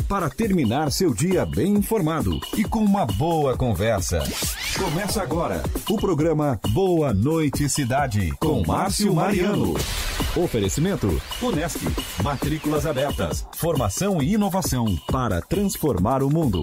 para terminar seu dia bem informado e com uma boa conversa. Começa agora o programa Boa Noite Cidade, com Márcio Mariano. Oferecimento Unesc, matrículas abertas, formação e inovação para transformar o mundo.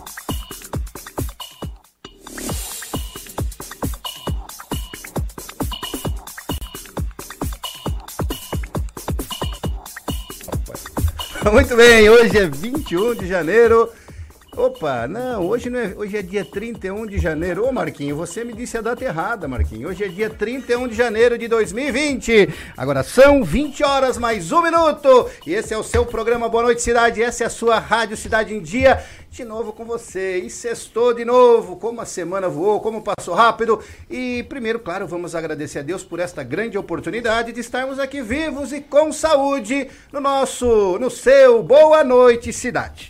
Muito bem, hoje é 21 de janeiro. Opa, não, hoje não é, hoje é dia 31 de janeiro. Ô Marquinho, você me disse a data errada, Marquinho. Hoje é dia 31 de janeiro de 2020. Agora são 20 horas mais 1 minuto. E esse é o seu programa Boa Noite Cidade. Essa é a sua Rádio Cidade em Dia. De novo com você. E sextou de novo. Como a semana voou, como passou rápido. E primeiro, claro, vamos agradecer a Deus por esta grande oportunidade de estarmos aqui vivos e com saúde no seu Boa Noite Cidade.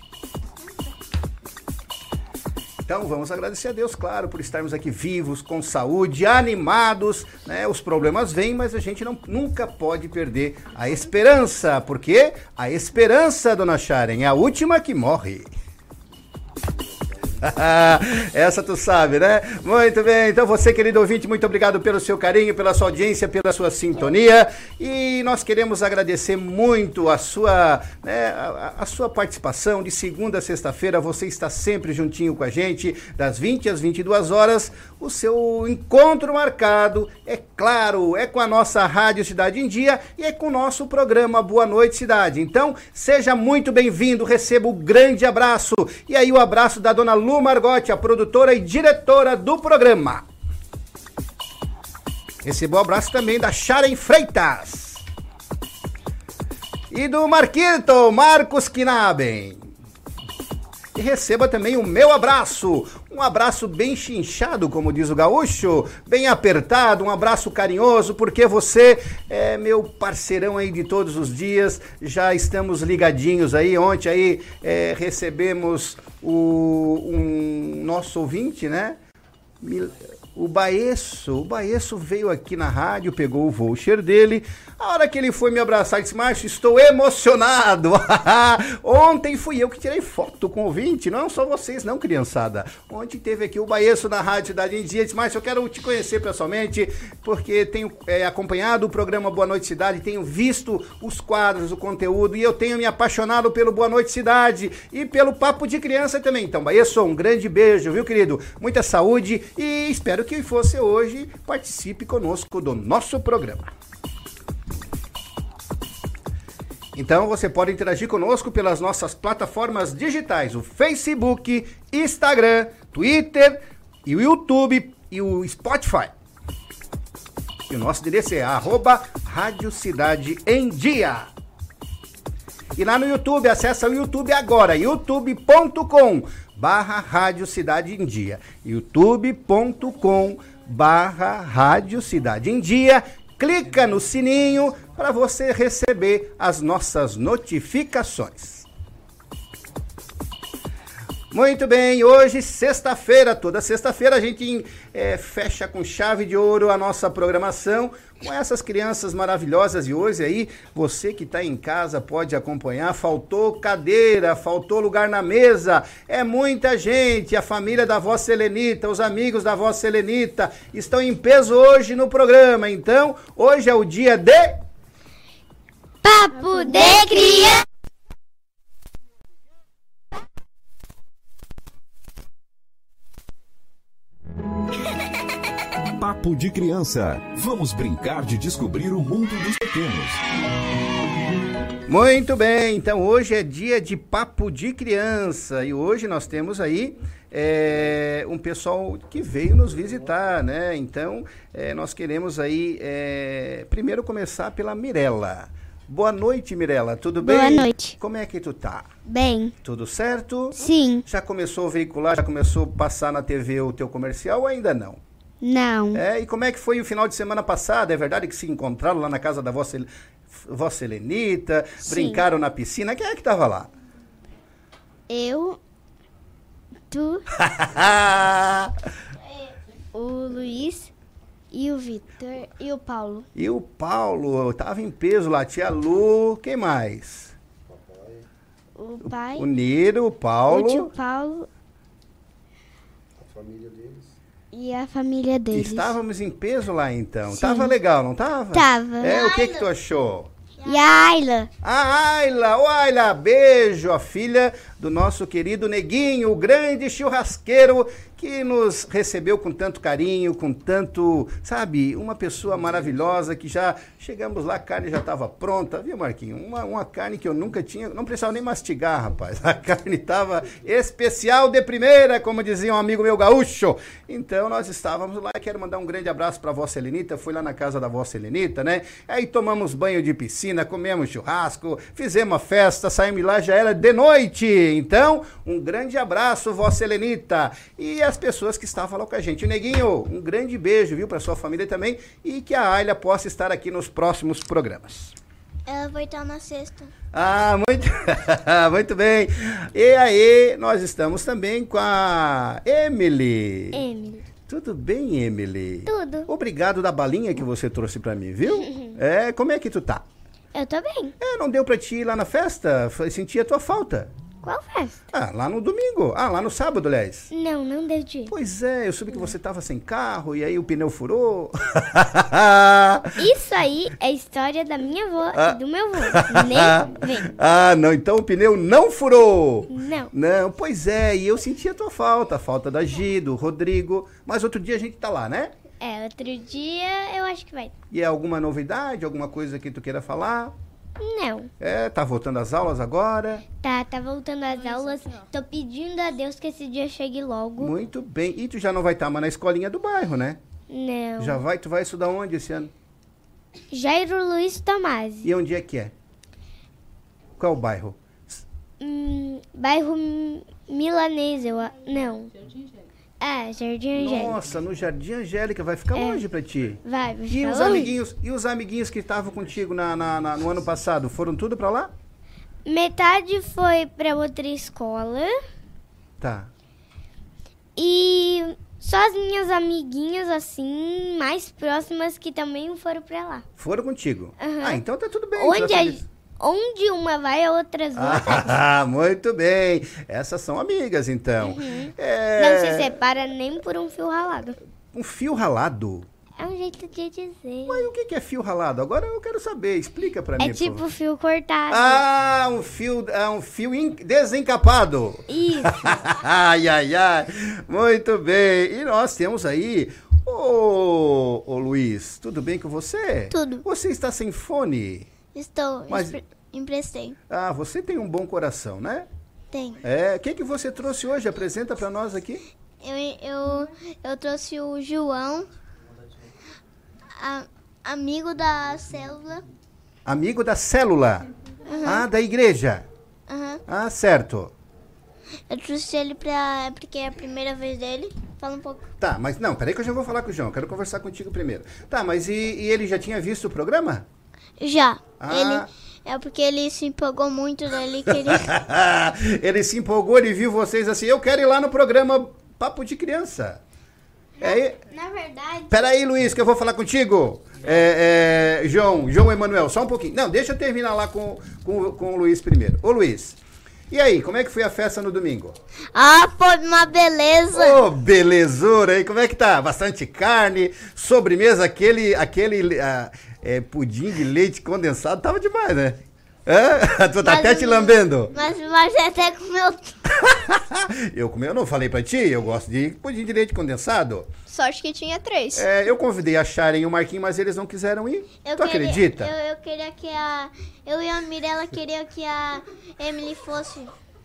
Então vamos agradecer a Deus, claro, por estarmos aqui vivos, com saúde, animados, né? Os problemas vêm, mas a gente nunca pode perder a esperança, porque a esperança, dona Sharon, é a última que morre. Essa tu sabe, né? Muito bem, então você, querido ouvinte, muito obrigado pelo seu carinho, pela sua audiência, pela sua sintonia, e nós queremos agradecer muito a sua, né, a sua participação de segunda a sexta-feira. Você está sempre juntinho com a gente, das 20 às 22 horas, o seu encontro marcado, é claro, é com a nossa Rádio Cidade em Dia e é com o nosso programa Boa Noite Cidade. Então, seja muito bem-vindo, receba um grande abraço, e aí o abraço da dona Lu Margotti, a produtora e diretora do programa. Recebo o abraço também da Sharon Freitas e do Marquito, Marcos Knaben. E receba também o meu abraço, um abraço bem chinchado, como diz o gaúcho, bem apertado, um abraço carinhoso, porque você é meu parceirão aí de todos os dias, já estamos ligadinhos aí. Ontem aí recebemos um nosso ouvinte, né? O Baeço veio aqui na rádio, pegou o voucher dele. A hora que ele foi me abraçar, disse: Márcio, estou emocionado. Ontem fui eu que tirei foto com o ouvinte, não só vocês não, criançada. Ontem teve aqui o Baeço na Rádio Cidade em Dia. Disse: Márcio, eu quero te conhecer pessoalmente, porque tenho acompanhado o programa Boa Noite Cidade, tenho visto os quadros, o conteúdo, e eu tenho me apaixonado pelo Boa Noite Cidade e pelo Papo de Criança também. Então, Baeço, um grande beijo, viu, querido? Muita saúde e espero que você hoje participe conosco do nosso programa. Então você pode interagir conosco pelas nossas plataformas digitais, o Facebook, Instagram, Twitter, e o YouTube e o Spotify. E o nosso endereço é @Rádio Cidade em Dia. E lá no YouTube, acessa o YouTube agora, youtube.com/Rádio Cidade em Dia. youtube.com/Rádio Cidade em Dia. Clica no sininho para você receber as nossas notificações. Muito bem, hoje sexta-feira, toda sexta-feira a gente fecha com chave de ouro a nossa programação com essas crianças maravilhosas. E hoje aí, você que está em casa pode acompanhar. Faltou cadeira, faltou lugar na mesa, é muita gente. A família da Vó Selenita, os amigos da Vó Selenita estão em peso hoje no programa. Então, hoje é o dia de... Papo de Criança! Papo de Criança. Vamos brincar de descobrir o mundo dos pequenos. Muito bem, então hoje é dia de Papo de Criança e hoje nós temos aí um pessoal que veio nos visitar, né? Então nós queremos aí primeiro começar pela Mirella. Boa noite, Mirella, tudo bem? Boa noite. Como é que tu tá? Bem. Tudo certo? Sim. Já começou a veicular, já começou a passar na TV o teu comercial ou ainda não? Não. E como é que foi o final de semana passado? É verdade que se encontraram lá na casa da Vó Selenita, Sim. brincaram na piscina? Quem é que tava lá? Eu, tu, o Luiz e o Vitor e o Paulo. E o Paulo, tava em peso lá, tia Lu, quem mais? o pai, O Niro, o o Paulo. tio Paulo e a família deles. Estávamos em peso lá então. Tava legal, não tava? Tava. É, o que tu achou? E a Ayla? A Ayla, ô Ayla, beijo, a filha do nosso querido Neguinho, o grande churrasqueiro que nos recebeu com tanto carinho, com tanto, sabe, uma pessoa maravilhosa que já chegamos lá, a carne já estava pronta, viu, Marquinho? Uma carne que eu nunca tinha, não precisava nem mastigar, rapaz. A carne estava especial de primeira, como dizia um amigo meu gaúcho. Então nós estávamos lá, quero mandar um grande abraço para a vossa Helenita, fui lá na casa da vossa Helenita, né? Aí tomamos banho de piscina, comemos churrasco, fizemos a festa, saímos lá, já era de noite. Então, um grande abraço, vossa Helenita, e as pessoas que estavam lá com a gente. O Neguinho, um grande beijo, viu, para sua família também, e que a Ayla possa estar aqui nos próximos programas. Ela vai estar na sexta. Ah, muito, muito bem. E aí, nós estamos também com a Emily. Emily. Tudo bem, Emily? Tudo. Obrigado da balinha que você trouxe pra mim, viu? Como é que tu tá? Eu tô bem. Não deu pra ti ir lá na festa? Senti a tua falta. Qual festa? Lá no domingo. Lá no sábado, aliás. Não deu de ir. Pois é, eu soube que você tava sem carro e aí o pneu furou. Isso aí é história da minha avó e do meu avô. Nem vem. Não, então o pneu não furou. Não. Não, pois é, e eu senti a tua falta, a falta da Gi, do Rodrigo, mas outro dia a gente tá lá, né? Outro dia eu acho que vai. E é alguma novidade, alguma coisa que tu queira falar? Não. Tá voltando às aulas agora? Tá voltando às aulas. Tô pedindo a Deus que esse dia chegue logo. Muito bem. E tu já não vai estar mais na escolinha do bairro, né? Não. Tu vai estudar onde esse ano? Jairo Luiz Tomasi. E onde é que é? Qual o bairro? Bairro Milanês, não. Jardim Angélica. Nossa, no Jardim Angélica, vai ficar longe pra ti. Vai E ficar os longe. amiguinhos que estavam contigo no ano passado, foram tudo pra lá? Metade foi pra outra escola. Tá. E só as minhas amiguinhas, assim, mais próximas que também foram pra lá. Foram contigo? Aham. Então tá tudo bem. tu vai feliz. Onde uma vai, a outra vai. Muito bem. Essas são amigas, então. Não se separa nem por um fio ralado. Um fio ralado? É um jeito de dizer. Mas o que é fio ralado? Agora eu quero saber. Explica pra mim. É tipo fio cortado. Um fio desencapado. Isso. Ai. Muito bem. E nós temos aí... Ô, Luiz, tudo bem com você? Tudo. Você está sem fone? Estou. Mas- Emprestei. Você tem um bom coração, né? Tem. O que você trouxe hoje? Apresenta pra nós aqui. Eu trouxe o João, amigo da célula. Amigo da célula. Da igreja. Aham. Certo. Eu trouxe ele porque é a primeira vez dele. Fala um pouco. Tá, mas não, peraí que eu já vou falar com o João. Quero conversar contigo primeiro. Tá, mas e ele já tinha visto o programa? Já. Ah. É porque ele se empolgou muito, daí ele queria... Ele se empolgou, ele viu vocês assim, eu quero ir lá no programa Papo de Criança. Na verdade... Peraí, Luiz, que eu vou falar contigo. João Emanuel, só um pouquinho. Não, deixa eu terminar lá com o Luiz primeiro. Ô, Luiz, e aí, como é que foi a festa no domingo? Foi uma beleza. Ô, belezura, e como é que tá? Bastante carne, sobremesa, aquele pudim de leite condensado, tava demais, né? Tu tá até te lambendo. Mas até comeu... Eu não falei pra ti, eu gosto de pudim de leite condensado. Sorte que tinha 3. Eu convidei a Sharon e o Marquinhos, mas eles não quiseram ir. Acredita? Eu queria que eu e a Mirella queria que a Emily fosse.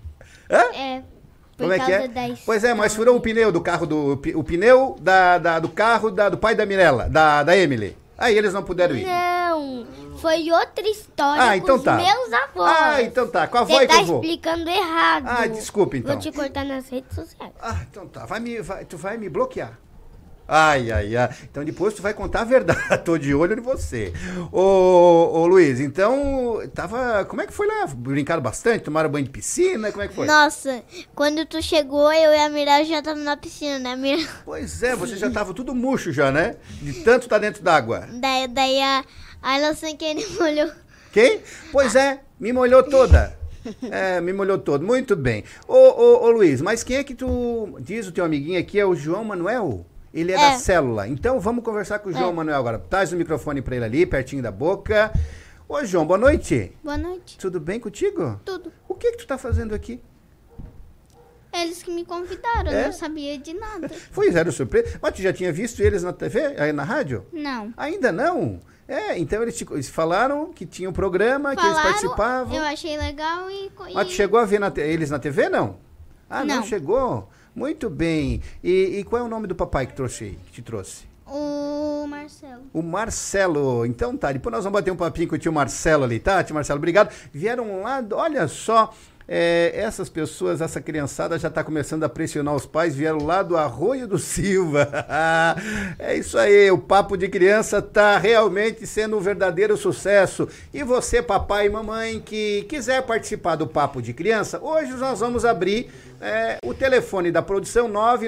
Por Como é que causa é? da Pois é, mas furou o pneu do carro o pneu do carro do pai da Mirella, da Emily. Aí eles não puderam ir. Não, foi outra história então com tá. os meus avós. Então tá. Com a avó Você e com tá o avô. explicando errado. Desculpa então. Vou te cortar nas redes sociais. Então tá. Tu vai me bloquear. Ai. Então depois tu vai contar a verdade. Tô de olho em você. Ô, Luiz, então, como é que foi lá? Brincaram bastante? Tomaram banho de piscina? Como é que foi? Nossa, quando tu chegou, eu e a Mirella já tava na piscina, né, Mirella? Pois é, você já tava tudo murcho já, né? De tanto tá dentro d'água. Daí a ela sem querer molhou. Quem? Pois é, me molhou toda. Me molhou todo. Muito bem. Ô, Luiz, mas quem é que tu diz, o teu amiguinho aqui é o João Manuel? Ele é da célula. Então vamos conversar com o João Manuel agora. Traz o microfone pra ele ali, pertinho da boca. Ô, João, boa noite. Boa noite. Tudo bem contigo? Tudo. O que tu tá fazendo aqui? Eles que me convidaram, eu não sabia de nada. Foi zero surpresa. Mas tu já tinha visto eles na TV, aí na rádio? Não. Ainda não? Então eles falaram que tinha um programa, que eles participavam. Eu achei legal e... Mas tu chegou a ver eles na TV, não? Ah, não chegou? Muito bem. E qual é o nome do papai que te trouxe? O Marcelo. O Marcelo. Então tá, depois nós vamos bater um papinho com o tio Marcelo ali, tá? Tio Marcelo, obrigado. Vieram lá, olha só... essas pessoas, essa criançada já está começando a pressionar os pais, vieram lá do Arroio do Silva. É isso aí, o Papo de Criança está realmente sendo um verdadeiro sucesso. E você, papai e mamãe, que quiser participar do Papo de Criança, hoje nós vamos abrir o telefone da produção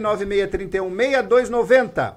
996316290.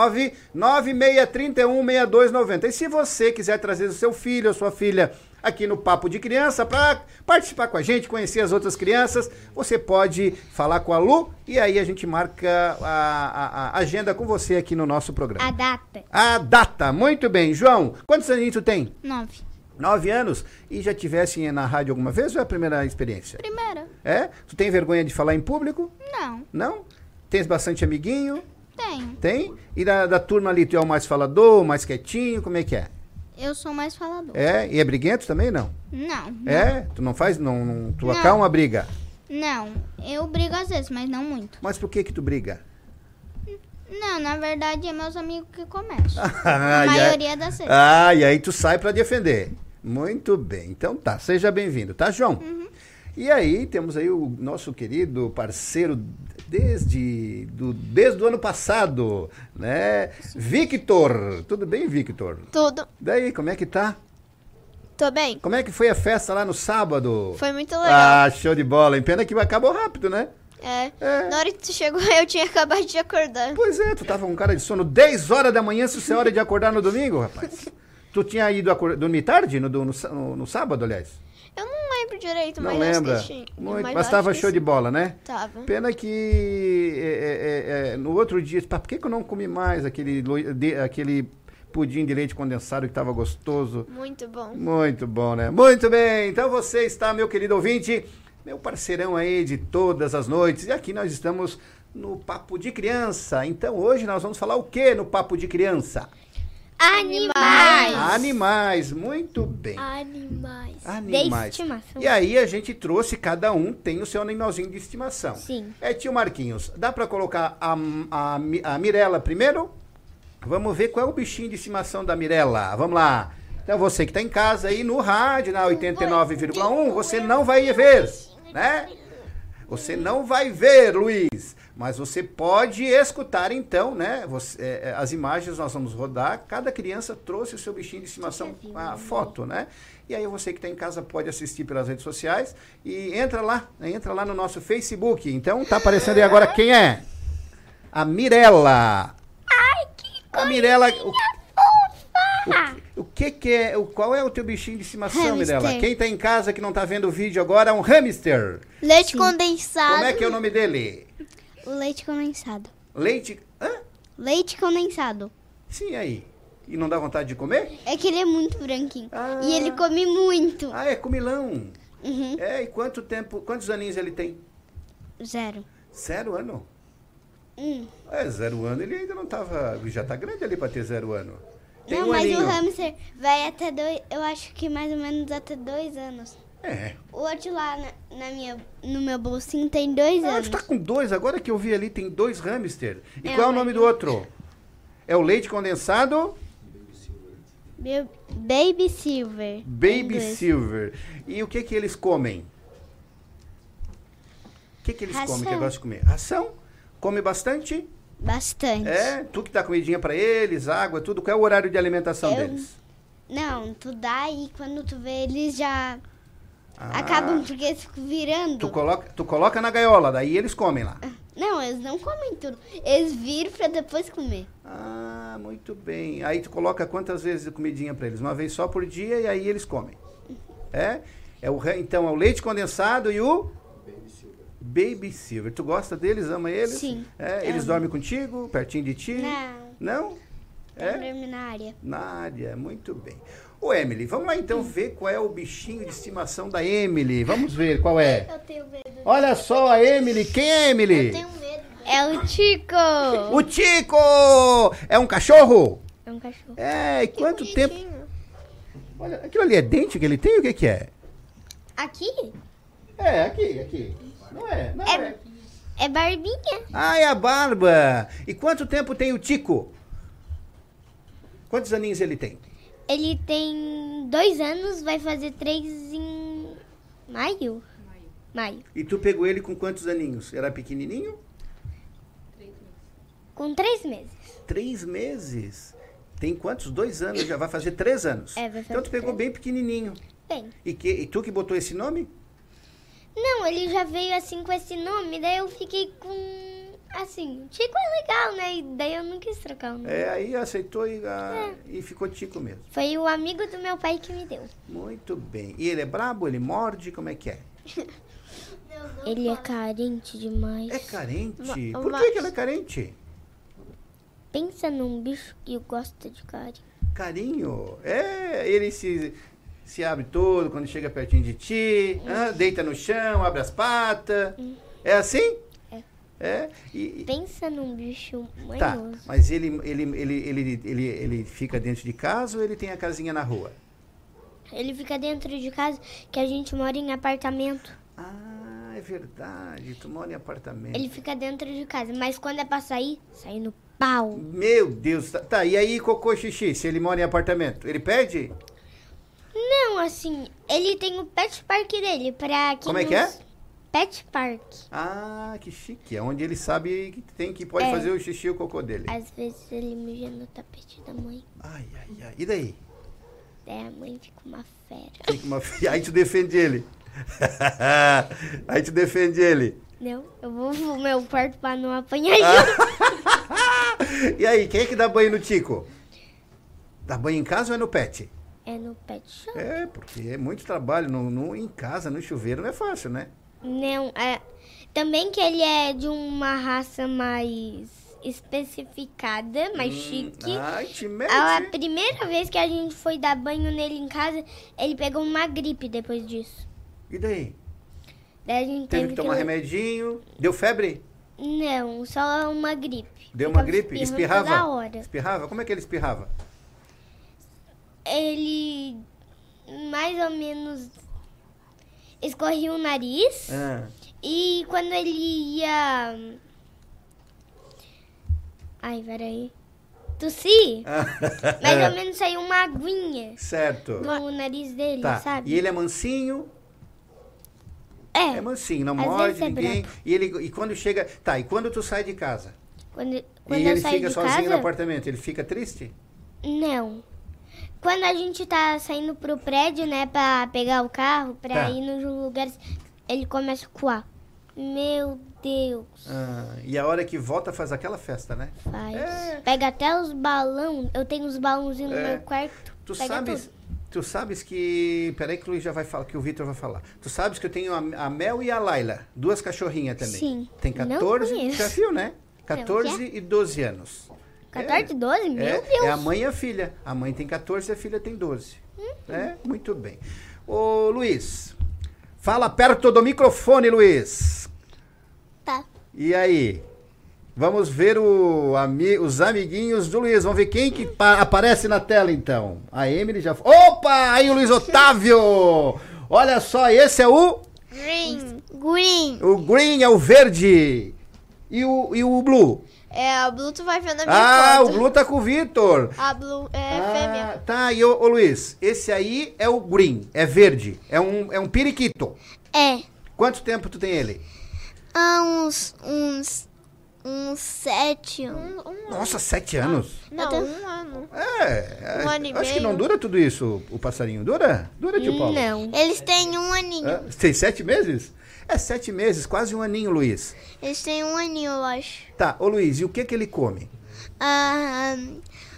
996316290. E se você quiser trazer o seu filho ou sua filha aqui no Papo de Criança para participar com a gente, conhecer as outras crianças, você pode falar com a Lu e aí a gente marca a agenda com você aqui no nosso programa. A data, muito bem. João, quantos aninhos tu tem? 9. 9 anos? E já tivesse na rádio alguma vez ou é a primeira experiência? Primeira. Tu tem vergonha de falar em público? Não. Não? Tens bastante amiguinho? Tenho. Tem? E da turma ali, tu é o mais falador, mais quietinho, como é que é? Eu sou mais falador. E é briguento também, não? Não. Tu não faz, tu acalma a briga? Não, eu brigo às vezes, mas não muito. Mas por que tu briga? Não, na verdade é meus amigos que começam. A maioria das vezes. E aí tu sai pra defender. Muito bem, então tá, seja bem-vindo, tá, João? Uhum. E aí temos aí o nosso querido parceiro desde o ano passado, né? Victor. Tudo bem, Victor? Tudo. Daí, como é que tá? Tô bem. Como é que foi a festa lá no sábado? Foi muito legal. Show de bola. Em pena que acabou rápido, né? Na hora que tu chegou, eu tinha acabado de acordar. Pois tu tava com um cara de sono 10 horas da manhã, se é hora de acordar no domingo, rapaz. Tu tinha ido dormir tarde no sábado, aliás? Eu não lembro direito, não mas lembra? assisti. Mas tava show de bola, né? Tava. Pena que no outro dia, por que eu não comi mais aquele pudim de leite condensado que tava gostoso? Muito bom. Muito bom, né? Muito bem, então você está, meu querido ouvinte, meu parceirão aí de todas as noites, e aqui nós estamos no Papo de Criança. Então hoje nós vamos falar o que no Papo de Criança? Animais, muito bem. Animais. De estimação. E aí a gente trouxe, cada um tem o seu animalzinho de estimação. Sim. Tio Marquinhos, dá pra colocar a Mirella primeiro? Vamos ver qual é o bichinho de estimação da Mirella. Vamos lá. Então você que tá em casa aí no rádio, na 89,1, você não vai ver, né? Você não vai ver, Luiz, mas você pode escutar então, né? As imagens nós vamos rodar, cada criança trouxe o seu bichinho de estimação, a foto, né? E aí você que está em casa pode assistir pelas redes sociais e entra lá no nosso Facebook. Então tá aparecendo aí agora quem é? A Mirella. Ai, que coisa! A Mirella, fofa! Qual é o teu bichinho de estimação, Hamster. Mirella? Quem tá em casa que não tá vendo o vídeo agora é um hamster. Leite condensado. Como é que é o nome dele? Leite condensado. Leite... Leite condensado. Sim, aí. E não dá vontade de comer? É que ele é muito branquinho. E ele come muito. É comilão. Uhum. E quantos aninhos ele tem? 0. 0 ano? 0 ano, ele ainda não tava... Já tá grande ali pra ter 0 ano. Tem Não, um mas aninho. o hamster vai até 2, eu acho que mais ou menos até 2 anos. O outro lá no meu bolsinho tem 2 anos. Tu tá com 2, agora que eu vi ali tem 2 hamster. E qual é o nome do outro? É o leite condensado? Baby Silver. Baby Silver. E o que eles comem? O que eles comem que gostam de comer? Ração? Come bastante? Bastante. Tu que dá comidinha pra eles, água, tudo. Qual é o horário de alimentação deles? Não, tu dá e quando tu vê eles já acabam porque eles ficam virando. Tu coloca na gaiola, daí eles comem lá. Não, eles não comem tudo. Eles viram pra depois comer. Muito bem. Aí tu coloca quantas vezes de comidinha pra eles? Uma vez só por dia e aí eles comem. Então, é o leite condensado e o... Baby Silver. Tu gosta deles? Ama eles? Sim. Eles dormem contigo? Pertinho de ti? Não. Não? Dorme na área. Na área, muito bem. Ô, Emily, vamos lá então ver qual é o bichinho de estimação da Emily. Vamos ver qual é. Eu tenho medo. Olha só a Emily. Quem é a Emily? Eu tenho medo. É o Tico. O Tico! É um cachorro? É um cachorro. E quanto tempo... Olha, aquilo ali é dente que ele tem? O que que é? Aqui? Aqui. Não é? Não é. É barbinha. Ah, é a barba. E quanto tempo tem o Tico? Quantos aninhos ele tem? Ele tem 2 anos, vai fazer 3 em maio. E tu pegou ele com quantos aninhos? Era pequenininho? Com 3 meses. 3 meses? Tem quantos? 2 anos, já vai fazer 3 anos. Vai fazer então tu pegou 3. bem pequenininho. Bem. E tu que botou esse nome? Não, ele já veio assim com esse nome, daí eu fiquei com... Assim, Tico é legal, né? E daí eu não quis trocar o nome. Aí aceitou e ficou Tico mesmo. Foi o amigo do meu pai que me deu. Muito bem. E ele é brabo? Ele morde? Como é que é? Ele é carente demais. É carente? Por que ele é carente? Pensa num bicho que gosta de carinho. Carinho? Ele se abre todo quando chega pertinho de ti, deita no chão, abre as patas. É assim? Pensa num bicho manhoso. Tá, mas ele fica dentro de casa ou ele tem a casinha na rua? Ele fica dentro de casa, que a gente mora em apartamento. Ah, é verdade, tu mora em apartamento. Ele fica dentro de casa, mas quando é pra sair, sai no pau. Meu Deus, tá, e aí cocô, xixi, se ele mora em apartamento, ele pede? Não, assim, ele tem o pet park dele, pra quem... Como é que é? Pet park. Ah, que chique, é onde ele sabe que pode fazer o xixi e o cocô dele. Às vezes ele mija no tapete da mãe. Ai, e daí? Daí a mãe fica uma fera. Aí tu defende ele. Aí tu defende ele. Não, eu vou pro meu quarto pra não apanhar ele. E aí, quem é que dá banho no Tico? Dá banho em casa ou é no pet? É no pet shop. Porque é muito trabalho em casa, no chuveiro, não é fácil, né? Não, também que ele é de uma raça mais especificada, mais chique. Ai, te mete. A primeira vez que a gente foi dar banho nele em casa, ele pegou uma gripe depois disso. E daí? Daí a gente teve que tomar remedinho. Deu febre? Não, só uma gripe. Deu uma gripe? Espirrava? Toda hora. Espirrava? Como é que ele espirrava? Ele mais ou menos escorria o nariz. E quando ele ia... Ai, peraí. Tossir. Mais ou menos saiu uma aguinha. Certo. Do nariz dele, sabe? E ele é mansinho? É mansinho, não Às morde vezes é ninguém. E quando chega... Tá, e quando tu sai de casa? Quando E eu ele saio fica de sozinho casa, no apartamento, ele fica triste? Não. Quando a gente tá saindo pro prédio, né, pra pegar o carro, pra ir nos lugares, ele começa a coar. Meu Deus. E a hora que volta faz aquela festa, né? Faz. Pega até os balões. Eu tenho os balãozinhos no meu quarto. Tu sabes que... Peraí que o Luiz já vai falar, que o Vitor vai falar. Tu sabes que eu tenho a Mel e a Laila, 2 cachorrinhas também. Sim. Tem 14, já viu, né? 14 e 12 anos. 14 e 12? Meu Deus. É a mãe e a filha. A mãe tem 14 e a filha tem 12. Muito bem. Ô, Luiz, fala perto do microfone, Luiz. Tá. E aí? Vamos ver os amiguinhos do Luiz. Vamos ver quem que aparece na tela, então. A Emily já... Opa! Aí o Luiz Otávio! Olha só, esse é o... Green. O green é o verde. E o blue? A Blue tu vai ver na minha foto. O Blue tá com o Vitor. A Blue é fêmea. Tá, e ô Luiz, esse aí é o green, é verde. É um periquito. Quanto tempo tu tem ele? Uns 7 anos. Nossa, 7 anos? Não, 1 ano. 1 ano e acho que meio. não dura tudo isso, o passarinho. Dura? Dura, tio Paulo? Não. Eles têm 1 aninho. Tem 7 meses? 7 meses, quase 1 aninho, Luiz. Eles têm 1 aninho, eu acho. Tá, ô Luiz, e o que ele come?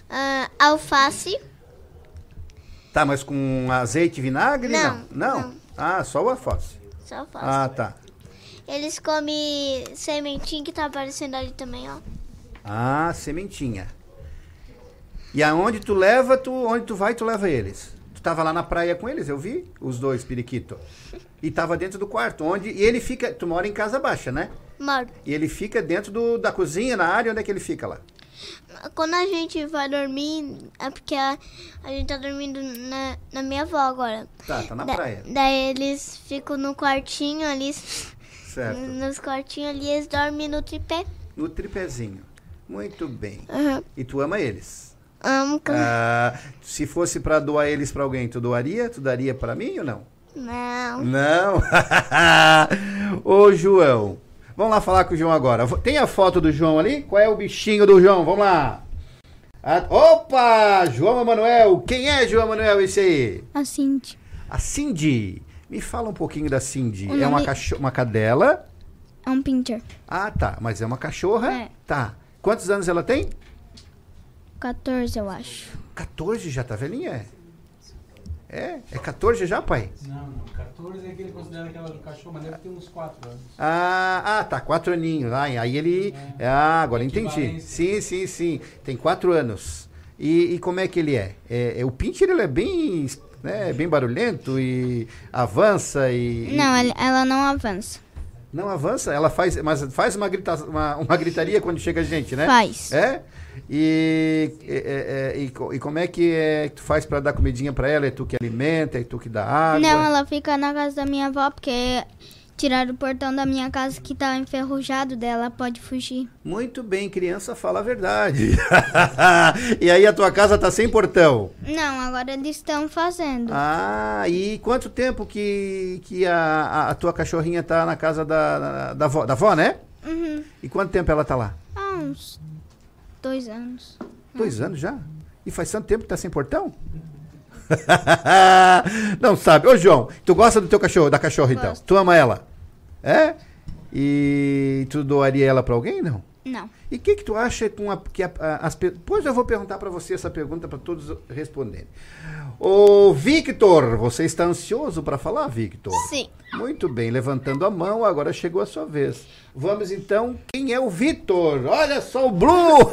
Alface. Tá, mas com azeite e vinagre? Não. Ah, só o alface. Só alface. Ah, tá. Eles comem sementinha que tá aparecendo ali também, ó. Ah, sementinha. E aonde tu leva, onde tu vai, tu leva eles. Tu tava lá na praia com eles, eu vi, os dois, periquito. E tava dentro do quarto, e ele fica, tu mora em casa baixa, né? Moro. E ele fica dentro da cozinha, na área, onde é que ele fica lá? Quando a gente vai dormir, é porque a gente tá dormindo na minha avó agora. Tá na praia. Daí eles ficam no quartinho ali, Certo. nos quartinhos ali, eles dormem no tripé. No tripézinho. Muito bem. Uhum. E tu ama eles? Amo. Se fosse pra doar eles pra alguém, tu doaria? Tu daria pra mim ou não? Não. Não? Ô, João. Vamos lá falar com o João agora. Tem a foto do João ali? Qual é o bichinho do João? Vamos lá. Opa! João Emanuel. Quem é João Emanuel esse aí? A Cindy. A Cindy. Me fala um pouquinho da Cindy. O É nome- uma cadela? É um pincher. Ah, tá. Mas é uma cachorra? É. Tá. Quantos anos ela tem? 14, eu acho. 14 já, tá velhinha? É 14 já, pai? Não, 14 é que ele considera aquela do cachorro, mas deve ter uns 4 anos. Tá, 4 aninhos. Aí ele... agora entendi. Equivalência. Sim. Tem 4 anos. E como é que ele é? O Pincher, ele é bem, né, bem barulhento e avança e... Não, ela não avança. Não avança? Ela faz... Mas faz uma gritaria quando chega a gente, né? Faz. É? E como é que tu faz pra dar comidinha pra ela? É tu que alimenta? É tu que dá água? Não, ela fica na casa da minha avó, porque tiraram o portão da minha casa que tá enferrujado dela, pode fugir. Muito bem, criança fala a verdade. E aí a tua casa tá sem portão? Não, agora eles estão fazendo. E quanto tempo que a tua cachorrinha tá na casa da avó, né? Uhum. E quanto tempo ela tá lá? Há uns 2 anos. 2 anos já? E faz tanto tempo que tá sem portão? Não sabe. Ô, João, tu gosta do teu cachorro, da cachorra então? Gosto. Tu ama ela? É? E tu doaria ela pra alguém, não? Não. E o que tu acha Depois eu vou perguntar pra você essa pergunta pra todos responderem. Ô, Victor, você está ansioso pra falar, Victor? Sim. Muito bem, levantando a mão, agora chegou a sua vez. Vamos então, quem é o Victor? Olha só o Blue!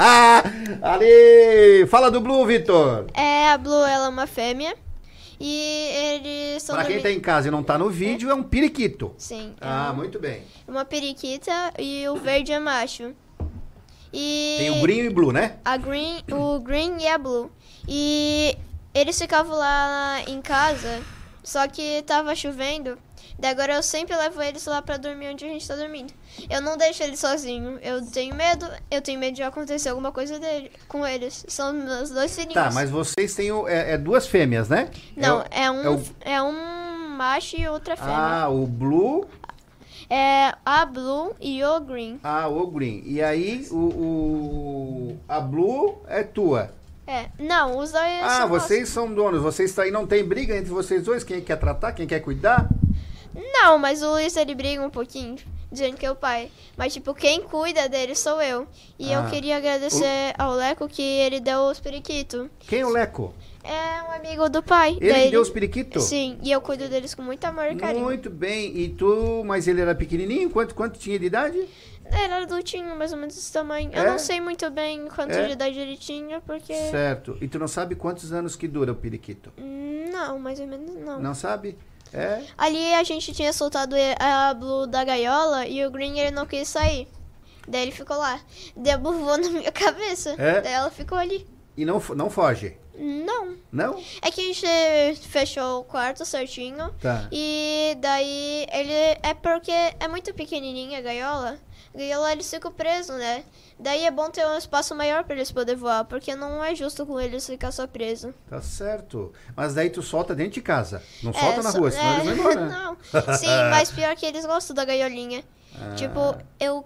Ali, fala do Blue, Victor. A Blue, ela é uma fêmea. E eles são... Pra quem tá em casa e não tá no vídeo, é um periquito. Sim. Muito bem. Uma periquita e o verde é macho. E Tem o Green e o Blue, né? o Green e a Blue. E eles ficavam lá em casa, só que tava chovendo. Daí agora eu sempre levo eles lá pra dormir onde a gente tá dormindo. Eu não deixo eles sozinhos. Eu tenho medo de acontecer alguma coisa com eles. São meus 2 filhinhos. Tá, mas vocês têm 2 fêmeas, né? Não, é um macho e outra fêmea. O Blue. É a Blue e o Green. O Green. E aí, a Blue é tua. Não, os dois são vocês são donos. Vocês aí não tem briga entre vocês dois? Quem quer tratar, quem quer cuidar? Não, mas o Luiz, ele briga um pouquinho, dizendo que é o pai. Mas, tipo, quem cuida dele sou eu. E eu queria agradecer ao Leco que ele deu os periquitos. Quem é o Leco? É um amigo do pai. Ele deu os periquitos? Sim, e eu cuido deles com muito amor e carinho. Muito bem. E mas ele era pequenininho? Quanto tinha de idade? Era adultinho, mais ou menos desse tamanho. Eu não sei muito bem quanto de idade ele tinha, porque... Certo. E tu não sabe quantos anos que dura o periquito? Não, mais ou menos não. Não sabe? Ali a gente tinha soltado a Blue da gaiola e o Green, ele não quis sair. Daí ele ficou lá. Daí a Blue voou na minha cabeça. Daí ela ficou ali. E não foge? Não. Não? É que a gente fechou o quarto certinho. Tá. E daí ele... É porque é muito pequenininha a gaiola. A gaiola eles ficam presos, né? Daí é bom ter um espaço maior pra eles poderem voar. Porque não é justo com eles ficar só presos. Tá certo. Mas daí tu solta dentro de casa. Não solta na rua, senão eles vão embora. Não. Sim, mas pior que eles gostam da gaiolinha. Tipo,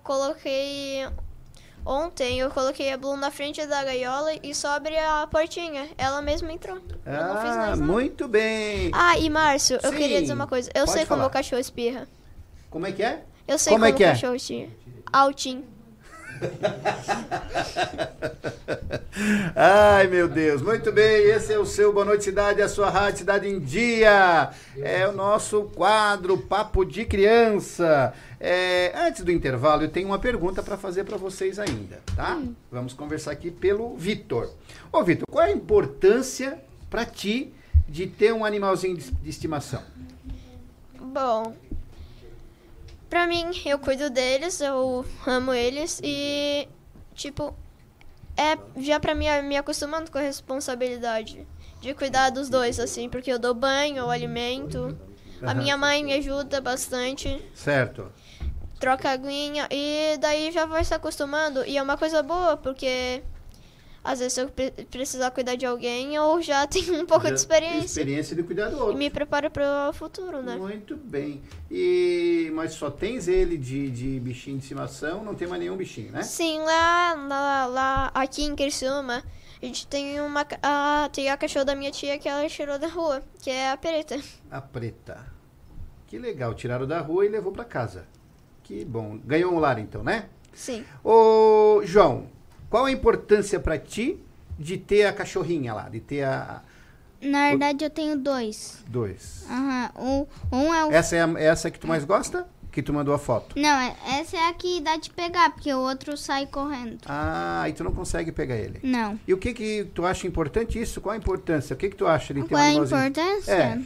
Ontem eu coloquei a Blue na frente da gaiola e só abri a portinha. Ela mesma entrou. Eu não fiz mais nada. Muito bem. E Márcio, eu queria dizer uma coisa. Eu sei como o cachorro espirra. Como é que é? Eu sei como o cachorro espirra. Altinho. Ai, meu Deus. Muito bem, esse é o seu Boa Noite Cidade, a sua rádio Cidade em Dia. É o nosso quadro Papo de Criança. Antes do intervalo, eu tenho uma pergunta para fazer para vocês ainda, tá? Vamos conversar aqui pelo Vitor. Ô, Vitor, qual é a importância para ti de ter um animalzinho de estimação? Bom, pra mim, eu cuido deles, eu amo eles e, tipo, já pra mim, me acostumando com a responsabilidade de cuidar dos dois, assim, porque eu dou banho, eu alimento, a minha mãe me ajuda bastante. Certo. Troca a aguinha e daí já vai se acostumando e é uma coisa boa, porque às vezes se eu precisar cuidar de alguém, eu já tenho um pouco de experiência. Experiência de cuidar do outro. E me preparo para o futuro, né? Muito bem. Mas só tens ele de bichinho de estimação, não tem mais nenhum bichinho, né? Sim, lá aqui em Criciúma, a gente tem tem a cachorra da minha tia que ela tirou da rua, que é a Preta. A Preta. Que legal, tiraram da rua e levou para casa. Que bom. Ganhou um lar então, né? Sim. Ô, João, qual a importância para ti de ter a cachorrinha lá, de ter a... Na verdade, eu tenho 2. 2. Aham. Um é o... Essa que tu mais gosta? Que tu mandou a foto? Não, essa é a que dá de pegar, porque o outro sai correndo. Ah, e tu não consegue pegar ele? Não. E o que tu acha importante isso? Qual a importância? O que tu acha de ter Qual um é a animalzinho? importância?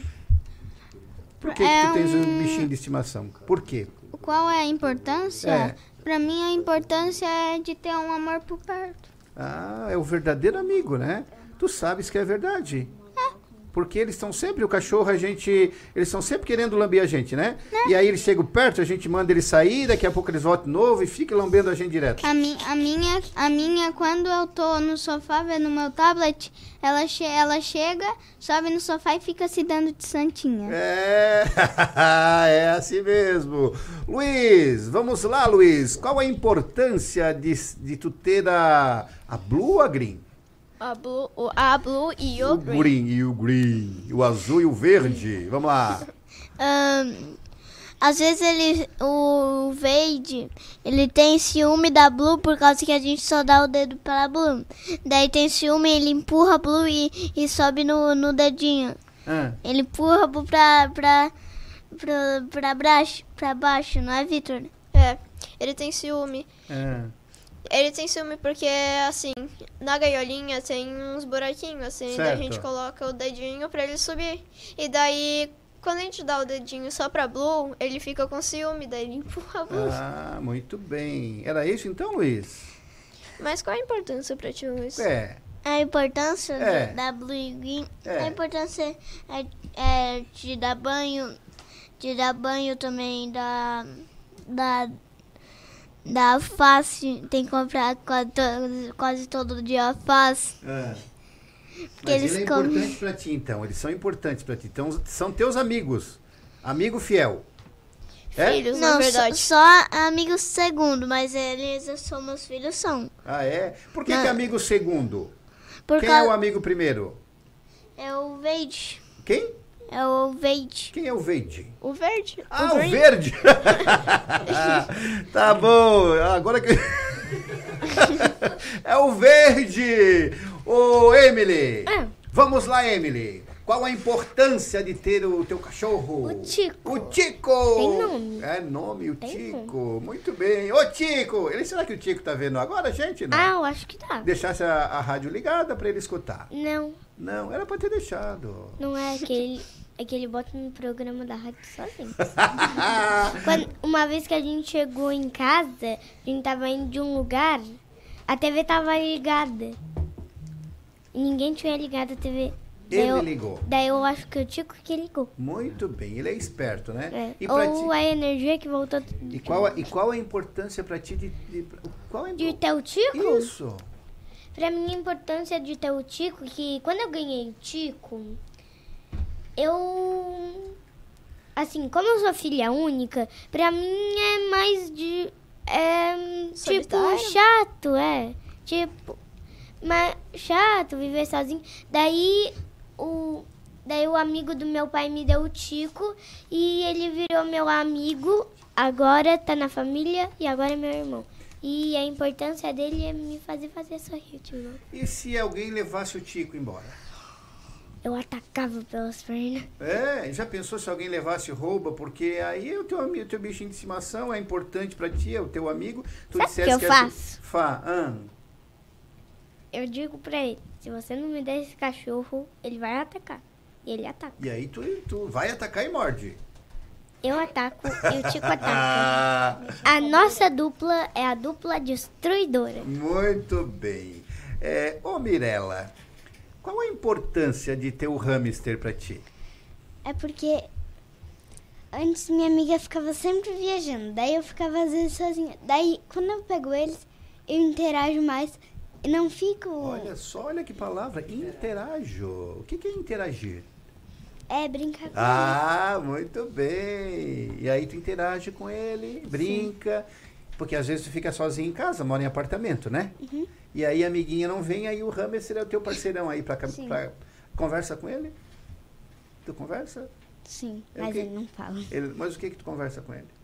Por que tu tens um bichinho de estimação? Por quê? Qual é a importância? Pra mim, a importância é de ter um amor por perto. Ah, é o verdadeiro amigo, né? Tu sabes que é verdade. Porque eles estão sempre, o cachorro, eles estão sempre querendo lamber a gente, né? E aí eles chegam perto, a gente manda eles sair, daqui a pouco eles voltam de novo e ficam lambendo a gente direto. A minha, quando eu tô no sofá vendo meu tablet, ela chega, sobe no sofá e fica se dando de santinha. É assim mesmo. Luiz, vamos lá, Luiz. Qual a importância de tu ter a Blue ou a Green? A Blue e o Green. O Green. O azul e o verde. Vamos lá. Às vezes o verde, ele tem ciúme da Blue por causa que a gente só dá o dedo pra Blue. Daí tem ciúme, ele empurra a Blue e sobe no dedinho. Ele empurra a Blue pra baixo, não é, Vitor? Ele tem ciúme. Ele tem ciúme porque, assim, na gaiolinha tem uns buraquinhos, assim, daí a gente coloca o dedinho pra ele subir. E daí, quando a gente dá o dedinho só pra Blue, ele fica com ciúme, daí ele empurra a Blue. Ah, muito bem. Era isso então, Luiz? Mas qual a importância pra ti, Luiz? A importância da Blue e Green, a importância é de dar banho também da alface, tem que comprar quase todo dia alface. Mas ele é importante pra ti, então. Eles são importantes pra ti. Então, são teus amigos. Amigo fiel. Filhos, não, na verdade. Só amigos segundo, mas eles são meus filhos, são. Ah, é? Por que amigo segundo? Quem é o amigo primeiro? É o verde. Quem? É o verde. Quem é o verde? O verde. Ah, o verde! Tá bom, agora que... É o verde! Ô, Emily! Vamos lá, Emily. Qual a importância de ter o teu cachorro? O Tico. O Tico! Tem nome. É nome, o Tico. Muito bem. Ô, Tico! Será que o Tico tá vendo agora, gente? Não? Ah, eu acho que tá. Deixasse a rádio ligada pra ele escutar. Não. Não, era pra ter deixado. Não é que ele bota no programa da rádio sozinho. Uma vez que a gente chegou em casa, a gente tava indo de um lugar, a TV tava ligada. E ninguém tinha ligado a TV. Ele ligou. Daí eu acho que o Tico que ligou. Muito bem, ele é esperto, né? E ou a energia que voltou. E qual a importância pra ti de ter o Tico? Isso. Pra mim a importância de ter o Tico, que quando eu ganhei o Tico, eu... Assim, como eu sou filha única, pra mim é mais de... tipo, chato, Tipo, mas chato viver sozinho. Daí o amigo do meu pai me deu o Tico e ele virou meu amigo. Agora tá na família e agora é meu irmão. E a importância dele é me fazer sorrir, tio. E se alguém levasse o Tico embora? Eu atacava pelas pernas. Já pensou se alguém levasse rouba? Porque aí é o teu bichinho de estimação, é importante pra ti, é o teu amigo. Tu Sabe o que eu faço? Eu digo pra ele, se você não me der esse cachorro, ele vai atacar. E ele ataca. E aí tu vai atacar e morde. Eu ataco e o Tico ataca. A nossa dupla é a dupla destruidora. Muito bem. Ô Mirella, qual a importância de ter o hamster pra ti? É porque antes minha amiga ficava sempre viajando, daí eu ficava às vezes sozinha. Daí quando eu pego eles, eu interajo mais e não fico... Olha só, olha que palavra, interajo. O que é interagir? É brincar com ele. Muito bem. E aí tu interage com ele, brinca, porque às vezes tu fica sozinho em casa, mora em apartamento, né? Uhum. E aí a amiguinha não vem, aí o hamster é o teu parceirão aí pra conversa com ele? Tu conversa? Sim, mas ele não fala. Mas o que tu conversa com ele?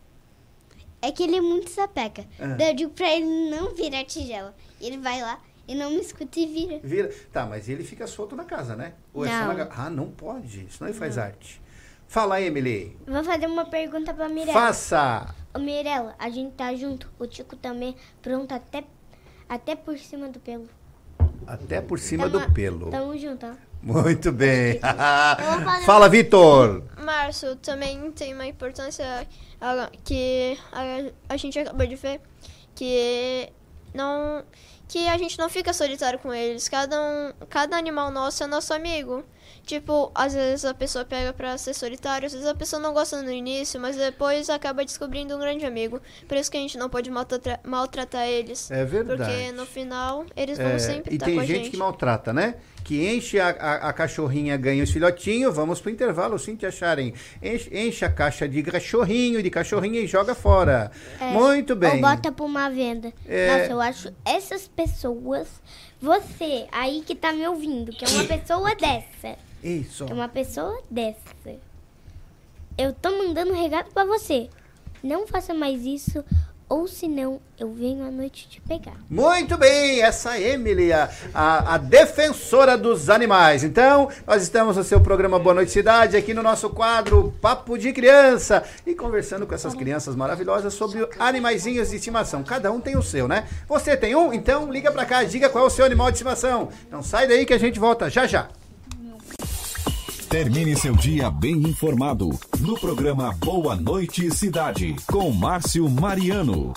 É que ele é muito sapeca. Daí eu digo pra ele não virar tigela. E ele vai lá e não me escuta e vira. Tá, mas ele fica solto na casa, né? Ou não. Não pode, senão ele faz arte. Fala, Emily. Vou fazer uma pergunta pra Mirella. Faça! Ô Mirella, a gente tá junto. O Tico também pronto até por cima do pelo. Até por cima do pelo. Tamo junto, ó. Muito bem. Fala, Vitor. Márcio, também tem uma importância que a gente acabou de ver, que a gente não fica solitário com eles. Cada animal nosso é nosso amigo. Tipo, às vezes a pessoa pega pra ser solitário, às vezes a pessoa não gosta no início, mas depois acaba descobrindo um grande amigo. Por isso que a gente não pode maltratar eles. É verdade. Porque no final eles vão sempre estar com a gente. E tem gente que maltrata, né? Que enche a cachorrinha, ganha os filhotinhos. Vamos pro intervalo, sim, te acharem. Enche a caixa de cachorrinha e joga fora. Muito bem. Ou bota pra uma venda. Nossa, eu acho essas pessoas... Você, aí que tá me ouvindo, que é uma pessoa dessa. Isso. Que é uma pessoa dessa. Eu tô mandando um recado pra você. Não faça mais isso, ou senão eu venho à noite te pegar. Muito bem, essa Emily, a defensora dos animais. Então, nós estamos no seu programa Boa Noite Cidade, aqui no nosso quadro Papo de Criança, e conversando com essas crianças maravilhosas sobre animaizinhos de estimação. Cada um tem o seu, né? Você tem um? Então liga pra cá, diga qual é o seu animal de estimação. Então sai daí que a gente volta já já. Termine seu dia bem informado no programa Boa Noite Cidade, com Márcio Mariano.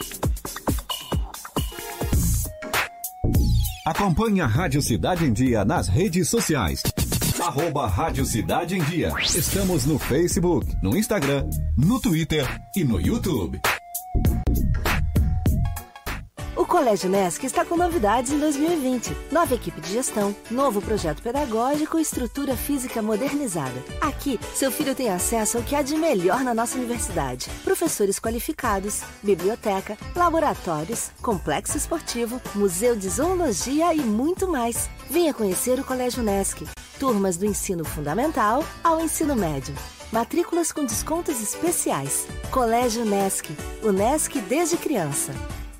Acompanhe a Rádio Cidade em Dia nas redes sociais. @Rádio Cidade em Dia. Estamos no Facebook, no Instagram, no Twitter e no YouTube. O Colégio Nesc está com novidades em 2020. Nova equipe de gestão, novo projeto pedagógico e estrutura física modernizada. Aqui, seu filho tem acesso ao que há de melhor na nossa universidade. Professores qualificados, biblioteca, laboratórios, complexo esportivo, museu de zoologia e muito mais. Venha conhecer o Colégio Nesc. Turmas do ensino fundamental ao ensino médio. Matrículas com descontos especiais. Colégio Nesc. O Nesc desde criança.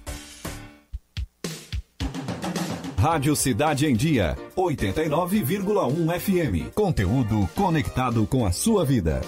Rádio Cidade em Dia, 89,1 FM. Conteúdo conectado com a sua vida.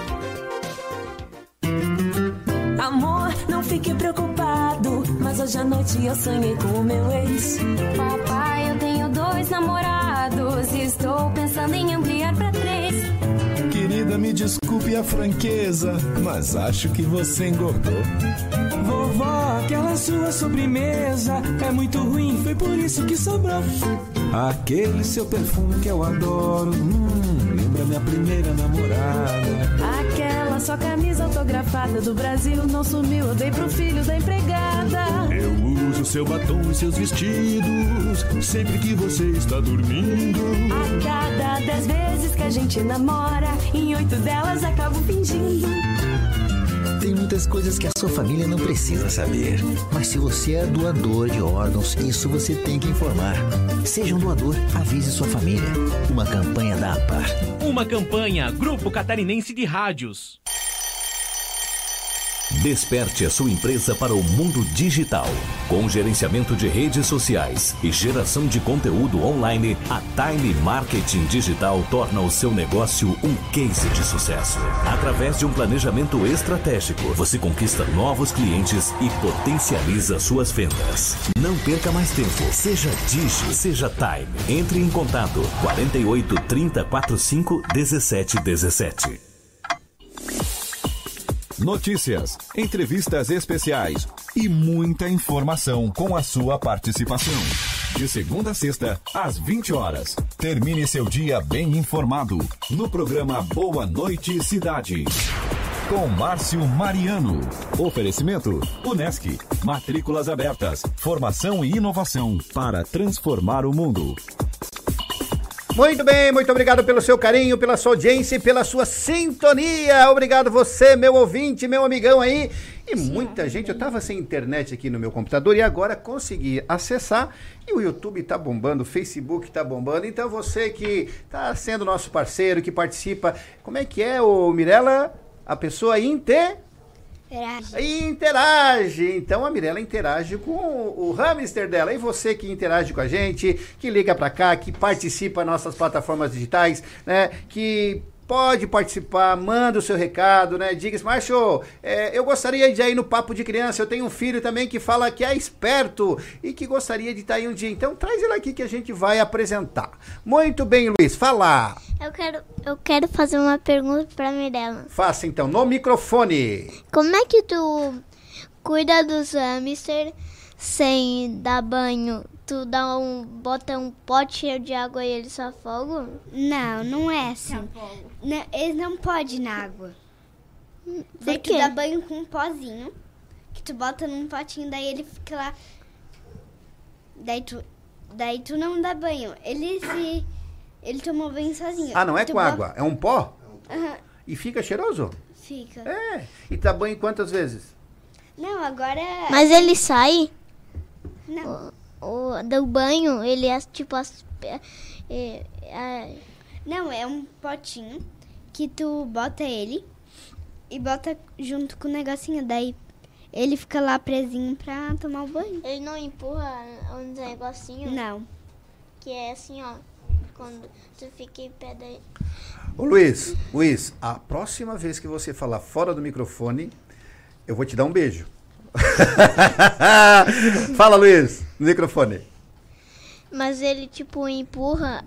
Amor, não fique preocupado, mas hoje à noite eu sonhei com o meu ex. Papai, eu tenho 2 namorados e estou pensando em ampliar pra 3. Querida, me desculpe a franqueza, mas acho que você engordou. Vovó, aquela sua sobremesa é muito ruim, foi por isso que sobrou. Aquele seu perfume que eu adoro, lembra minha primeira namorada. Aquela sua camisa autografada do Brasil não sumiu, eu dei pro filho da empregada. Eu uso seu batom e seus vestidos sempre que você está dormindo. A cada 10 vezes que a gente namora, em 8 delas acabo fingindo. Tem muitas coisas que a sua família não precisa saber. Mas se você é doador de órgãos, isso você tem que informar. Seja um doador, avise sua família. Uma campanha da APAR. Uma campanha, Grupo Catarinense de Rádios. Desperte a sua empresa para o mundo digital. Com gerenciamento de redes sociais e geração de conteúdo online, a Time Marketing Digital torna o seu negócio um case de sucesso. Através de um planejamento estratégico, você conquista novos clientes e potencializa suas vendas. Não perca mais tempo. Seja Digi, seja Time. Entre em contato 48 30 45 17 17. Notícias, entrevistas especiais e muita informação com a sua participação. De segunda a sexta, às 20 horas. Termine seu dia bem informado no programa Boa Noite Cidade. Com Márcio Mariano. Oferecimento Unesc. Matrículas abertas. Formação e inovação para transformar o mundo. Muito bem, muito obrigado pelo seu carinho, pela sua audiência e pela sua sintonia. Obrigado você, meu ouvinte, meu amigão aí. E muita gente, eu tava sem internet aqui no meu computador e agora consegui acessar. E o YouTube tá bombando, o Facebook tá bombando. Então você que tá sendo nosso parceiro, que participa, como é que é, ô Mirella? A pessoa interage. Então a Mirella interage com o hamster dela. E você que interage com a gente, que liga pra cá, que participa nas nossas plataformas digitais, né? Que pode participar, manda o seu recado, né? Diga, Márcio, eu gostaria de ir no Papo de Criança. Eu tenho um filho também que fala que é esperto e que gostaria de estar aí um dia. Então traz ele aqui que a gente vai apresentar. Muito bem, Luiz, fala. Eu quero fazer uma pergunta pra Mirella. Faça então, no microfone. Como é que tu cuida dos hamster sem dar banho? Tu bota um pote cheio de água e eles se afogam? Não, não é assim. Não, eles não podem ir na água. Daí tu dá banho com um pozinho, que tu bota num potinho, daí ele fica lá. Daí tu não dá banho. Ele tomou banho sozinho. Ah, não é com água? É um pó? Uhum. E fica cheiroso? Fica. É. E dá banho quantas vezes? Não, agora... Mas ele sai? Não. Do banho, ele é tipo... Não, é um potinho que tu bota ele e bota junto com o negocinho. Daí ele fica lá presinho pra tomar o banho. Ele não empurra um negocinho? Não. Que é assim, ó. Quando tu fica em pé daí. Ô Luiz, a próxima vez que você falar fora do microfone, eu vou te dar um beijo. Fala, Luiz, no microfone. Mas ele, tipo, empurra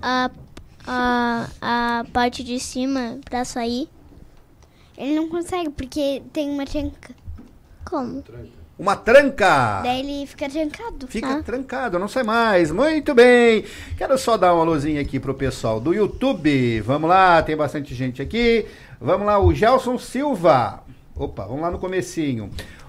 a parte de cima pra sair? Ele não consegue, porque tem uma tranca. Como? Uma tranca! Daí ele fica trancado. Fica trancado, não sai mais. Muito bem. Quero só dar uma luzinha aqui pro pessoal do YouTube. Vamos lá, tem bastante gente aqui. Vamos lá, o Gelson Silva. Opa, vamos lá no comecinho.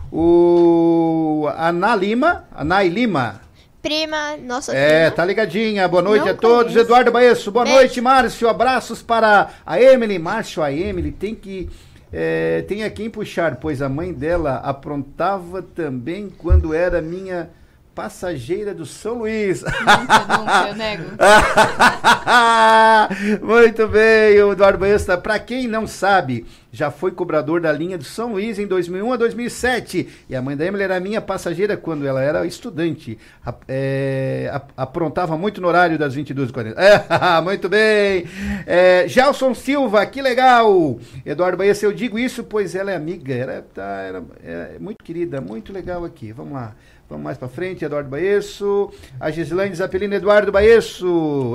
A Nay Lima. Prima, nossa prima. Tá ligadinha. Boa noite a todos. Eduardo Baesso, boa noite, Márcio. Abraços para a Emily. Márcio, a Emily tem a quem puxar, pois a mãe dela aprontava também quando era minha passageira do São Luís. Nunca, eu nego. Muito bem, o Eduardo Baesta. Para quem não sabe, já foi cobrador da linha do São Luís em 2001 a 2007. E a mãe da Emily era minha passageira quando ela era estudante. Aprontava muito no horário das 22h40. Muito bem. Gelson Silva, que legal. Eduardo Baesta, eu digo isso pois ela é amiga. Ela é muito querida, muito legal aqui. Vamos lá. Vamos mais pra frente, Eduardo Baesso. A Gislaine Zapelino, Eduardo Baesso.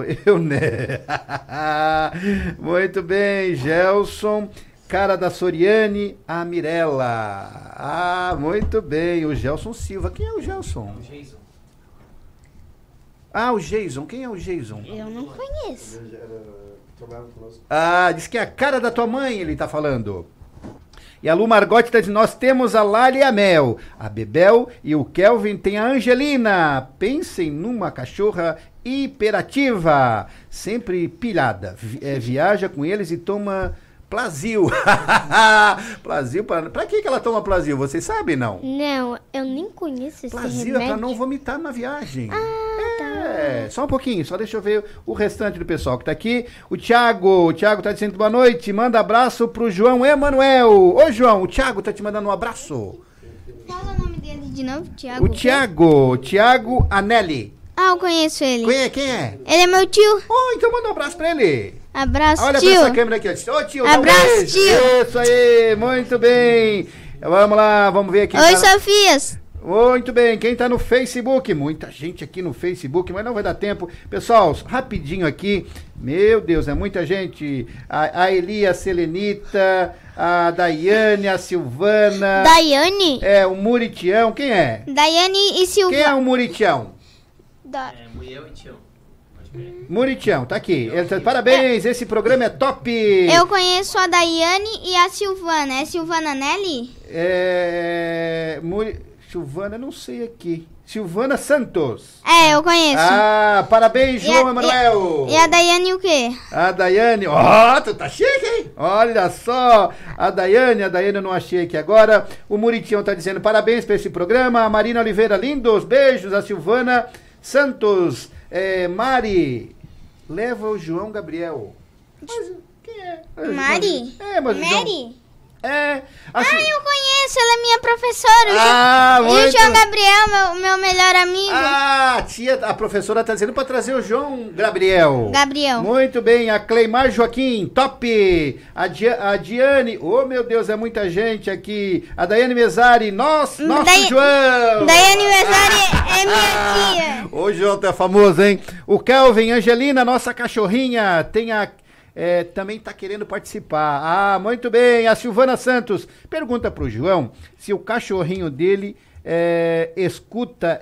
Muito bem, Gelson. Cara da Soriane, a Mirella. Muito bem, o Gelson Silva. Quem é o Gelson? O Jason. O Jason. Quem é o Jason? Eu não conheço. Diz que é a cara da tua mãe, ele tá falando. E a Lu Margotti tá dizendo, nós temos a Lali e a Mel, a Bebel e o Kelvin tem a Angelina. Pensem numa cachorra hiperativa, sempre pilhada. Viaja com eles e toma Plasil. Plasil, pra que ela toma Plasil? Vocês sabem, não? Não, eu nem conheço esse Plasil remédio. é pra não vomitar na viagem. Tá. Só um pouquinho, só deixa eu ver o restante do pessoal que tá aqui. O Thiago tá dizendo boa noite, manda abraço pro João Emanuel. Ô, João, o Thiago tá te mandando um abraço. Fala o nome dele de novo, Thiago. O Thiago Anelli. Ah, eu conheço ele. Quem é? Ele é meu tio. Oh, então manda um abraço pra ele. Abraço, Olha tio. pra essa câmera aqui, ó. Ô, tio, dá um Abraço, beijo. tio. Isso aí, muito bem. Vamos lá, vamos ver aqui. Oi, Sofias. Muito bem, quem tá no Facebook? Muita gente aqui no Facebook, mas não vai dar tempo. Pessoal, rapidinho aqui. Meu Deus, é muita gente. A Elia, a Selenita, a Daiane, a Silvana. Daiane? É, o Muritião. Quem é? Daiane e Silvana. Quem é o Muritião? Muriel e Tião. Muritião, tá aqui. Parabéns, esse programa é top. Eu conheço a Daiane e a Silvana. É Silvana Nelly? Silvana, não sei aqui. Silvana Santos. É, eu conheço. Ah, parabéns, João Emanuel. E a Daiane o quê? A Daiane, tu tá chique, hein? Olha só, a Daiane eu não achei aqui agora. O Muritião tá dizendo parabéns pra esse programa. A Marina Oliveira, lindos, beijos. A Silvana Santos, Mari, leva o João Gabriel. Mas quem é? Mari? Mary? Eu conheço, ela é minha professora. E o João Gabriel, meu melhor amigo. A professora tá dizendo pra trazer o João Gabriel. Muito bem, a Cleimar Joaquim, top. A Diane, meu Deus, é muita gente aqui. A Daiane Mesari, nosso João. Daiane Mesari é minha tia. O João tá famoso, hein? O Kelvin, Angelina, nossa cachorrinha, também tá querendo participar. Muito bem. A Silvana Santos pergunta pro João se o cachorrinho dele escuta.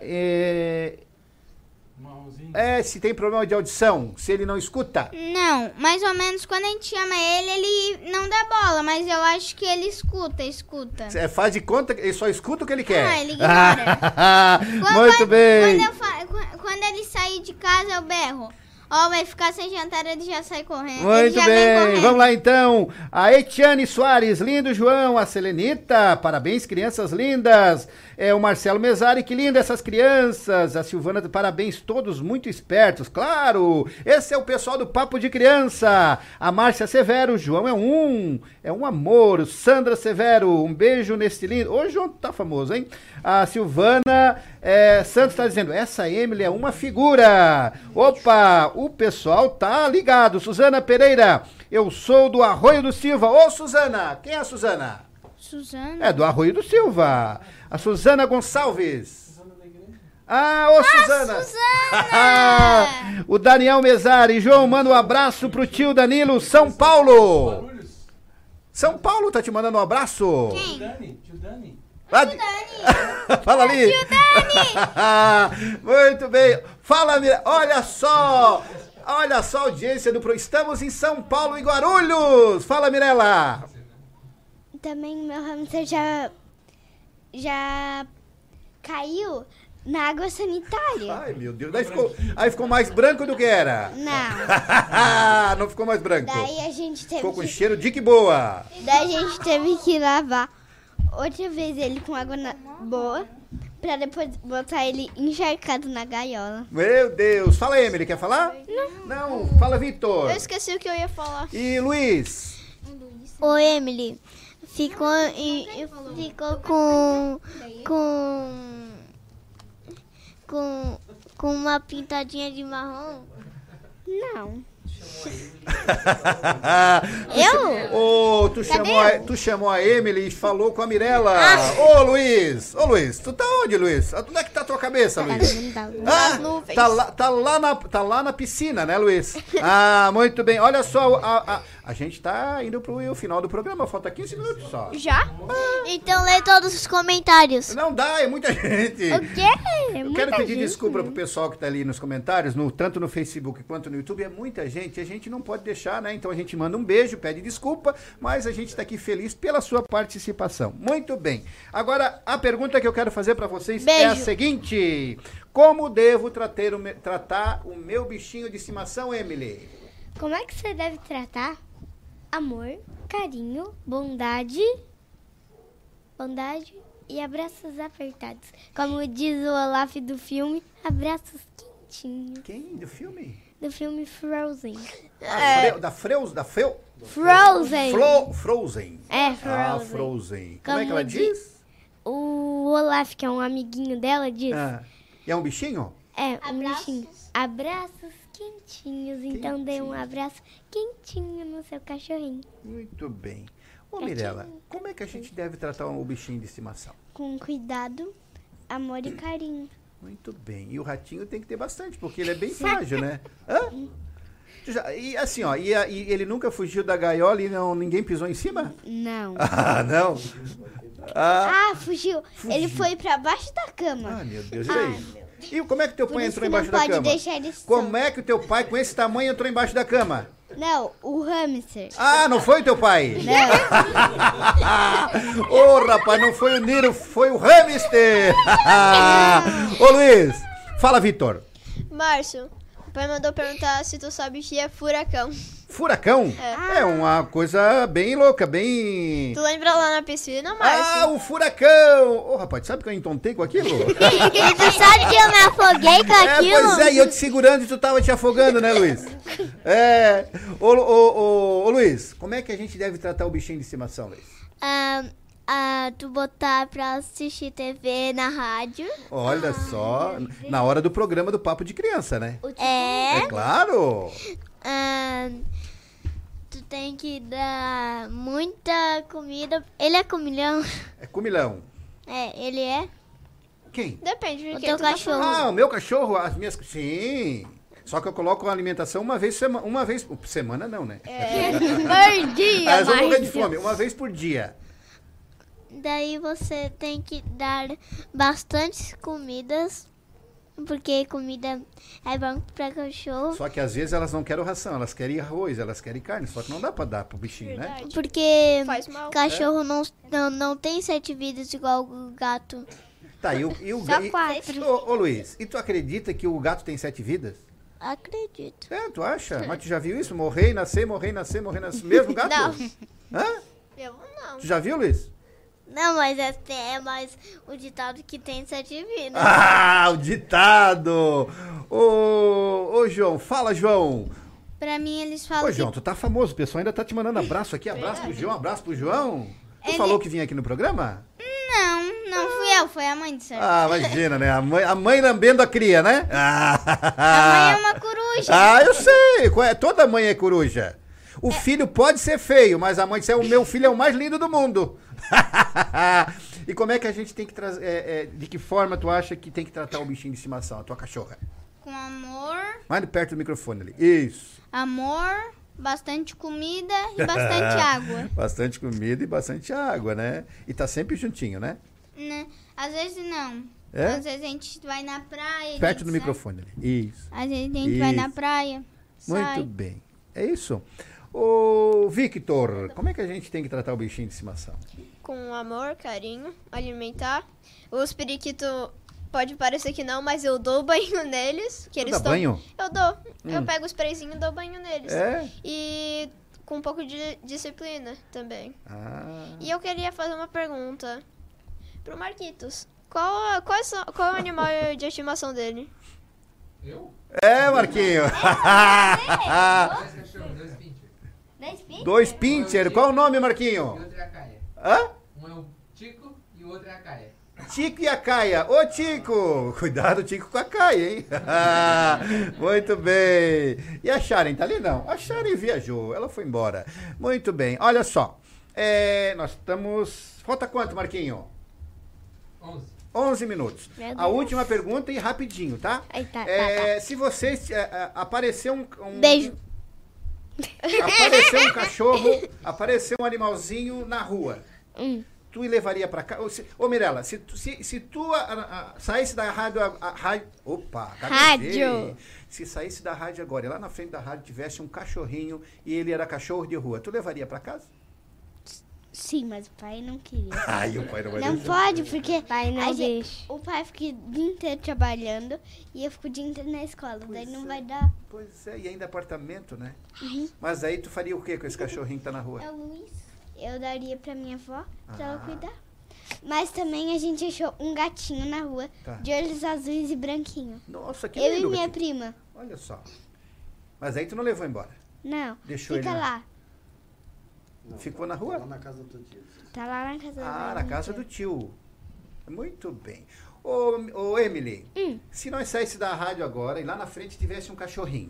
Se tem problema de audição, se ele não escuta. Não, mais ou menos quando a gente chama ele não dá bola, mas eu acho que ele escuta. Faz de conta que ele só escuta o que ele quer. Ele ignora. Muito bem. Quando ele sair de casa, eu berro. Vai ficar sem jantar, ele já sai correndo. Muito bem, vamos lá então. A Etiane Soares, lindo João. A Selenita, parabéns, crianças lindas. O Marcelo Mesari, que lindo essas crianças. A Silvana, parabéns, todos muito espertos, claro. Esse é o pessoal do Papo de Criança. A Márcia Severo, o João é um amor. Sandra Severo, um beijo nesse lindo. Ô, João tá famoso, hein? A Silvana Santos tá dizendo, essa Emily é uma figura. Opa, o pessoal tá ligado. Suzana Pereira, eu sou do Arroio do Silva. Ô, Suzana, quem é a Suzana? Suzana? É do Arroio do Silva. A Suzana Gonçalves. Suzana! Suzana! O Daniel Mesari. João, manda um abraço pro tio Danilo, São Paulo. São Paulo tá te mandando um abraço. Quem? Tio Dani. Fala ali. Tio Dani! Muito bem. Fala, olha só a audiência do programa. Estamos em São Paulo e Guarulhos. Fala, Mirela. Também meu hamster já caiu na água sanitária. Ai, meu Deus. Aí ficou mais branco do que era. Não. Não ficou mais branco. Daí a gente teve ficou com cheiro de que boa. Daí a gente teve que lavar outra vez ele com água boa, pra depois botar ele encharcado na gaiola. Meu Deus. Fala, Emily, quer falar? Não. Fala, Vitor. Eu esqueci o que eu ia falar. E Luiz? Oi, Emily. Ficou com uma pintadinha de marrom? Não. Tu chamou a Emily e falou com a Mirella. Ô, Luiz, tu tá onde, Luiz? Onde é que tá a tua cabeça, Luiz? Tá lá na piscina, né, Luiz? Muito bem. Olha só, a gente tá indo pro final do programa, falta 15 minutos só. Já? Então lê todos os comentários. Não dá, é muita gente. O quê? Eu quero pedir desculpa pro pessoal que tá ali nos comentários, tanto no Facebook quanto no YouTube, é muita gente, a gente não pode deixar, né? Então a gente manda um beijo, pede desculpa, mas a gente tá aqui feliz pela sua participação. Muito bem. Agora, a pergunta que eu quero fazer pra vocês é a seguinte: como devo tratar o meu bichinho de estimação, Emily? Como é que você deve tratar? amor, carinho, bondade e abraços apertados. Como diz o Olaf do filme, abraços quentinhos. Quem? Do filme? Do filme Frozen. Frozen. Frozen. É, Frozen. Ah, Frozen. Como é que ela diz? O Olaf, que é um amiguinho dela, diz. E é um bichinho? É, um bichinho. Abraços quentinhos. Então dê um abraço quentinho no seu cachorrinho. Muito bem. Ô, Mirella, como é que a gente deve tratar o bichinho de estimação? Com cuidado, amor e carinho. Muito bem. E o ratinho tem que ter bastante, porque ele é bem frágil, né? Hã? E assim, ó, e ele nunca fugiu da gaiola e ninguém pisou em cima? Não. Ah, não? Fugiu. Ele foi pra baixo da cama. Ah, meu Deus, e aí? E como é que teu pai entrou embaixo da cama? Não pode deixar ele solto. Como é que o teu pai, com esse tamanho, entrou embaixo da cama? Não, o hamster. Ah, não foi o teu pai? Não. Ô, rapaz, não foi o Niro, foi o hamster. Ô, Luiz, fala, Vitor. Márcio, o pai mandou perguntar se tu sabe o que é furacão. Furacão? É uma coisa bem louca, bem... Tu lembra lá na piscina, Márcio? Ah, o furacão! Ô, rapaz, sabe que eu entontei com aquilo? E tu sabe que eu me afoguei com aquilo? Pois é, e eu te segurando e tu tava te afogando, né, Luiz? Ô, Luiz, como é que a gente deve tratar o bichinho de estimação, Luiz? Tu botar pra assistir TV na rádio. Olha só, na hora do programa do Papo de Criança, né? É claro! Tu tem que dar muita comida. Ele é comilhão? É comilão. Ele é? Quem? Depende do que teu cachorro. O meu cachorro, as minhas... Sim. Só que eu coloco a alimentação uma vez por semana, não, né? Por dia, elas vão morrer de fome, uma vez por dia. Daí você tem que dar bastante comidas, porque comida é bom pra cachorro. Só que às vezes elas não querem ração, elas querem arroz, elas querem carne, só que não dá pra dar pro bichinho, né? Porque faz mal. Cachorro não tem 7 vidas igual o gato. Tá, e o Só 4. Ô, Luiz, e tu acredita que o gato tem 7 vidas? Acredito. Tu acha? Mas tu já viu isso? Morrer e nascer, morrer e nascer, morrer e nascer. Mesmo gato? Não. Hã? Eu não. Tu já viu, Luiz? Não, mas é mais o ditado que tem 7 vidas. Ah, o ditado! Ô, João, fala, João. Pra mim, eles falam. Ô, João, tu tá famoso, o pessoal ainda tá te mandando abraço aqui. Abraço pro João, abraço pro João. Tu falou que vinha aqui no programa? Não fui eu, foi a mãe do Sérgio. Ah, imagina, né? A mãe lambendo a cria, né? A mãe é uma coruja. Ah, eu sei. Toda mãe é coruja. O filho pode ser feio, mas a mãe diz, o meu filho é o mais lindo do mundo. E como é que a gente tem que trazer... de que forma tu acha que tem que tratar o bichinho de estimação, a tua cachorra? Com amor. Mais perto do microfone ali. Isso. Amor, bastante comida e bastante água. Bastante comida e bastante água, né? E tá sempre juntinho, né? Às vezes não. Às vezes a gente vai na praia. Perto do microfone ali. Isso. Às vezes a gente vai na praia. Muito bem. É isso. Ô, Victor, como é que a gente tem que tratar o bichinho de estimação? Com amor, carinho, alimentar. Os periquitos, pode parecer que não, mas eu dou banho neles. Que eles banho? Eu dou. Eu pego o sprayzinho e dou banho neles. E com um pouco de disciplina também. E eu queria fazer uma pergunta pro Marquitos. Qual é o animal de estimação dele? Eu? Marquinho. Dois pincher. Qual o nome, Marquinho? E outro é a Caia. Hã? Um é o Tico e o outro é a Caia. Tico e a Caia. Ô, Tico. Cuidado, Tico, com a Caia, hein? Muito bem. E a Sharon, tá ali não? A Sharon viajou. Ela foi embora. Muito bem. Olha só. Nós estamos... Falta quanto, Marquinho? 11 minutos. A última pergunta e rapidinho, tá? Tá. Se vocês... aparecer um... Beijo. Apareceu um cachorro, apareceu um animalzinho na rua. Tu levaria pra cá? Ô, Mirella, se tu saísse da rádio... Rádio. Se saísse da rádio agora e lá na frente da rádio tivesse um cachorrinho e ele era cachorro de rua, tu levaria pra casa? Sim, mas o pai não queria. Ai, o pai não vai Não deixar. pode, porque Pai não deixa. o pai fica o dia inteiro trabalhando e eu fico o dia inteiro na escola. Daí não vai dar. Pois é, e ainda apartamento, né? Uhum. Mas aí tu faria o que com esse cachorrinho que tá na rua? É o Luiz. Eu daria pra minha avó, pra ela Ah. cuidar. Mas também a gente achou um gatinho na rua, Tá. de olhos azuis e branquinho. Nossa, que Eu lindo, e minha gatinho. prima. Olha só. Mas aí tu não levou embora? Não, Deixou fica ele lá. ficou na rua? Lá na casa do teu tio. Tá lá na casa Ah, da na casa do tio. Muito bem. Ô Emily, se nós saísse da rádio agora e lá na frente tivesse um cachorrinho,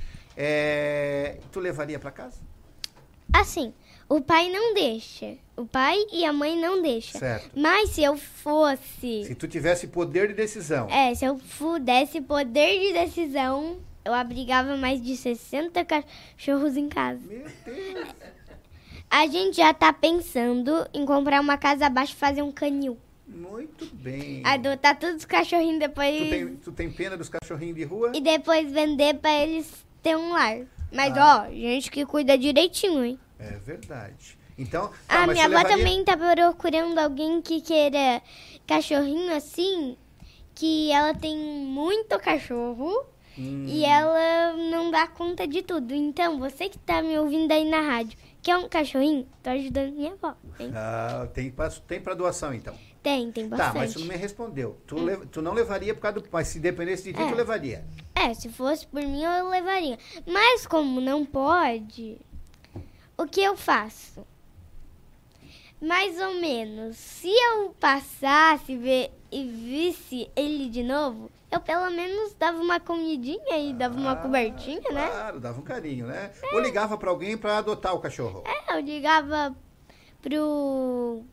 tu levaria pra casa? Assim, o pai não deixa. O pai e a mãe não deixam. Certo. Mas se eu fosse... Se tu tivesse poder de decisão. Se eu pudesse poder de decisão, eu abrigava mais de 60 cachorros em casa. Meu Deus. A gente já tá pensando em comprar uma casa abaixo e fazer um canil. Muito bem. Adotar todos os cachorrinhos depois... Tu tem pena dos cachorrinhos de rua? E depois vender pra eles ter um lar. Mas, gente que cuida direitinho, hein? É verdade. Então, A mas minha você avó levaria- também tá procurando alguém que queira cachorrinho assim, que ela tem muito cachorro e ela não dá conta de tudo. Então, você que tá me ouvindo aí na rádio, quer um cachorrinho? Tô ajudando minha avó. Hein? Ah, tem pra doação, então. Tem bastante. Tá, mas tu não me respondeu. Tu não levaria por causa do... Mas se dependesse de ti, tu levaria. Se fosse por mim, eu levaria. Mas como não pode, o que eu faço? Mais ou menos, se eu passasse e visse ele de novo, eu pelo menos dava uma comidinha e dava uma cobertinha, né? Claro, dava um carinho, né? Ou ligava pra alguém pra adotar o cachorro. Eu ligava pro...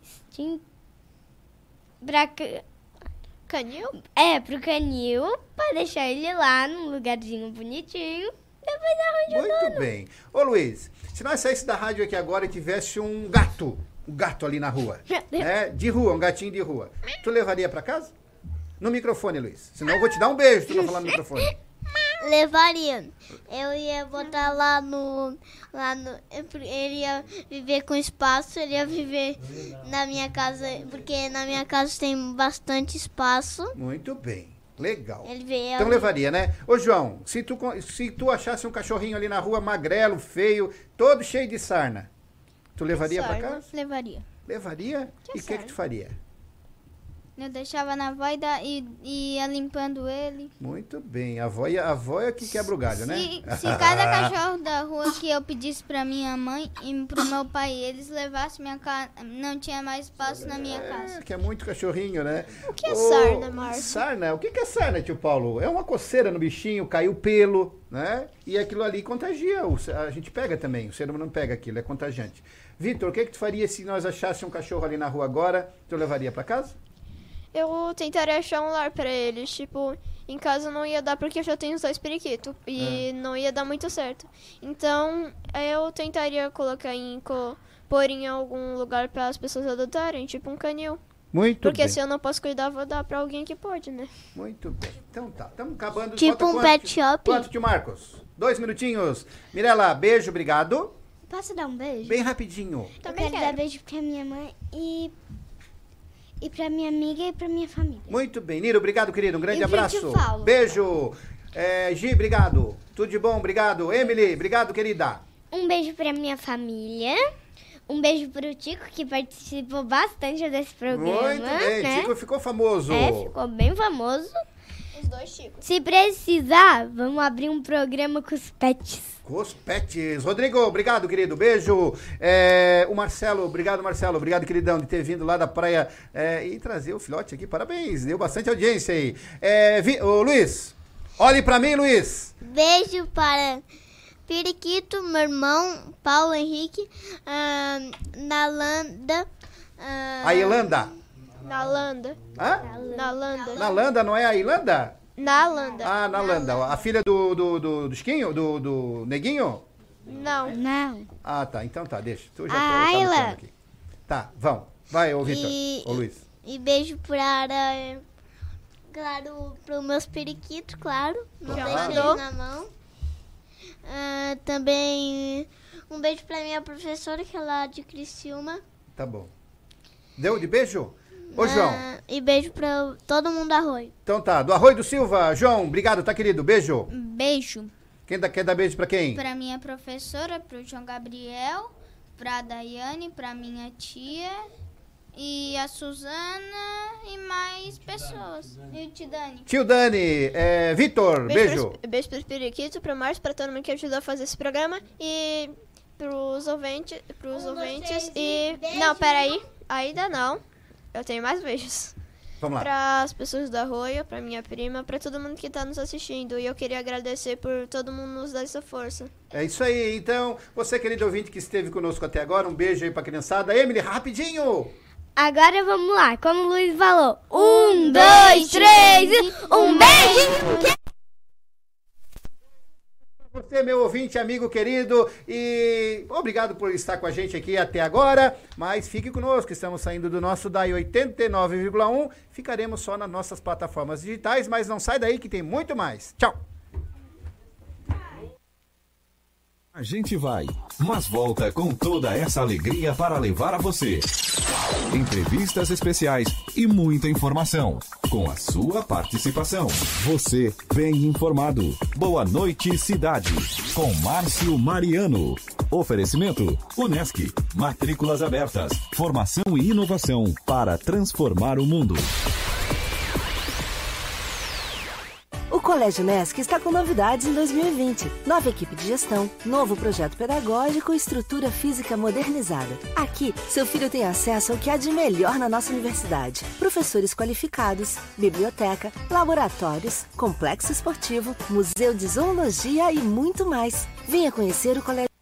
Canil? Pro canil, pra deixar ele lá num lugarzinho bonitinho. Depois arranja Muito bem. Ô Luiz, se nós saísse da rádio aqui agora e tivesse um gato ali na rua, né? De rua, um gatinho de rua, tu levaria pra casa? No microfone, Luiz. Senão eu vou te dar um beijo se tu não falar no microfone. Levaria. Eu ia botar lá no. Ele ia viver com espaço, ele ia viver na minha casa, porque na minha casa tem bastante espaço. Muito bem. Legal. Ele veio Então levaria, né? Ô João, se tu achasse um cachorrinho ali na rua, magrelo, feio, todo cheio de sarna, tu levaria pra casa? Levaria. Levaria? E o que tu faria? Eu deixava na avó e ia limpando ele. Muito bem. A avó é que quebra o galho, né? Se cada cachorro da rua que eu pedisse pra minha mãe e pro meu pai, eles levassem minha casa, não tinha mais espaço na minha casa. Que é muito cachorrinho, né? O que é sarna, Marcos? Sarna? O que é sarna, tio Paulo? É uma coceira no bichinho, caiu pelo, né? E aquilo ali contagia. A gente pega também, o ser humano não pega aquilo, é contagiante. Vitor, o que tu faria se nós achássemos um cachorro ali na rua agora? Tu levaria pra casa? Eu tentaria achar um lar pra eles. Tipo, em casa não ia dar porque eu já tenho os 2 periquitos. E não ia dar muito certo. Então, eu tentaria pôr em algum lugar para as pessoas adotarem, tipo um canil. Muito porque bem. se eu não posso cuidar, vou dar pra alguém que pode, né? Muito bem. Então tá, estamos acabando. Tipo Falta um quanto, pet shop. Quanto, tio Marcos? 2 minutinhos. Mirela, beijo, obrigado. Posso dar um beijo? Bem rapidinho. Eu quero dar beijo pra minha mãe e pra minha amiga e pra minha família. Muito bem. Niro, obrigado, querido. Um grande E pro abraço. tio Paulo. Beijo. Gi, obrigado. Tudo de bom, obrigado. Emily, obrigado, querida. Um beijo pra minha família. Um beijo pro Tico, que participou bastante desse programa. Muito bem. né? Tico ficou famoso. Ficou bem famoso. Os 2 Chicos. Se precisar, vamos abrir um programa com os pets. Com os pets. Rodrigo, obrigado, querido. Beijo. O Marcelo, obrigado, Marcelo. Obrigado, queridão, de ter vindo lá da praia e trazer o filhote aqui. Parabéns. Deu bastante audiência aí. Ô, Luiz, olhe pra mim, Luiz. Beijo para Periquito, meu irmão, Paulo Henrique, Nalanda. A Ilanda. Nalanda. Hã? Nalanda. Nalanda, não é a Ilanda? Nalanda. Ah, Nalanda. A filha do Chiquinho? Do Neguinho? Não. Ah, tá. Então tá, deixa. Tu já A tá Ayla. anotando aqui. Tá, vamos. Vai, ô Vitor. Ô Luiz. E beijo para, claro, para os meus periquitos, claro. Não Já deixei mandou. na mão. Também um beijo pra minha professora, que é lá de Criciúma. Tá bom. Deu de beijo? Ô, João. E beijo pra todo mundo do Arroio. Então tá, do Arroio do Silva. João, obrigado, tá, querido? Beijo. Beijo. Quer dar beijo pra quem? Pra minha professora, pro João Gabriel, pra Daiane, pra minha tia e a Suzana e mais pessoas. E o tio Dani. Tio Dani, Vitor, beijo. Beijo pro Periquito, pro Márcio, pra todo mundo que ajudou a fazer esse programa e pros ouvintes e... Não, peraí, ainda não. Eu tenho mais beijos. Vamos lá. Para as pessoas do Arroio, para minha prima, para todo mundo que está nos assistindo. E eu queria agradecer por todo mundo nos dar essa força. É isso aí. Então, você, querido ouvinte que esteve conosco até agora, um beijo aí pra criançada. Emily, rapidinho! Agora vamos lá, como o Luiz falou. 1, 2, 3 e um beijinho! Você, meu ouvinte, amigo querido, e obrigado por estar com a gente aqui até agora, mas fique conosco, estamos saindo do nosso DAI 89,1, ficaremos só nas nossas plataformas digitais, mas não sai daí que tem muito mais. Tchau! A gente vai, mas volta com toda essa alegria para levar a você entrevistas especiais e muita informação, com a sua participação. Você bem informado. Boa noite, cidade, com Márcio Mariano. Oferecimento Unesc, matrículas abertas, formação e inovação para transformar o mundo. O Colégio Nesc está com novidades em 2020. Nova equipe de gestão, novo projeto pedagógico e estrutura física modernizada. Aqui, seu filho tem acesso ao que há de melhor na nossa universidade. Professores qualificados, biblioteca, laboratórios, complexo esportivo, museu de zoologia e muito mais. Venha conhecer o Colégio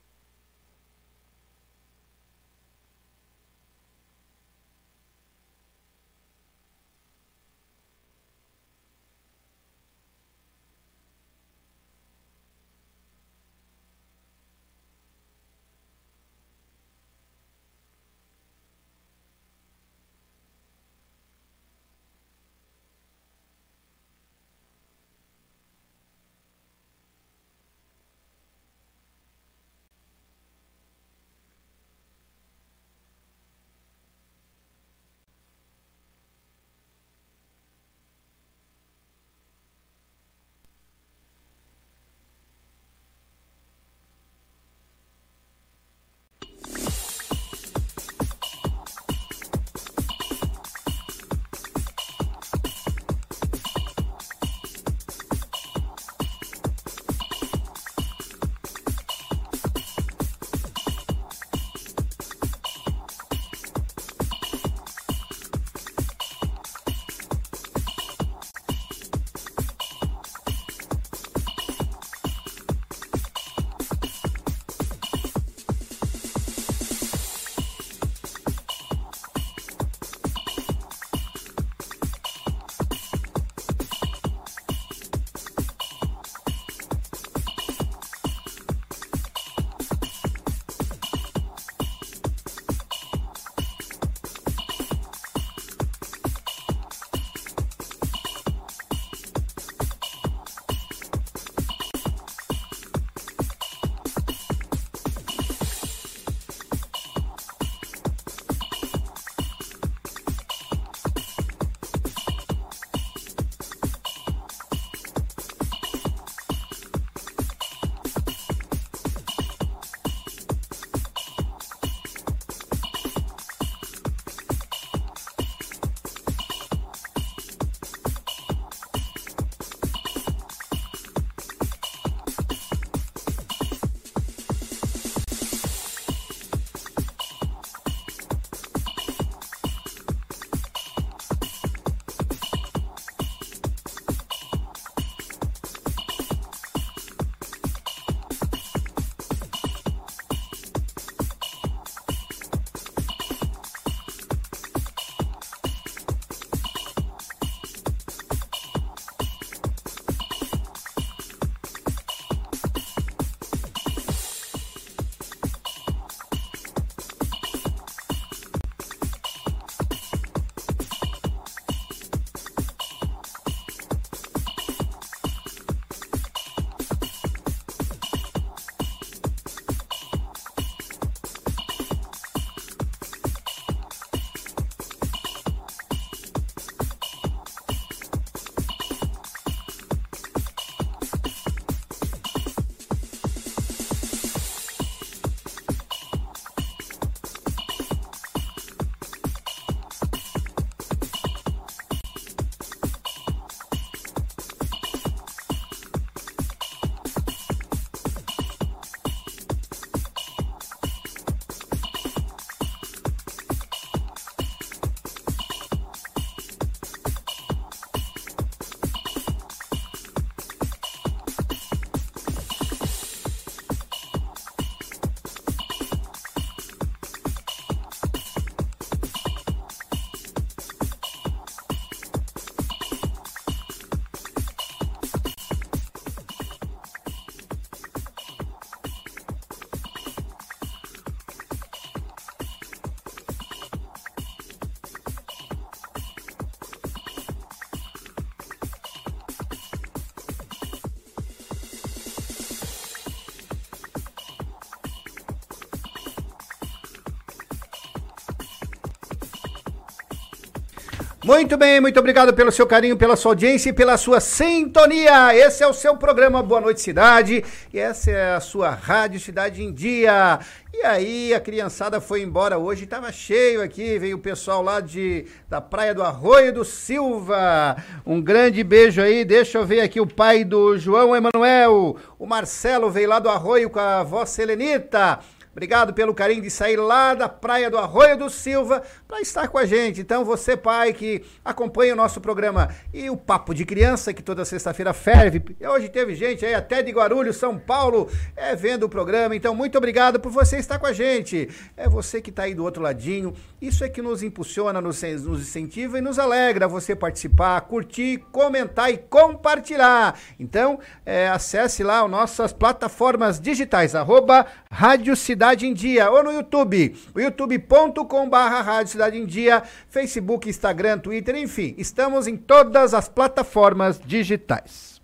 Muito bem, muito obrigado pelo seu carinho, pela sua audiência e pela sua sintonia. Esse é o seu programa Boa Noite Cidade e essa é a sua Rádio Cidade em Dia. E aí, a criançada foi embora hoje, estava cheio aqui, veio o pessoal lá da Praia do Arroio do Silva. Um grande beijo aí, deixa eu ver aqui o pai do João Emanuel, o Marcelo veio lá do Arroio com a avó Selenita. Obrigado pelo carinho de sair lá da Praia do Arroio do Silva para estar com a gente. Então, você, pai, que acompanha o nosso programa e o Papo de Criança, que toda sexta-feira ferve. Hoje teve gente aí até de Guarulhos, São Paulo, vendo o programa. Então, muito obrigado por você estar com a gente. É você que está aí do outro ladinho. Isso é que nos impulsiona, nos incentiva e nos alegra você participar, curtir, comentar e compartilhar. Então, acesse lá as nossas plataformas digitais, @Rádio Cidade em Dia, ou no YouTube, o youtube.com/Rádio Cidade em Dia, Facebook, Instagram, Twitter, enfim, estamos em todas as plataformas digitais.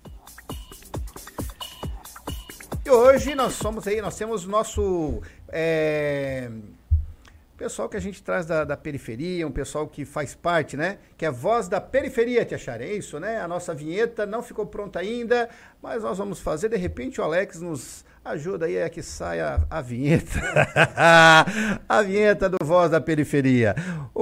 E hoje nós temos o nosso pessoal que a gente traz da periferia, um pessoal que faz parte, né? Que é a voz da periferia, Tia Chara, é isso, né? A nossa vinheta não ficou pronta ainda, mas nós vamos fazer, de repente o Alex nos ajuda aí a que saia a vinheta, a vinheta do Voz da Periferia.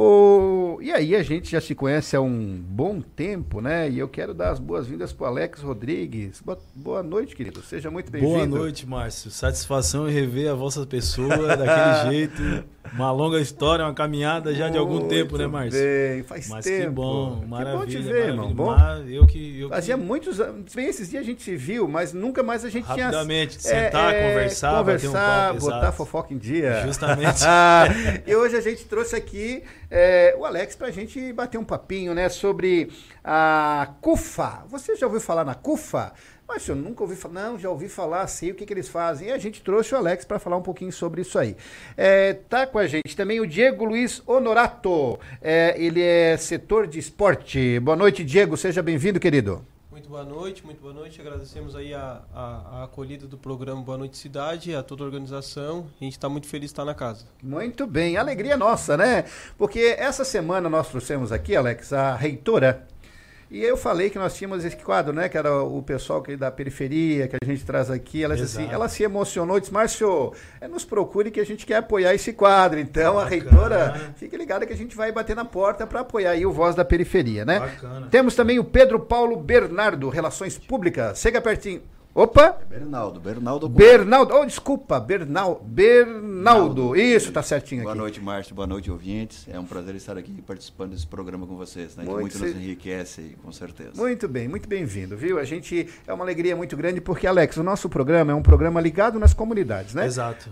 E aí a gente já se conhece há um bom tempo, né? E eu quero dar as boas-vindas para o Alex Rodrigues. Boa noite, querido. Seja muito bem-vindo. Boa noite, Márcio. Satisfação em rever a vossa pessoa daquele jeito. Uma longa história, uma caminhada já de algum tempo, né, Márcio? Bem, faz Mas tempo. Que bom, maravilha. Que bom te ver, irmão. Bom. Fazia muitos anos, bem, esses dias a gente se viu, mas nunca mais a gente Rapidamente, sentar, conversar, bater um papo, botar exato. Fofoca em dia. Justamente. E hoje a gente trouxe aqui o Alex pra gente bater um papinho, né, sobre a CUFA. Você já ouviu falar na CUFA? Mas eu nunca ouvi falar, não, já ouvi falar, sei o que eles fazem. E a gente trouxe o Alex para falar um pouquinho sobre isso aí. Tá com a gente também o Diego Luiz Honorato, ele é setor de esporte. Boa noite, Diego, seja bem-vindo, querido. Muito boa noite, agradecemos aí a acolhida do programa Boa Noite Cidade, a toda a organização, a gente está muito feliz de estar na casa. Muito bem, alegria nossa, né? Porque essa semana nós trouxemos aqui, Alex, a reitora. E eu falei que nós tínhamos esse quadro, né? Que era o pessoal da periferia, que a gente traz aqui. Ela se emocionou e disse, Márcio, nos procure que a gente quer apoiar esse quadro. Então, a reitora, fique ligada que a gente vai bater na porta para apoiar aí o Voz da Periferia, né? Bacana. Temos também o Pedro Paulo Bernardo, Relações Públicas. Chega pertinho. Opa! Bernaldo. Desculpa, Bernaldo. Isso, tá certinho Boa aqui. Boa noite, Márcio. Boa noite, ouvintes. É um prazer estar aqui participando desse programa com vocês, né? Que muito nos enriquece, com certeza. Muito bem, muito bem-vindo, viu? A gente, é uma alegria muito grande porque, Alex, o nosso programa é um programa ligado nas comunidades, né? Exato.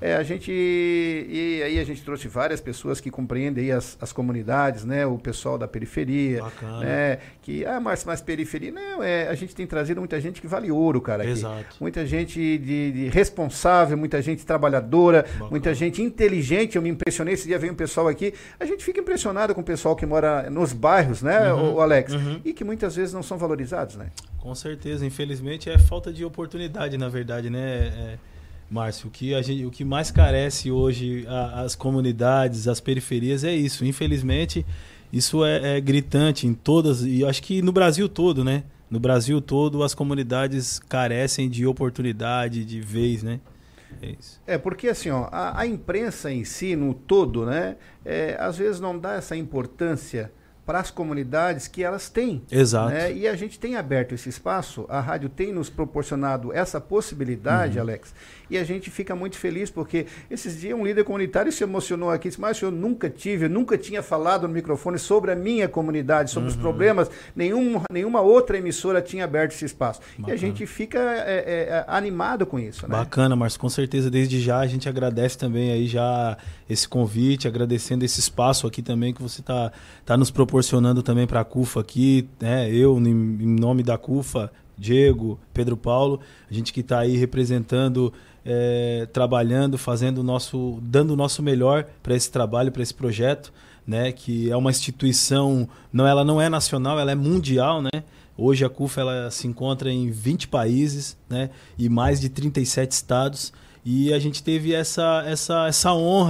E aí a gente trouxe várias pessoas que compreendem aí as comunidades, né? O pessoal da periferia. Bacana. Né? Mas periferia, não, a gente tem trazido muita gente que vale ouro, cara, aqui. Exato. Muita gente de responsável, muita gente trabalhadora, muita gente inteligente. Eu me impressionei, esse dia veio um pessoal aqui. A gente fica impressionado com o pessoal que mora nos bairros, né, o Alex? E que muitas vezes não são valorizados, né? Com certeza, infelizmente é falta de oportunidade, na verdade, né, Márcio? O que mais carece hoje as comunidades, as periferias é isso. Infelizmente, isso é gritante em todas, e acho que no Brasil todo, né? No Brasil todo, as comunidades carecem de oportunidade, de vez, né? É isso. Porque assim, ó, a imprensa em si, no todo, né? Às vezes não dá essa importância para as comunidades que elas têm. Exato. Né? E a gente tem aberto esse espaço, a rádio tem nos proporcionado essa possibilidade, Alex, e a gente fica muito feliz porque esses dias um líder comunitário se emocionou aqui, disse, mas eu nunca tinha falado no microfone sobre a minha comunidade, sobre os problemas, nenhuma outra emissora tinha aberto esse espaço. Bacana. E a gente fica animado com isso, né? Bacana, Márcio, com certeza, desde já a gente agradece também aí já esse convite, agradecendo esse espaço aqui também que você tá nos proporcionando também para a CUFA aqui, né? Eu, em nome da CUFA, Diego, Pedro Paulo, a gente que está aí representando, trabalhando, dando o nosso melhor para esse trabalho, para esse projeto, né? Que é uma instituição, ela não é nacional, ela é mundial, né? Hoje a CUFA ela se encontra em 20 países, né? E mais de 37 estados, e a gente teve essa honra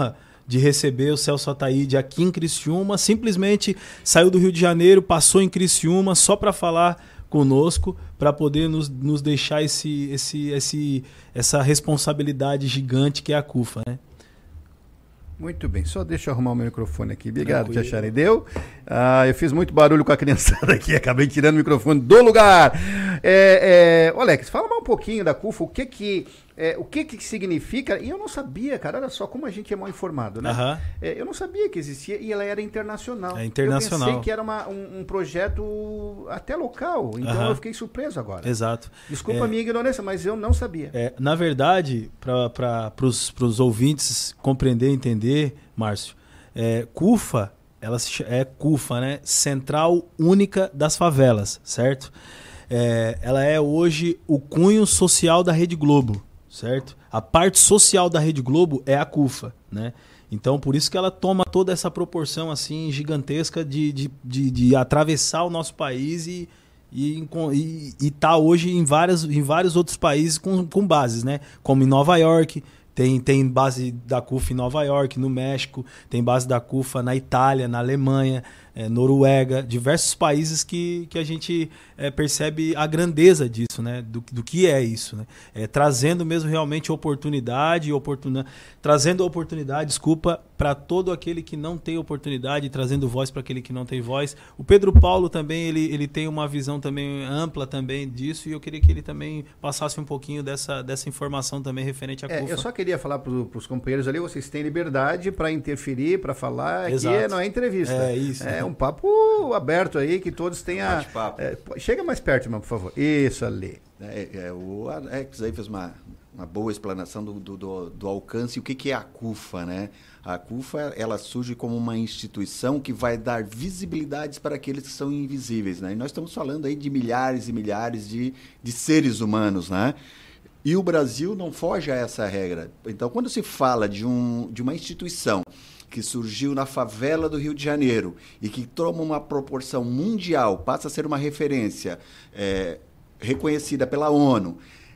de receber o Celso Ataíde aqui em Criciúma. Simplesmente saiu do Rio de Janeiro, passou em Criciúma só para falar conosco, para poder nos deixar essa responsabilidade gigante que é a CUFA, né? Muito bem, só deixa eu arrumar o meu microfone aqui. Obrigado, Tia Shari. Deu? Eu fiz muito barulho com a criançada aqui, acabei tirando o microfone do lugar. Alex, fala mais um pouquinho da CUFA, o que significa, e eu não sabia, cara, olha só como a gente é mal informado, né? Eu não sabia que existia e ela era internacional. É internacional. Eu pensei que era um projeto até local, então eu fiquei surpreso agora. Exato. Desculpa a minha ignorância, mas eu não sabia. Na verdade, para os ouvintes compreender e entender, Márcio, CUFA, ela é CUFA, né? Central Única das Favelas, certo? Ela é hoje o cunho social da Rede Globo, certo? A parte social da Rede Globo é a CUFA, né? Então, por isso que ela toma toda essa proporção assim gigantesca de atravessar o nosso país e tá hoje em vários outros países com bases, né? Como em Nova York, tem base da CUFA em Nova York, no México, tem base da CUFA na Itália, na Alemanha, Noruega, diversos países que a gente percebe a grandeza disso, né? Do que é isso, né? Trazendo mesmo realmente trazendo oportunidade, para todo aquele que não tem oportunidade, trazendo voz para aquele que não tem voz. O Pedro Paulo também, ele tem uma visão também ampla também disso, e eu queria que ele também passasse um pouquinho dessa informação também referente à CUFA. Eu só queria falar para os companheiros ali, vocês têm liberdade para interferir, para falar. Exato. Aqui não é entrevista. É isso. É um papo aberto aí, que todos tenham... chega mais perto, irmão, por favor. Isso ali. O Alex aí fez uma boa explanação do alcance e o que é a CUFA, né? A CUFA, ela surge como uma instituição que vai dar visibilidades para aqueles que são invisíveis, né? E nós estamos falando aí de milhares e milhares de seres humanos, né? E o Brasil não foge a essa regra. Então, quando se fala de uma instituição que surgiu na favela do Rio de Janeiro e que toma uma proporção mundial, passa a ser uma referência reconhecida pela ONU,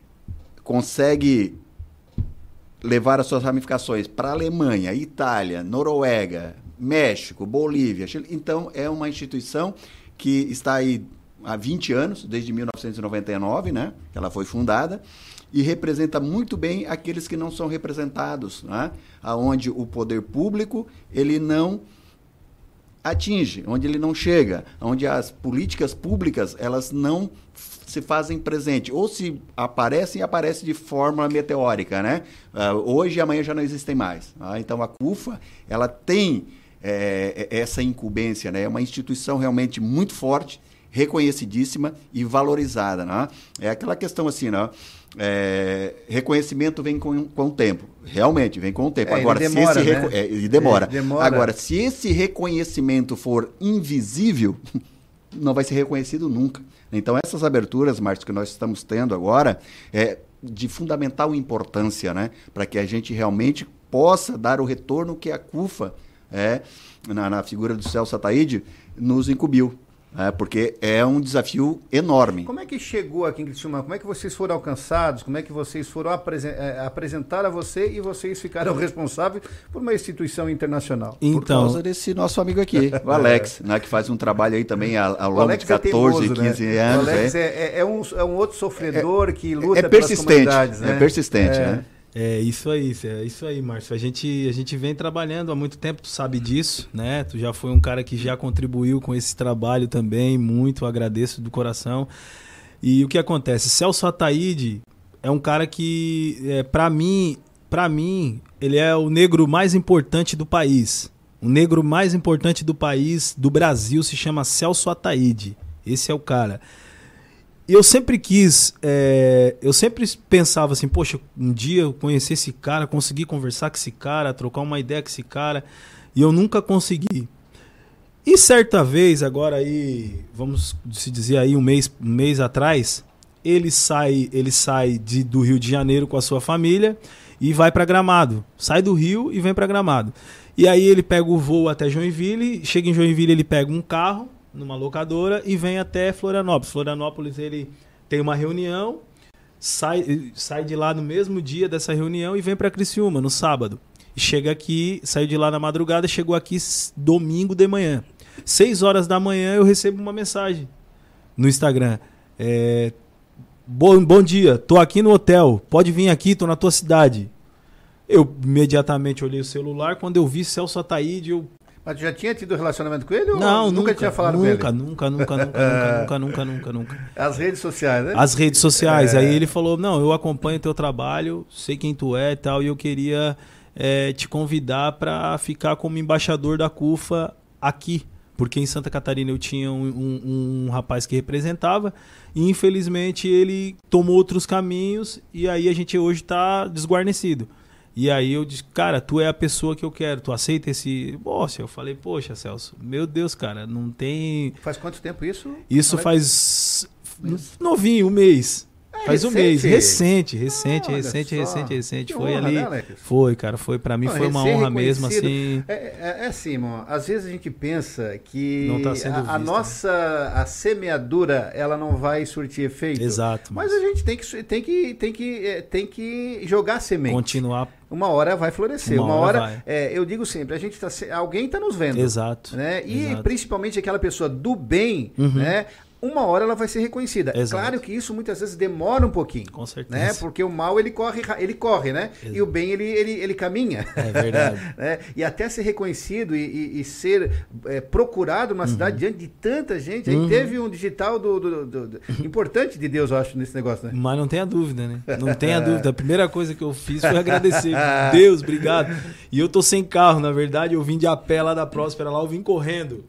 consegue levar as suas ramificações para a Alemanha, Itália, Noruega, México, Bolívia, Chile. Então, é uma instituição que está aí há 20 anos, desde 1999, né? Ela foi fundada, e representa muito bem aqueles que não são representados, né? Onde o poder público ele não atinge, onde ele não chega, onde as políticas públicas elas não se fazem presente, ou se aparecem de forma meteórica, né? Hoje e amanhã já não existem mais. Então a CUFA ela tem essa incumbência, né? É uma instituição realmente muito forte, reconhecidíssima e valorizada, né? É aquela questão assim, né? Reconhecimento vem com o tempo, realmente vem com o tempo. Agora, demora, demora. Agora, se esse reconhecimento for invisível, não vai ser reconhecido nunca. Então, essas aberturas, Márcio, que nós estamos tendo agora, é de fundamental importância, né? Para que a gente realmente possa dar o retorno que a CUFA, na figura do Celso Ataíde, nos incumbiu. Porque é um desafio enorme. Como é que chegou aqui em Criciúma? Como é que vocês foram alcançados? Como é que vocês foram apresentar a você e vocês ficaram responsáveis por uma instituição internacional? Então, por causa desse nosso amigo aqui, o Alex, né, que faz um trabalho aí também ao longo de 14, 15 anos. O Alex é um outro sofredor que luta pelas comunidades. É persistente, né? É isso aí, Márcio. A gente vem trabalhando há muito tempo, tu sabe disso, né? Tu já foi um cara que já contribuiu com esse trabalho também, muito, agradeço do coração. E o que acontece? Celso Ataíde é um cara que, para mim, ele é o negro mais importante do país. O negro mais importante do país, do Brasil, se chama Celso Ataíde. Esse é o cara. Eu sempre eu sempre pensava assim, poxa, um dia eu conheci esse cara, consegui conversar com esse cara, trocar uma ideia com esse cara, e eu nunca consegui. E certa vez, agora aí, vamos se dizer aí um mês atrás, ele sai do Rio de Janeiro com a sua família e vai para Gramado. Sai do Rio e vem para Gramado. E aí ele pega o voo até Joinville, chega em Joinville, ele pega um carro numa locadora e vem até Florianópolis. Florianópolis ele tem uma reunião, sai de lá no mesmo dia dessa reunião e vem para Criciúma no sábado. chega aqui, saiu de lá na madrugada, chegou aqui domingo de manhã. 6 horas da manhã eu recebo uma mensagem no Instagram. Bom dia, tô aqui no hotel, pode vir aqui, tô na tua cidade. Eu imediatamente olhei o celular, quando eu vi Celso Ataíde, eu... Mas já tinha tido relacionamento com ele? Não, ou nunca tinha falado com ele? Nunca. As redes sociais, né? As redes sociais. Aí ele falou, não, eu acompanho o teu trabalho, sei quem tu é e tal, e eu queria te convidar para ficar como embaixador da CUFA aqui. Porque em Santa Catarina eu tinha um rapaz que representava e infelizmente ele tomou outros caminhos e aí a gente hoje está desguarnecido. E aí eu disse, cara, tu é a pessoa que eu quero, tu aceita esse... Poxa, eu falei, poxa, Celso, meu Deus, cara, não tem... Faz quanto tempo isso? Isso faz novinho, um mês. Faz um mês, recente. Foi honra, ali, né, foi, cara, foi pra mim, foi uma honra mesmo, assim. É assim, irmão, às vezes a gente pensa que não tá sendo a semeadura, ela não vai surtir efeito. Exato. Mas a gente tem que jogar semente. Continuar. Uma hora vai florescer, uma hora eu digo sempre, alguém está nos vendo. Exato. Né? E exato. Principalmente aquela pessoa do bem, né? Uma hora ela vai ser reconhecida. Exato. Claro que isso muitas vezes demora um pouquinho. Com certeza. Né? Porque o mal, ele corre, né? Exato. E o bem, ele caminha. É verdade. Né? E até ser reconhecido e ser procurado numa cidade diante de tanta gente. Aí teve um digital importante de Deus, eu acho, nesse negócio, né? Mas não tenha dúvida, né? Não tenha dúvida. A primeira coisa que eu fiz foi agradecer. Deus, obrigado. E eu tô sem carro, na verdade. Eu vim de a pé lá da Próspera, lá eu vim correndo.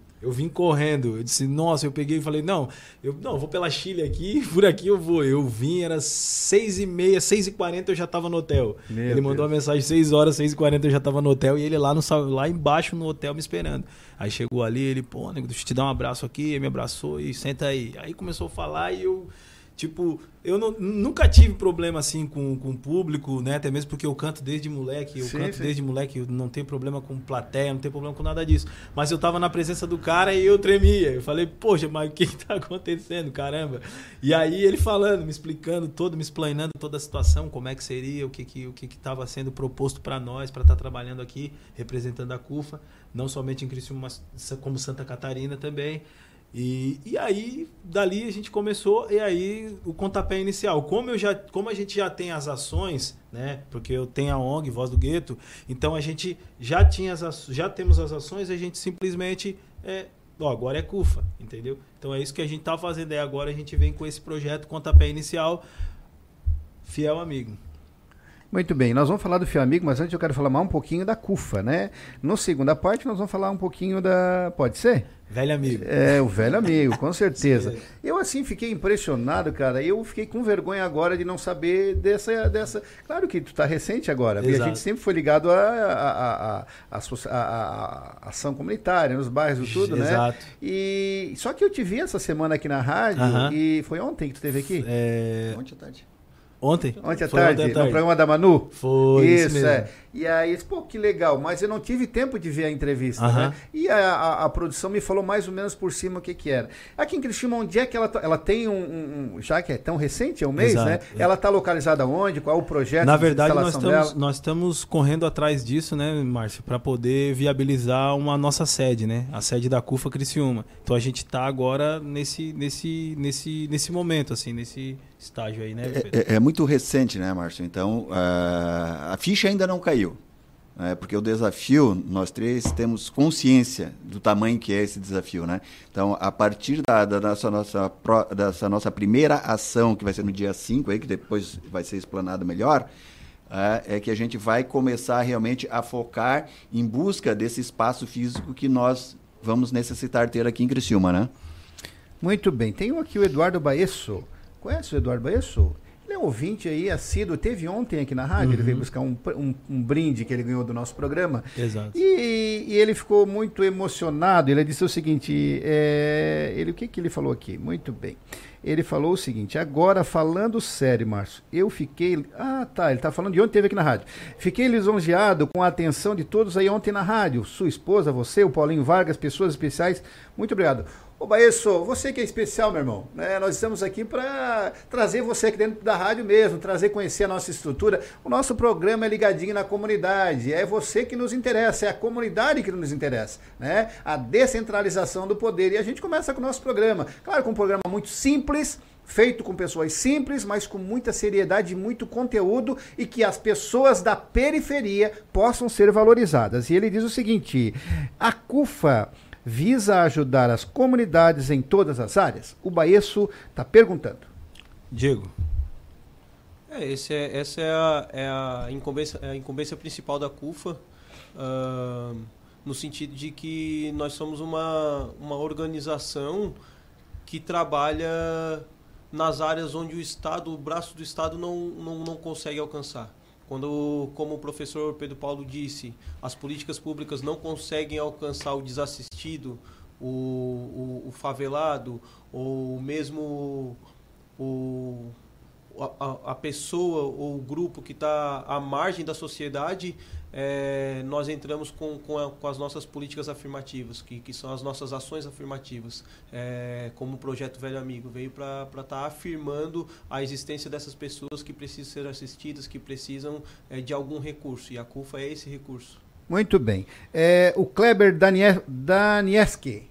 Eu disse, nossa, eu peguei e falei, não, eu vou pela Chile aqui, por aqui eu vou. Eu vim, era 6h30, 6h40 eu já tava no hotel. Ele mandou uma mensagem, 6 horas, 6h40 eu já tava no hotel, e ele lá embaixo no hotel me esperando. Aí chegou ali, ele, pô, nego, deixa eu te dar um abraço aqui, ele me abraçou e senta aí. Aí começou a falar e eu... Tipo, eu nunca tive problema assim com o público, né? Até mesmo porque eu canto desde moleque, eu não tenho problema com plateia, não tenho problema com nada disso. Mas eu tava na presença do cara e eu tremia. Eu falei, poxa, mas o que tá acontecendo, caramba? E aí ele falando, me explicando me explanando toda a situação, como é que seria, o que tava sendo proposto para nós, para estar trabalhando aqui, representando a CUFA, não somente em Criciúma, mas como Santa Catarina também. E aí, dali a gente começou, e aí o pontapé inicial. Como a gente já tem as ações, né? Porque eu tenho a ONG, Voz do Gueto, então a gente já temos as ações, a gente simplesmente... agora é CUFA, entendeu? Então é isso que a gente tá fazendo, aí agora a gente vem com esse projeto, pontapé inicial, Fiel Amigo. Muito bem, nós vamos falar do Fiel Amigo, mas antes eu quero falar mais um pouquinho da CUFA, né? Na segunda parte nós vamos falar um pouquinho Pode ser? Velho amigo. O velho amigo, com certeza. Eu, assim, fiquei impressionado, cara. Eu fiquei com vergonha agora de não saber dessa... Claro que tu tá recente agora, porque a gente sempre foi ligado à ação comunitária, nos bairros e tudo, né? Exato. Só que eu te vi essa semana aqui na rádio, e foi ontem que tu esteve aqui? Ontem à tarde. Ontem à tarde, no programa da Manu? Foi, isso mesmo. E aí, pô, que legal, mas eu não tive tempo de ver a entrevista, né? E a produção me falou mais ou menos por cima o que era. Aqui em Criciúma, onde é que ela tem já que é tão recente, é um mês, né? Ela está localizada onde? Qual é o projeto? Na verdade, nós estamos correndo atrás disso, né, Márcio, para poder viabilizar uma nossa sede, né? A sede da CUFA Criciúma. Então a gente está agora nesse momento, assim, nesse estágio aí, né? É muito recente, né, Márcio? Então, a ficha ainda não caiu. Porque o desafio, nós três temos consciência do tamanho que é esse desafio, né? Então, a partir dessa nossa primeira ação, que vai ser no dia 5, aí, que depois vai ser explanado melhor, é que a gente vai começar realmente a focar em busca desse espaço físico que nós vamos necessitar ter aqui em Criciúma, né? Muito bem. Tem aqui o Eduardo Baesso. Conhece o Eduardo Baesso? Ele é um ouvinte aí, assíduo. Teve ontem aqui na rádio, ele veio buscar um brinde que ele ganhou do nosso programa. Exato. E ele ficou muito emocionado. Ele disse o seguinte, o que ele falou aqui? Muito bem. Ele falou o seguinte, agora falando sério, Márcio, eu fiquei... ele tá falando de ontem, teve aqui na rádio. Fiquei lisonjeado com a atenção de todos aí ontem na rádio. Sua esposa, você, o Paulinho Vargas, pessoas especiais. Muito obrigado. Ô Baesso, você que é especial, meu irmão, né? Nós estamos aqui para trazer você aqui dentro da rádio mesmo, trazer, conhecer a nossa estrutura. O nosso programa é ligadinho na comunidade, é você que nos interessa, é a comunidade que nos interessa, né? A descentralização do poder. E a gente começa com o nosso programa, claro, com um programa muito simples, feito com pessoas simples, mas com muita seriedade e muito conteúdo, e que as pessoas da periferia possam ser valorizadas. E ele diz o seguinte: a CUFA visa ajudar as comunidades em todas as áreas? O Baesso está perguntando. Diego. Essa é a incumbência principal da CUFA, no sentido de que nós somos uma organização que trabalha nas áreas onde o braço do Estado não consegue alcançar. Quando, como o professor Pedro Paulo disse, as políticas públicas não conseguem alcançar o desassistido, o favelado, ou mesmo a pessoa ou o grupo que está à margem da sociedade, nós entramos com as nossas políticas afirmativas, que são as nossas ações afirmativas, como o Projeto Velho Amigo, veio para estar afirmando a existência dessas pessoas que precisam ser assistidas, que precisam de algum recurso, e a CUFA é esse recurso. Muito bem. O Kleber Danielski.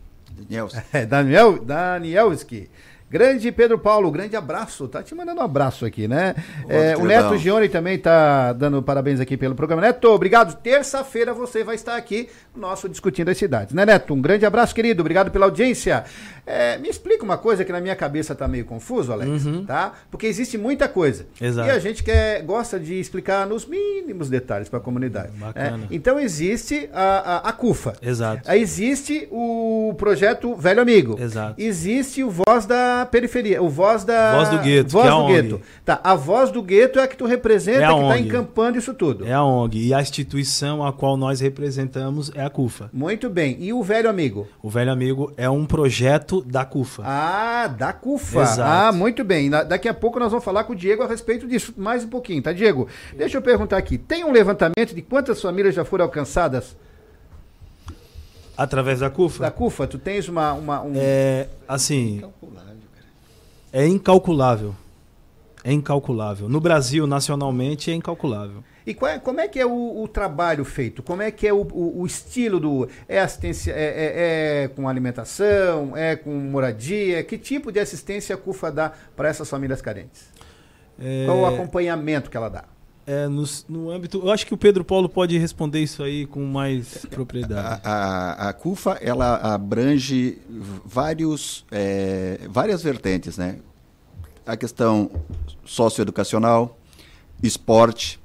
Grande Pedro Paulo, grande abraço. Tá te mandando um abraço aqui, né? O Neto Gione também tá dando parabéns aqui pelo programa. Neto, obrigado. Terça-feira você vai estar aqui no nosso Discutindo as Cidades, né, Neto? Um grande abraço, querido. Obrigado pela audiência. Me explica uma coisa que na minha cabeça tá meio confuso, Alex, tá? Porque existe muita coisa. Exato. E a gente gosta de explicar nos mínimos detalhes para a comunidade. Bacana. Então existe a CUFA. Exato. Existe o projeto Velho Amigo. Exato. Existe o Voz da Periferia, Voz do Gueto. Voz do Gueto. Tá, a Voz do Gueto é a que tu representa, que está encampando isso tudo. É a ONG. E a instituição a qual nós representamos é a CUFA. Muito bem. E o Velho Amigo? O Velho Amigo é um projeto da CUFA. Ah, da CUFA. Exato. Muito bem. Daqui a pouco nós vamos falar com o Diego a respeito disso, mais um pouquinho, tá, Diego? Deixa eu perguntar aqui. Tem um levantamento de quantas famílias já foram alcançadas? Através da CUFA? Da CUFA, tu tens um... assim... É incalculável. É incalculável. No Brasil, nacionalmente, é incalculável. E como é que é o trabalho feito? Como é que é o estilo do... É assistência, é com alimentação, é com moradia? Que tipo de assistência a CUFA dá para essas famílias carentes? Qual o acompanhamento que ela dá? No âmbito... Eu acho que o Pedro Paulo pode responder isso aí com mais propriedade. A CUFA, ela abrange várias vertentes, né? A questão socioeducacional, esporte,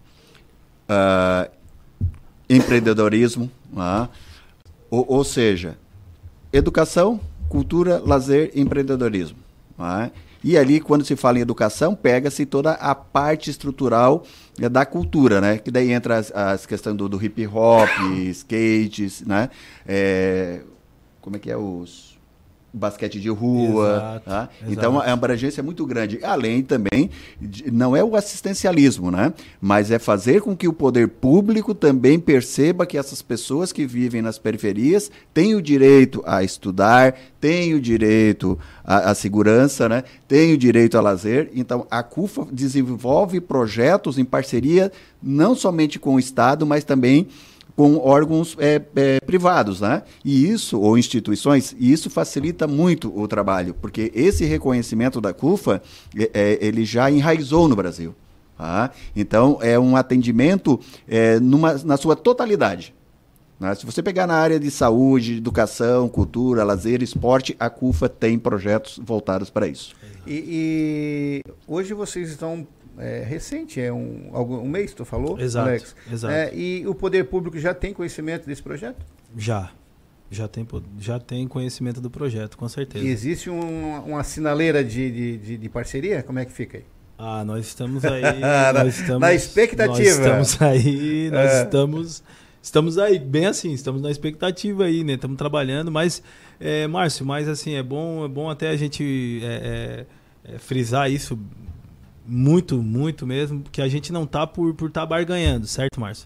empreendedorismo, ou seja, educação, cultura, lazer e empreendedorismo. E ali, quando se fala em educação, pega-se toda a parte estrutural da cultura, né? Que daí entra as questões do hip hop, skates, né? Como é que é basquete de rua. Exato, tá? exato. Então, a abrangência é muito grande. Além também, não é o assistencialismo, né? Mas é fazer com que o poder público também perceba que essas pessoas que vivem nas periferias têm o direito a estudar, têm o direito à segurança, né? Têm o direito a lazer. Então, a CUFA desenvolve projetos em parceria não somente com o Estado, mas também com órgãos privados, né? E isso, ou instituições, e isso facilita muito o trabalho, porque esse reconhecimento da CUFA, ele já enraizou no Brasil. Tá? Então, é um atendimento na sua totalidade. Né? Se você pegar na área de saúde, educação, cultura, lazer, esporte, a CUFA tem projetos voltados para isso. E hoje vocês estão... recente, um mês, tu falou, exato, Alex? Exato. E o poder público já tem conhecimento desse projeto? Já tem conhecimento do projeto, com certeza. E existe uma sinaleira de parceria? Como é que fica aí? Nós estamos aí... na expectativa. Nós estamos aí, estamos aí, bem assim, estamos na expectativa aí, né? Estamos trabalhando, mas, Márcio, assim, é bom até a gente frisar isso muito, muito mesmo, porque a gente não tá por estar barganhando, certo, Márcio?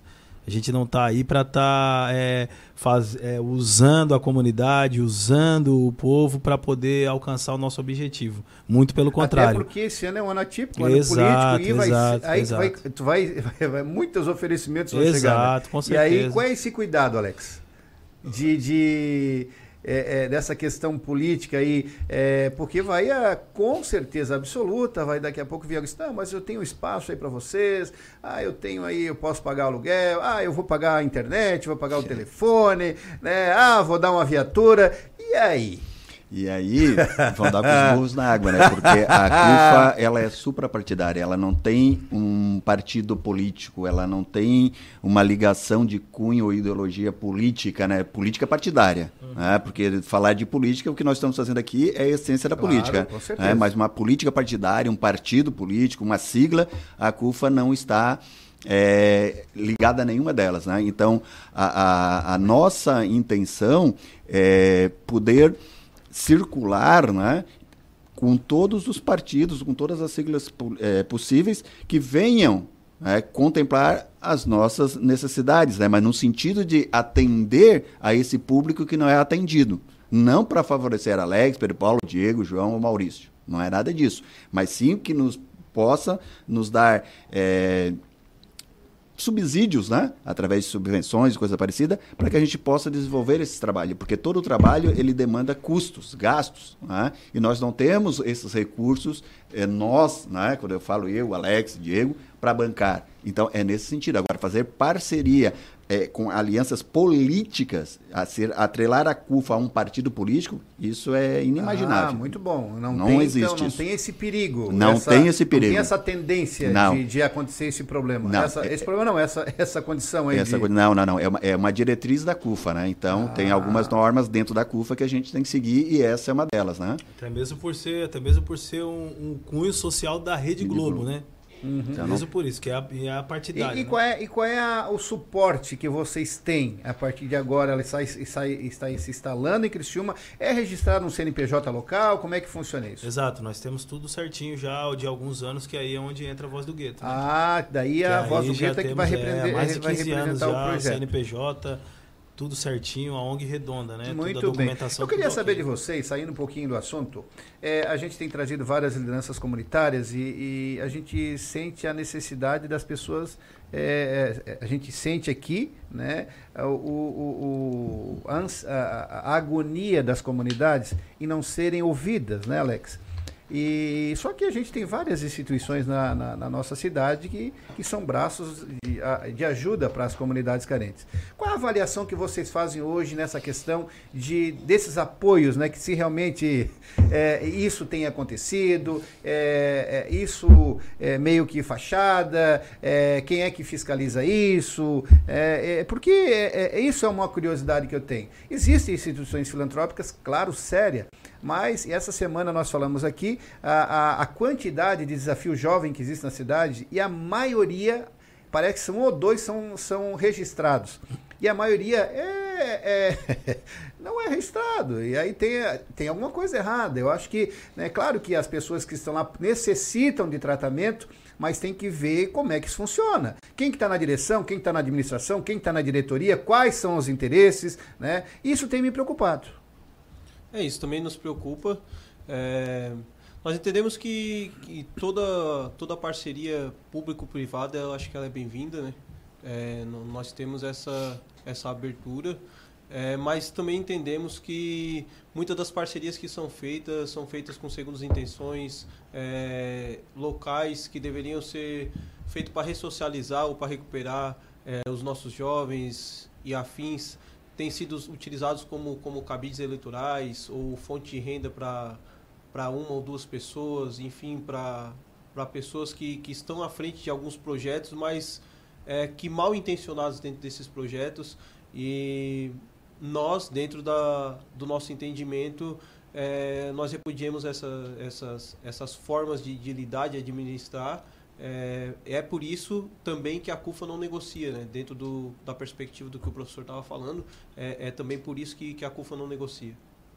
A gente não está aí para estar usando a comunidade, usando o povo para poder alcançar o nosso objetivo. Muito pelo contrário. Até porque esse ano é um ano atípico, ano político, e vai muitos oferecimentos vão chegar. Exato, com certeza. E aí, qual é esse cuidado, Alex? Dessa questão política aí, porque vai com certeza absoluta, vai daqui a pouco vir alguém, mas eu tenho espaço aí para vocês, eu posso pagar aluguel, eu vou pagar a internet, vou pagar o telefone, né? Vou dar uma viatura, e aí? E aí vão dar com os burros na água, né? Porque a CUFA, ela é suprapartidária, ela não tem um partido político, ela não tem uma ligação de cunho ou ideologia política, né? Política partidária, né? Porque falar de política, o que nós estamos fazendo aqui é a essência da política. Com certeza. Mas uma política partidária, um partido político, uma sigla, a CUFA não está ligada a nenhuma delas, né? Então, a nossa intenção é poder circular, né, com todos os partidos, com todas as siglas possíveis que venham contemplar as nossas necessidades, né, mas no sentido de atender a esse público que não é atendido. Não para favorecer Alex, Pedro Paulo, Diego, João ou Maurício. Não é nada disso. Mas sim que possa nos dar subsídios, né, através de subvenções, coisa parecida, para que a gente possa desenvolver esse trabalho, porque todo o trabalho ele demanda custos, gastos, né, e nós não temos esses recursos, nós, né, quando eu falo eu, Alex, Diego, para bancar. Então é nesse sentido. Agora, fazer parceria com alianças políticas, atrelar a CUFA a um partido político, isso é inimaginável. Muito bom. Não existe então, não isso. tem esse perigo. Não tem esse perigo. Não tem essa tendência de acontecer esse problema. Não. Esse problema não, essa condição aí. Não. É uma diretriz da CUFA, né? Então, tem algumas normas dentro da CUFA que a gente tem que seguir e essa é uma delas, né? Até mesmo por ser um cunho social da Rede Globo, né? Então, mesmo por isso, que é a partidária. E qual é o suporte que vocês têm a partir de agora? Ela está se instalando em Criciúma, é registrado no CNPJ local? Como é que funciona isso? Exato, nós temos tudo certinho já de alguns anos, que aí é onde entra a Voz do Gueto. Né? Daí a Voz do Gueto é que vai representar mais de 15 anos já, o projeto. CNPJ, tudo certinho, a ONG redonda, né? Muito toda a documentação. bem. Eu queria saber de vocês, saindo um pouquinho do assunto, a gente tem trazido várias lideranças comunitárias e a gente sente a necessidade das pessoas, a gente sente aqui, né, a agonia das comunidades em não serem ouvidas, né, Alex? Só que a gente tem várias instituições na nossa cidade que são braços de ajuda para as comunidades carentes. Qual é a avaliação que vocês fazem hoje nessa questão desses apoios, né? Que se realmente isso tem acontecido, isso é meio que fachada, quem é que fiscaliza isso? Porque isso é uma curiosidade que eu tenho. Existem instituições filantrópicas, claro, sérias, mas essa semana nós falamos aqui a quantidade de desafio jovem que existe na cidade e a maioria, parece que são 1 ou 2 são registrados. E a maioria não é registrado. E aí tem alguma coisa errada. Eu acho que, é claro que as pessoas que estão lá necessitam de tratamento, mas tem que ver como é que isso funciona. Quem que está na direção, quem está na administração, quem está na diretoria, quais são os interesses, né? Isso tem me preocupado. Isso também nos preocupa. Nós entendemos que toda parceria público-privada, eu acho que ela é bem-vinda, né? Nós temos essa abertura, mas também entendemos que muitas das parcerias que são feitas com segundas intenções, locais que deveriam ser feitos para ressocializar ou para recuperar os nossos jovens e afins, têm sido utilizados como cabides eleitorais ou fonte de renda para 1 ou 2 pessoas, enfim, para pessoas que estão à frente de alguns projetos, mas que mal intencionados dentro desses projetos. E nós, dentro do nosso entendimento, nós repudiamos essas formas de lidar, de administrar. É por isso também que a CUFA não negocia, né? Dentro da perspectiva do que o professor estava falando, é também por isso que a CUFA não negocia.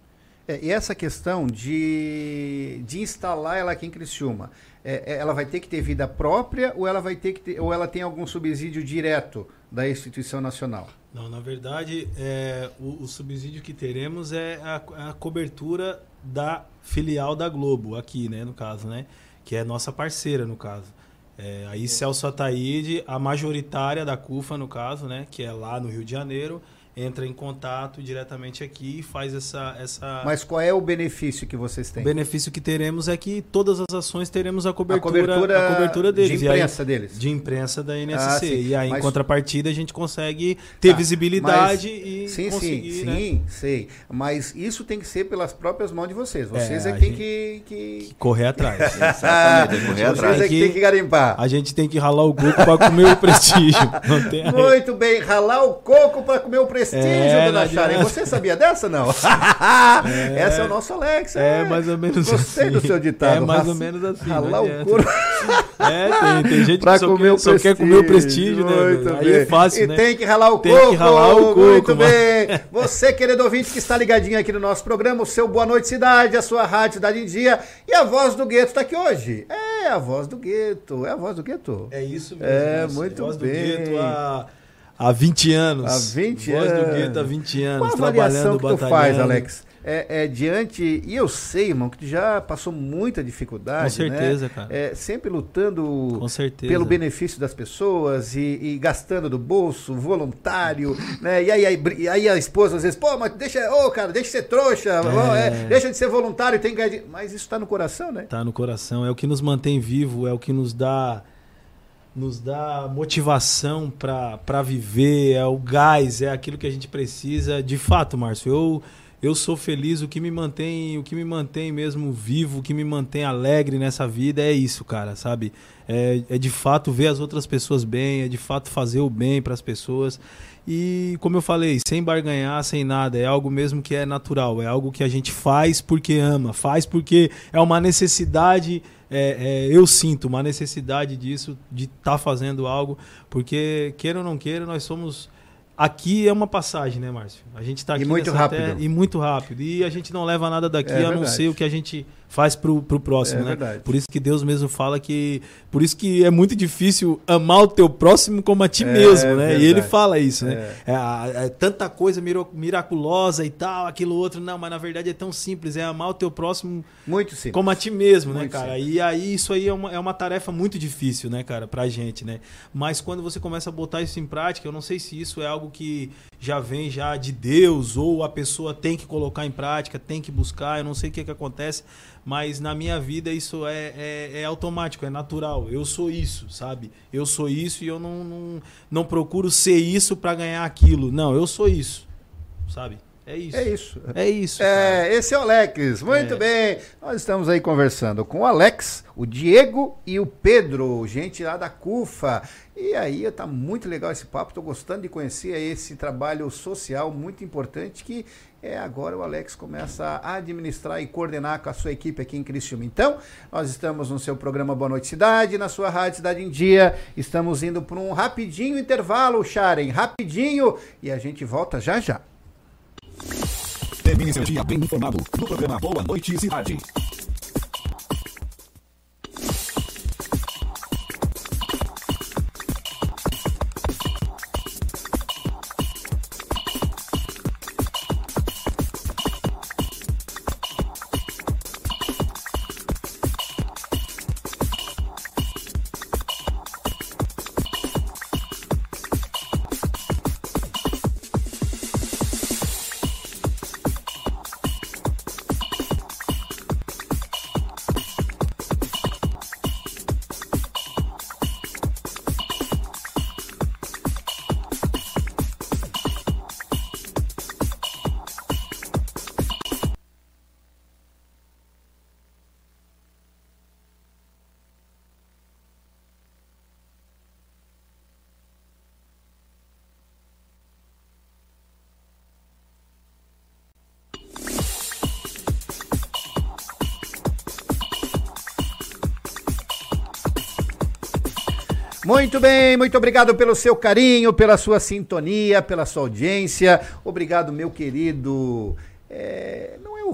E essa questão de instalar ela aqui em Criciúma, ela vai ter que ter vida própria ou ela vai ter que ter, ou ela tem algum subsídio direto da instituição nacional? Não, na verdade, o subsídio que teremos é a cobertura da filial da Globo, aqui, né, no caso, né, que é nossa parceira, no caso. Aí Celso Ataíde, a majoritária da CUFA, no caso, né, que é lá no Rio de Janeiro, entra em contato diretamente aqui e faz essa... Mas qual é o benefício que vocês têm? O benefício que teremos é que todas as ações teremos a cobertura deles. De imprensa deles? De imprensa da NSC. E aí, em contrapartida, a gente consegue ter visibilidade e conseguir... Sim, sei. Mas isso tem que ser pelas próprias mãos de vocês. Vocês têm que correr atrás. Exatamente, correr atrás. Vocês tem que garimpar. A gente tem que ralar o coco para comer o prestígio. Muito bem, ralar o coco para comer o prestígio. Dona Sharon. Você sabia dessa, não? Essa é o nosso Alex. Mais ou menos Gostei do seu ditado. Mais ou menos assim. Ralar o couro. Tem gente que só quer comer o prestígio, né? Muito aí bem. é fácil, né? Tem que ralar o coco. Tem que ralar o coco. Muito bem. Você, querido ouvinte, que está ligadinho aqui no nosso programa, o seu Boa Noite Cidade, a sua Rádio Cidade em Dia, e a Voz do Gueto está aqui hoje. É a Voz do Gueto. É a Voz do Gueto? É isso mesmo. Muito Voz bem. Do Gueto há 20 anos. Há 20 Voz anos. do Gueto há 20 anos. Qual a avaliação que tu faz, Alex? Diante, e eu sei, irmão, que tu já passou muita dificuldade, com certeza, né? Cara. Sempre lutando com certeza. Pelo benefício das pessoas e gastando do bolso, voluntário, né? E aí a esposa às vezes, mas deixa de ser trouxa, deixa de ser voluntário, tem que ganhar. Mas isso tá no coração, né? Tá no coração, é o que nos mantém vivo, é o que nos dá motivação para viver, é o gás, é aquilo que a gente precisa. De fato, Márcio, eu sou feliz, o que me mantém mesmo vivo, o que me mantém alegre nessa vida é isso, cara, sabe? É de fato ver as outras pessoas bem, é de fato fazer o bem para as pessoas. E, como eu falei, sem barganhar, sem nada, é algo mesmo que é natural, é algo que a gente faz porque ama, faz porque é uma necessidade. Eu sinto uma necessidade disso, de estar fazendo algo, porque, queira ou não queira, nós somos... Aqui é uma passagem, né, Márcio? A gente está aqui muito rápido. Terra, e muito rápido. E a gente não leva nada daqui a não ser o que a gente faz pro próximo, né? Verdade. Por isso que Deus mesmo fala que... Por isso que é muito difícil amar o teu próximo como a ti mesmo, né? Verdade. E ele fala isso, né? Tanta coisa miraculosa e tal, aquilo outro. Não, mas na verdade é tão simples. É amar o teu próximo muito simples. Como a ti mesmo, muito né, cara? Simples. E aí isso aí é uma tarefa muito difícil, né, cara? Pra gente, né? Mas quando você começa a botar isso em prática, eu não sei se isso é algo que já vem já de Deus ou a pessoa tem que colocar em prática, tem que buscar, eu não sei o que acontece, mas na minha vida isso é automático, é natural. Eu sou isso, sabe? Eu sou isso e eu não procuro ser isso para ganhar aquilo. Não, eu sou isso, sabe? É isso. É isso. Esse é o Alex. Muito bem. Nós estamos aí conversando com o Alex, o Diego e o Pedro, gente lá da CUFA. E aí tá muito legal esse papo. Estou gostando de conhecer esse trabalho social muito importante que agora o Alex começa a administrar e coordenar com a sua equipe aqui em Criciúma. Então, nós estamos no seu programa Boa Noite Cidade, na sua Rádio Cidade em Dia. Estamos indo para um rapidinho intervalo, Sharon. Rapidinho. E a gente volta já já. Termine seu dia bem informado no programa Boa Noite Cidade. Muito bem, muito obrigado pelo seu carinho, pela sua sintonia, pela sua audiência. Obrigado, meu querido. Não é o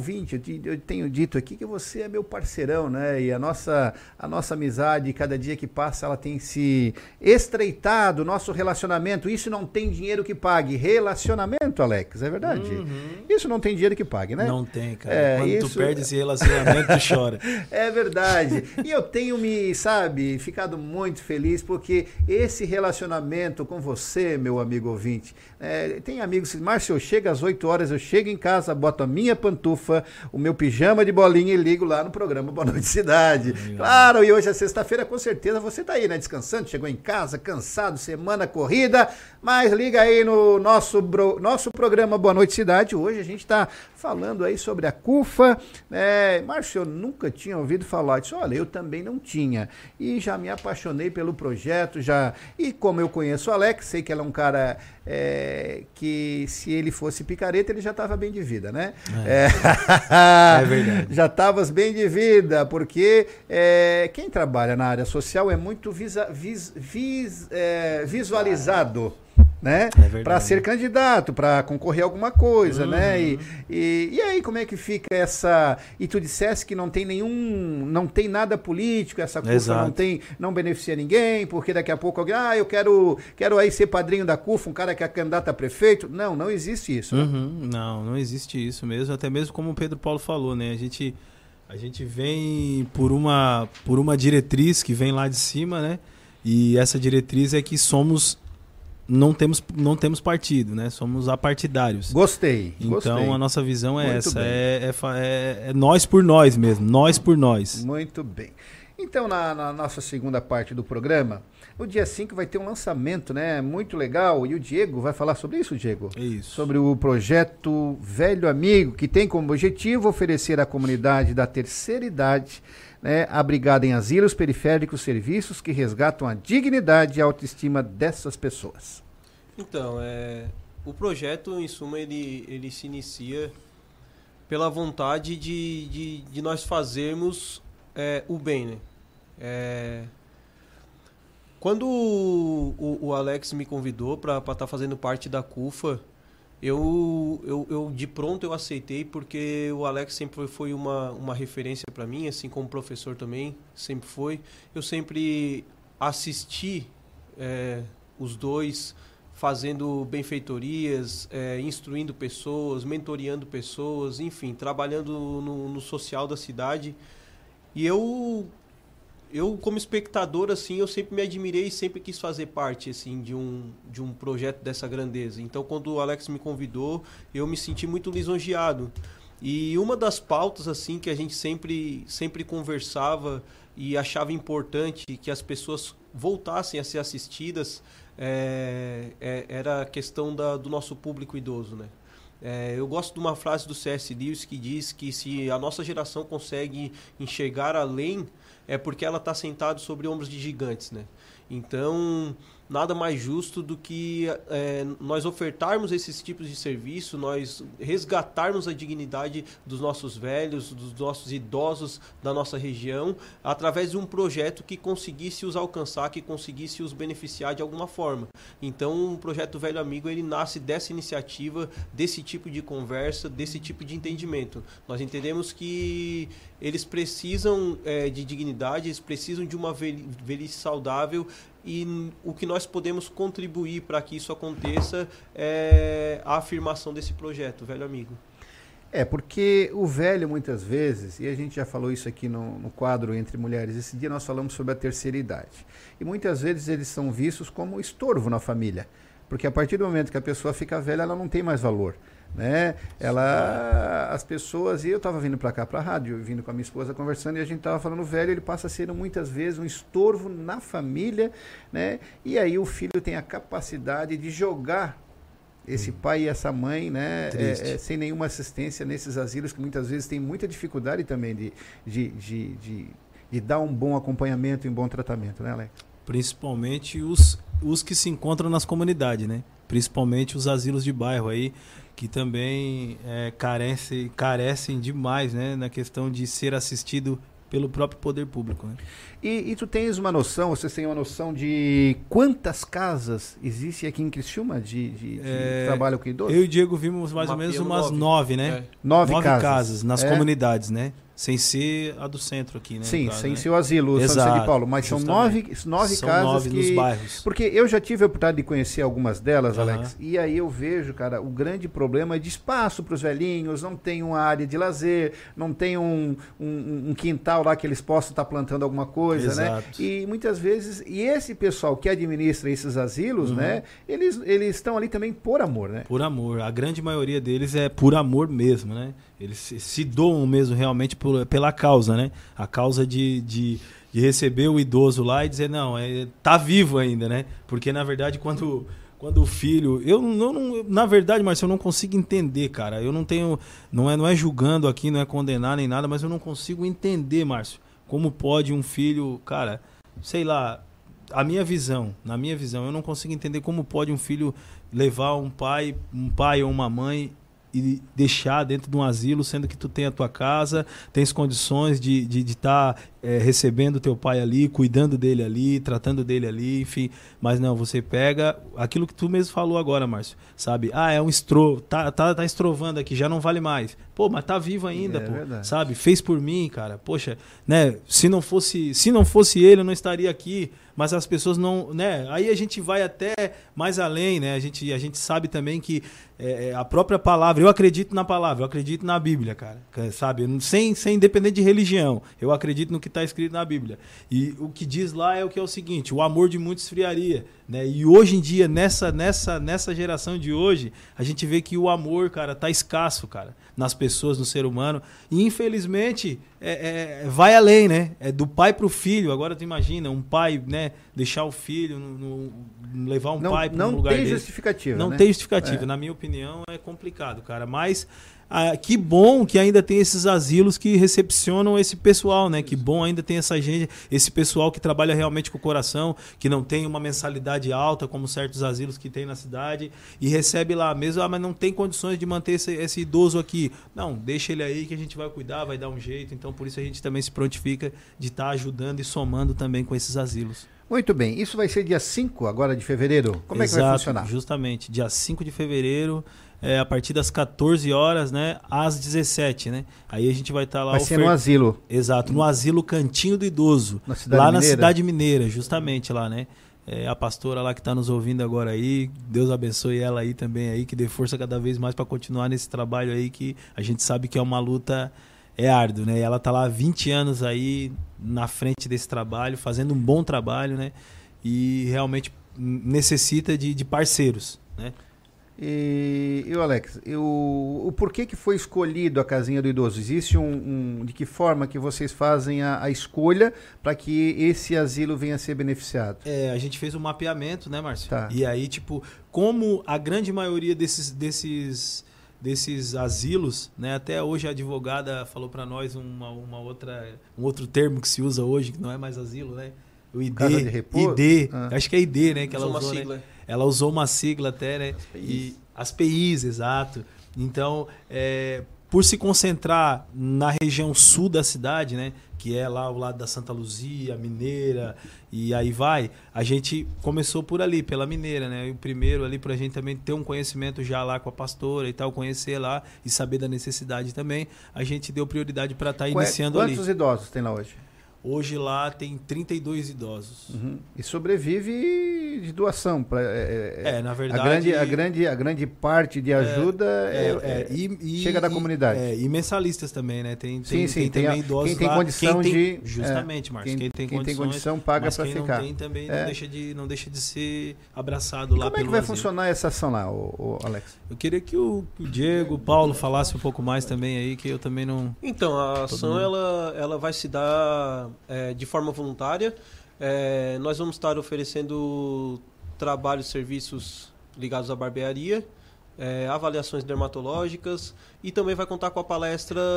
ouvinte, eu tenho dito aqui que você é meu parceirão, né? E a nossa amizade, cada dia que passa, ela tem se estreitado, nosso relacionamento. Isso não tem dinheiro que pague. Relacionamento, Alex, é verdade? Isso não tem dinheiro que pague, né? Não tem, cara. Quando tu perde esse relacionamento, tu chora. É verdade. E eu tenho ficado muito feliz porque esse relacionamento com você, meu amigo ouvinte, tem amigos que, Márcio, eu chego às 8 horas, eu chego em casa, boto a minha pantufa, o meu pijama de bolinha e ligo lá no programa Boa Noite Cidade. Claro, e hoje é sexta-feira, com certeza você tá aí, né? Descansando, chegou em casa, cansado, semana corrida, mas liga aí no nosso programa Boa Noite Cidade. Hoje a gente tá falando aí sobre a CUFA. Márcio, eu nunca tinha ouvido falar disso. Olha, eu também não tinha. E já me apaixonei pelo projeto, e como eu conheço o Alex, sei que ela é um cara que se ele fosse picareta, ele já estava bem de vida, né? É verdade. Já estavas bem de vida, porque quem trabalha na área social é muito visualizado, né? Para ser candidato, para concorrer a alguma coisa, né? E aí, como é que fica essa... E tu dissesse que não tem nada político, essa CUFA não beneficia ninguém, porque daqui a pouco alguém, eu quero aí ser padrinho da CUFA, um cara que é candidato a prefeito. Não existe isso. Né? Não existe isso mesmo, até mesmo como o Pedro Paulo falou, né? A gente vem por uma diretriz que vem lá de cima, né? E essa diretriz é que não temos partido, né? Somos apartidários. Gostei. Então a nossa visão é essa, é nós por nós mesmo, nós por nós. Muito bem. Então na nossa segunda parte do programa, no dia 5 vai ter um lançamento, né? Muito legal, e o Diego vai falar sobre isso, Diego? Isso. Sobre o projeto Velho Amigo, que tem como objetivo oferecer à comunidade da terceira idade, né, abrigada em asilos periféricos, serviços que resgatam a dignidade e a autoestima dessas pessoas. Então, o projeto, em suma, ele se inicia pela vontade de nós fazermos o bem, né? Quando o Alex me convidou para estar fazendo parte da CUFA, eu de pronto eu aceitei, porque o Alex sempre foi uma referência para mim, assim como professor também sempre foi. Eu sempre assisti os dois fazendo benfeitorias, instruindo pessoas, mentoreando pessoas, enfim, trabalhando no social da cidade. E eu como espectador, assim, eu sempre me admirei e sempre quis fazer parte, assim, de um projeto dessa grandeza. Então, quando o Alex me convidou, eu me senti muito lisonjeado. E uma das pautas, assim, que a gente sempre conversava e achava importante que as pessoas voltassem a ser assistidas, era a questão do nosso público idoso, né? Eu gosto de uma frase do C.S. Lewis que diz que se a nossa geração consegue enxergar além, é porque ela está sentada sobre ombros de gigantes, né? Então, nada mais justo do que nós ofertarmos esses tipos de serviço, nós resgatarmos a dignidade dos nossos velhos, dos nossos idosos da nossa região, através de um projeto que conseguisse os alcançar, que conseguisse os beneficiar de alguma forma. Então, o projeto Velho Amigo, ele nasce dessa iniciativa, desse tipo de conversa, desse tipo de entendimento. Nós entendemos que eles precisam de dignidade, eles precisam de uma velhice saudável, e o que nós podemos contribuir para que isso aconteça é a afirmação desse projeto, Velho Amigo. Porque o velho, muitas vezes, e a gente já falou isso aqui no quadro Entre Mulheres, esse dia nós falamos sobre a terceira idade, e muitas vezes eles são vistos como estorvo na família, porque a partir do momento que a pessoa fica velha, ela não tem mais valor, né? As pessoas, e eu estava vindo para cá, para a rádio, vindo com a minha esposa conversando, e a gente estava falando, o velho, ele passa a ser muitas vezes um estorvo na família, né? E aí o filho tem a capacidade de jogar esse pai e essa mãe, né, sem nenhuma assistência nesses asilos, que muitas vezes tem muita dificuldade também de dar um bom acompanhamento e um bom tratamento, né, Alex? Principalmente os que se encontram nas comunidades, né? Principalmente os asilos de bairro aí, que também carecem demais, né, na questão de ser assistido pelo próprio poder público, né? E tu tens uma noção, vocês têm uma noção de quantas casas existem aqui em Criciúma de trabalho com idoso? Eu e o Diego vimos mais ou menos umas 9, né? 9 casas nas comunidades, né? Sem ser a do centro aqui, né? Sim, caso, sem né? ser o asilo São José de Paulo, mas justamente. são nove São casas 9 que... nos bairros. Porque eu já tive a oportunidade de conhecer algumas delas, Alex, e aí eu vejo, cara, o grande problema é de espaço para os velhinhos, não tem uma área de lazer, não tem um quintal lá que eles possam estar plantando alguma coisa, Exato. né? E muitas vezes, e esse pessoal que administra esses asilos, né, eles estão ali também por amor, né? Por amor. A grande maioria deles é por amor mesmo, né? Eles se doam mesmo realmente pela causa, né? A causa de receber o idoso lá e dizer, não, tá vivo ainda, né? Porque, na verdade, quando o filho... na verdade, Marcelo, eu não consigo entender, cara. Eu não tenho... Não é julgando aqui, não é condenar nem nada, mas eu não consigo entender, Márcio, como pode um filho... Cara, sei lá, na minha visão, eu não consigo entender como pode um filho levar um pai ou uma mãe e deixar dentro de um asilo, sendo que tu tem a tua casa, tens condições de estar recebendo teu pai ali, cuidando dele ali, tratando dele ali, enfim. Mas não, você pega aquilo que tu mesmo falou agora, Márcio, sabe? É um estrovo, tá estrovando aqui, já não vale mais. Pô, mas tá vivo ainda, pô, verdade. sabe? Fez por mim, cara. Poxa, né? Se não fosse ele, eu não estaria aqui. Mas as pessoas não, né? Aí a gente vai até mais além, né? A gente sabe também que a própria palavra, eu acredito na palavra, eu acredito na Bíblia, cara, sabe? Sem independente de religião, eu acredito no que está escrito na Bíblia. E o que diz lá é o seguinte: o amor de muitos esfriaria, né? E hoje em dia, nessa geração de hoje, a gente vê que o amor, cara, tá escasso, cara, nas pessoas, no ser humano. E infelizmente vai além, né? É do pai pro filho. Agora tu imagina um pai, né, deixar o filho levar um pai para um lugar desse. Não tem justificativa. Na minha opinião, é complicado, cara. Mas que bom que ainda tem esses asilos que recepcionam esse pessoal, né? Que bom ainda tem essa gente, esse pessoal que trabalha realmente com o coração, que não tem uma mensalidade alta, como certos asilos que tem na cidade, e recebe lá mesmo, mas não tem condições de manter esse idoso aqui. Não, deixa ele aí que a gente vai cuidar, vai dar um jeito. Então, por isso a gente também se prontifica de estar ajudando e somando também com esses asilos. Muito bem. Isso vai ser dia 5 agora de fevereiro? Como Exato, é que vai funcionar? Justamente, dia 5 de fevereiro, a partir das 14 horas, né, às 17, né? Aí a gente vai estar lá... Vai ser no asilo. Exato, no asilo Cantinho do Idoso. Na Cidade Mineira? Na Cidade Mineira, justamente lá, né? A pastora lá que está nos ouvindo agora aí, Deus abençoe ela aí também, aí, que dê força cada vez mais para continuar nesse trabalho aí, que a gente sabe que é uma luta... árduo, né? E ela tá lá há 20 anos aí na frente desse trabalho, fazendo um bom trabalho, né? E realmente necessita de parceiros, né? E Alex, o porquê que foi escolhido a Casinha do Idoso? Existe de que forma que vocês fazem a escolha para que esse asilo venha a ser beneficiado? A gente fez um mapeamento, né, Márcio? Tá. E aí, tipo, como a grande maioria desses asilos, né? Até hoje a advogada falou para nós um outro termo que se usa hoje, que não é mais asilo, né? O ID, Casa de repouso? Acho que é ID, né? Que ela usou, uma sigla. né? Ela usou uma sigla até, né? As PIs, exato. Então, por se concentrar na região sul da cidade, né? Que é lá ao lado da Santa Luzia, Mineira, e aí vai, a gente começou por ali, pela Mineira, né? E o primeiro ali pra gente também ter um conhecimento já lá com a pastora e tal, conhecer lá e saber da necessidade também, a gente deu prioridade para estar iniciando ali. Quantos idosos tem lá hoje? Hoje lá tem 32 idosos. Uhum. E sobrevive de doação. Na verdade... A grande parte de ajuda chega da comunidade. E mensalistas também, né? Tem também idosos quem tem lá, condição justamente, Marcos. Quem tem condição paga para ficar. Quem não tem também não deixa de ser abraçado lá pelo asilo. Como é que vai funcionar essa ação lá, Alex? Eu queria que o Diego, o Paulo falasse um pouco mais também aí, que eu também não... Então, a ação ela vai se dar... de forma voluntária. Nós vamos estar oferecendo trabalhos, serviços ligados à barbearia, avaliações dermatológicas, e também vai contar com a palestra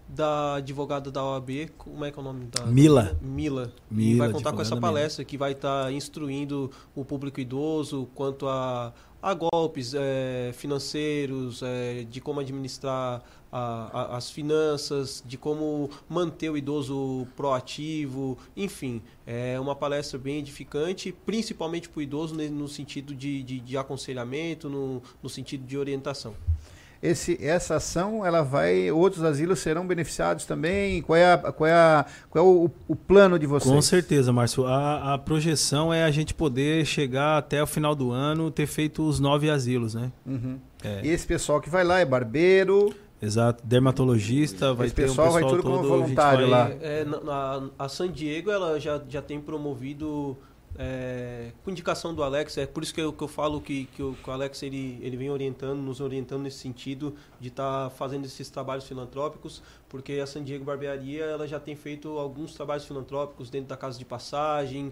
da advogada da OAB, como é que é o nome da... Mila. E vai contar com essa advogada palestra que vai estar instruindo o público idoso quanto a golpes financeiros, de como administrar as finanças, de como manter o idoso proativo, enfim, é uma palestra bem edificante, principalmente para o idoso no sentido de aconselhamento, no sentido de orientação. Essa ação, ela vai, outros asilos serão beneficiados também? Qual é o plano de vocês? Com certeza, Márcio. A projeção é a gente poder chegar até o final do ano, ter feito os 9 asilos, né? Uhum. E esse pessoal que vai lá é barbeiro... Exato, dermatologista, vai ter um pessoal vai tudo todo, como voluntário lá. A San Diego, ela já tem promovido... com indicação do Alex, é por isso que eu falo que o Alex ele vem nos orientando nesse sentido de estar fazendo esses trabalhos filantrópicos, porque a San Diego Barbearia ela já tem feito alguns trabalhos filantrópicos dentro da Casa de Passagem,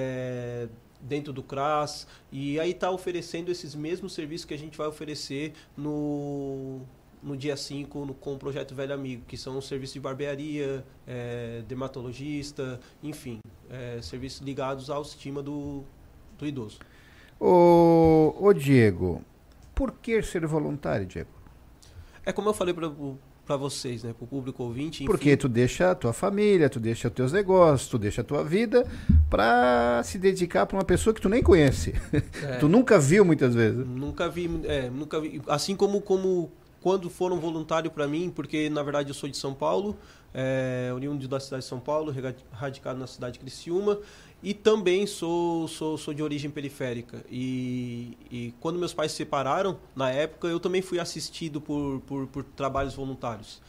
dentro do CRAS, e aí está oferecendo esses mesmos serviços que a gente vai oferecer no dia 5 com o Projeto Velho Amigo, que são serviços de barbearia, dermatologista, enfim, serviços ligados à autoestima do idoso. Ô Diego, por que ser voluntário, Diego? É como eu falei para vocês, né, para o público ouvinte. Enfim. Porque tu deixa a tua família, tu deixa os teus negócios, tu deixa a tua vida para se dedicar para uma pessoa que tu nem conhece. Tu nunca viu muitas vezes. Nunca vi. Assim como quando foram voluntário para mim, porque na verdade eu sou de São Paulo, oriundo da cidade de São Paulo, radicado na cidade de Criciúma, e também sou de origem periférica. E quando meus pais se separaram, na época, eu também fui assistido por trabalhos voluntários.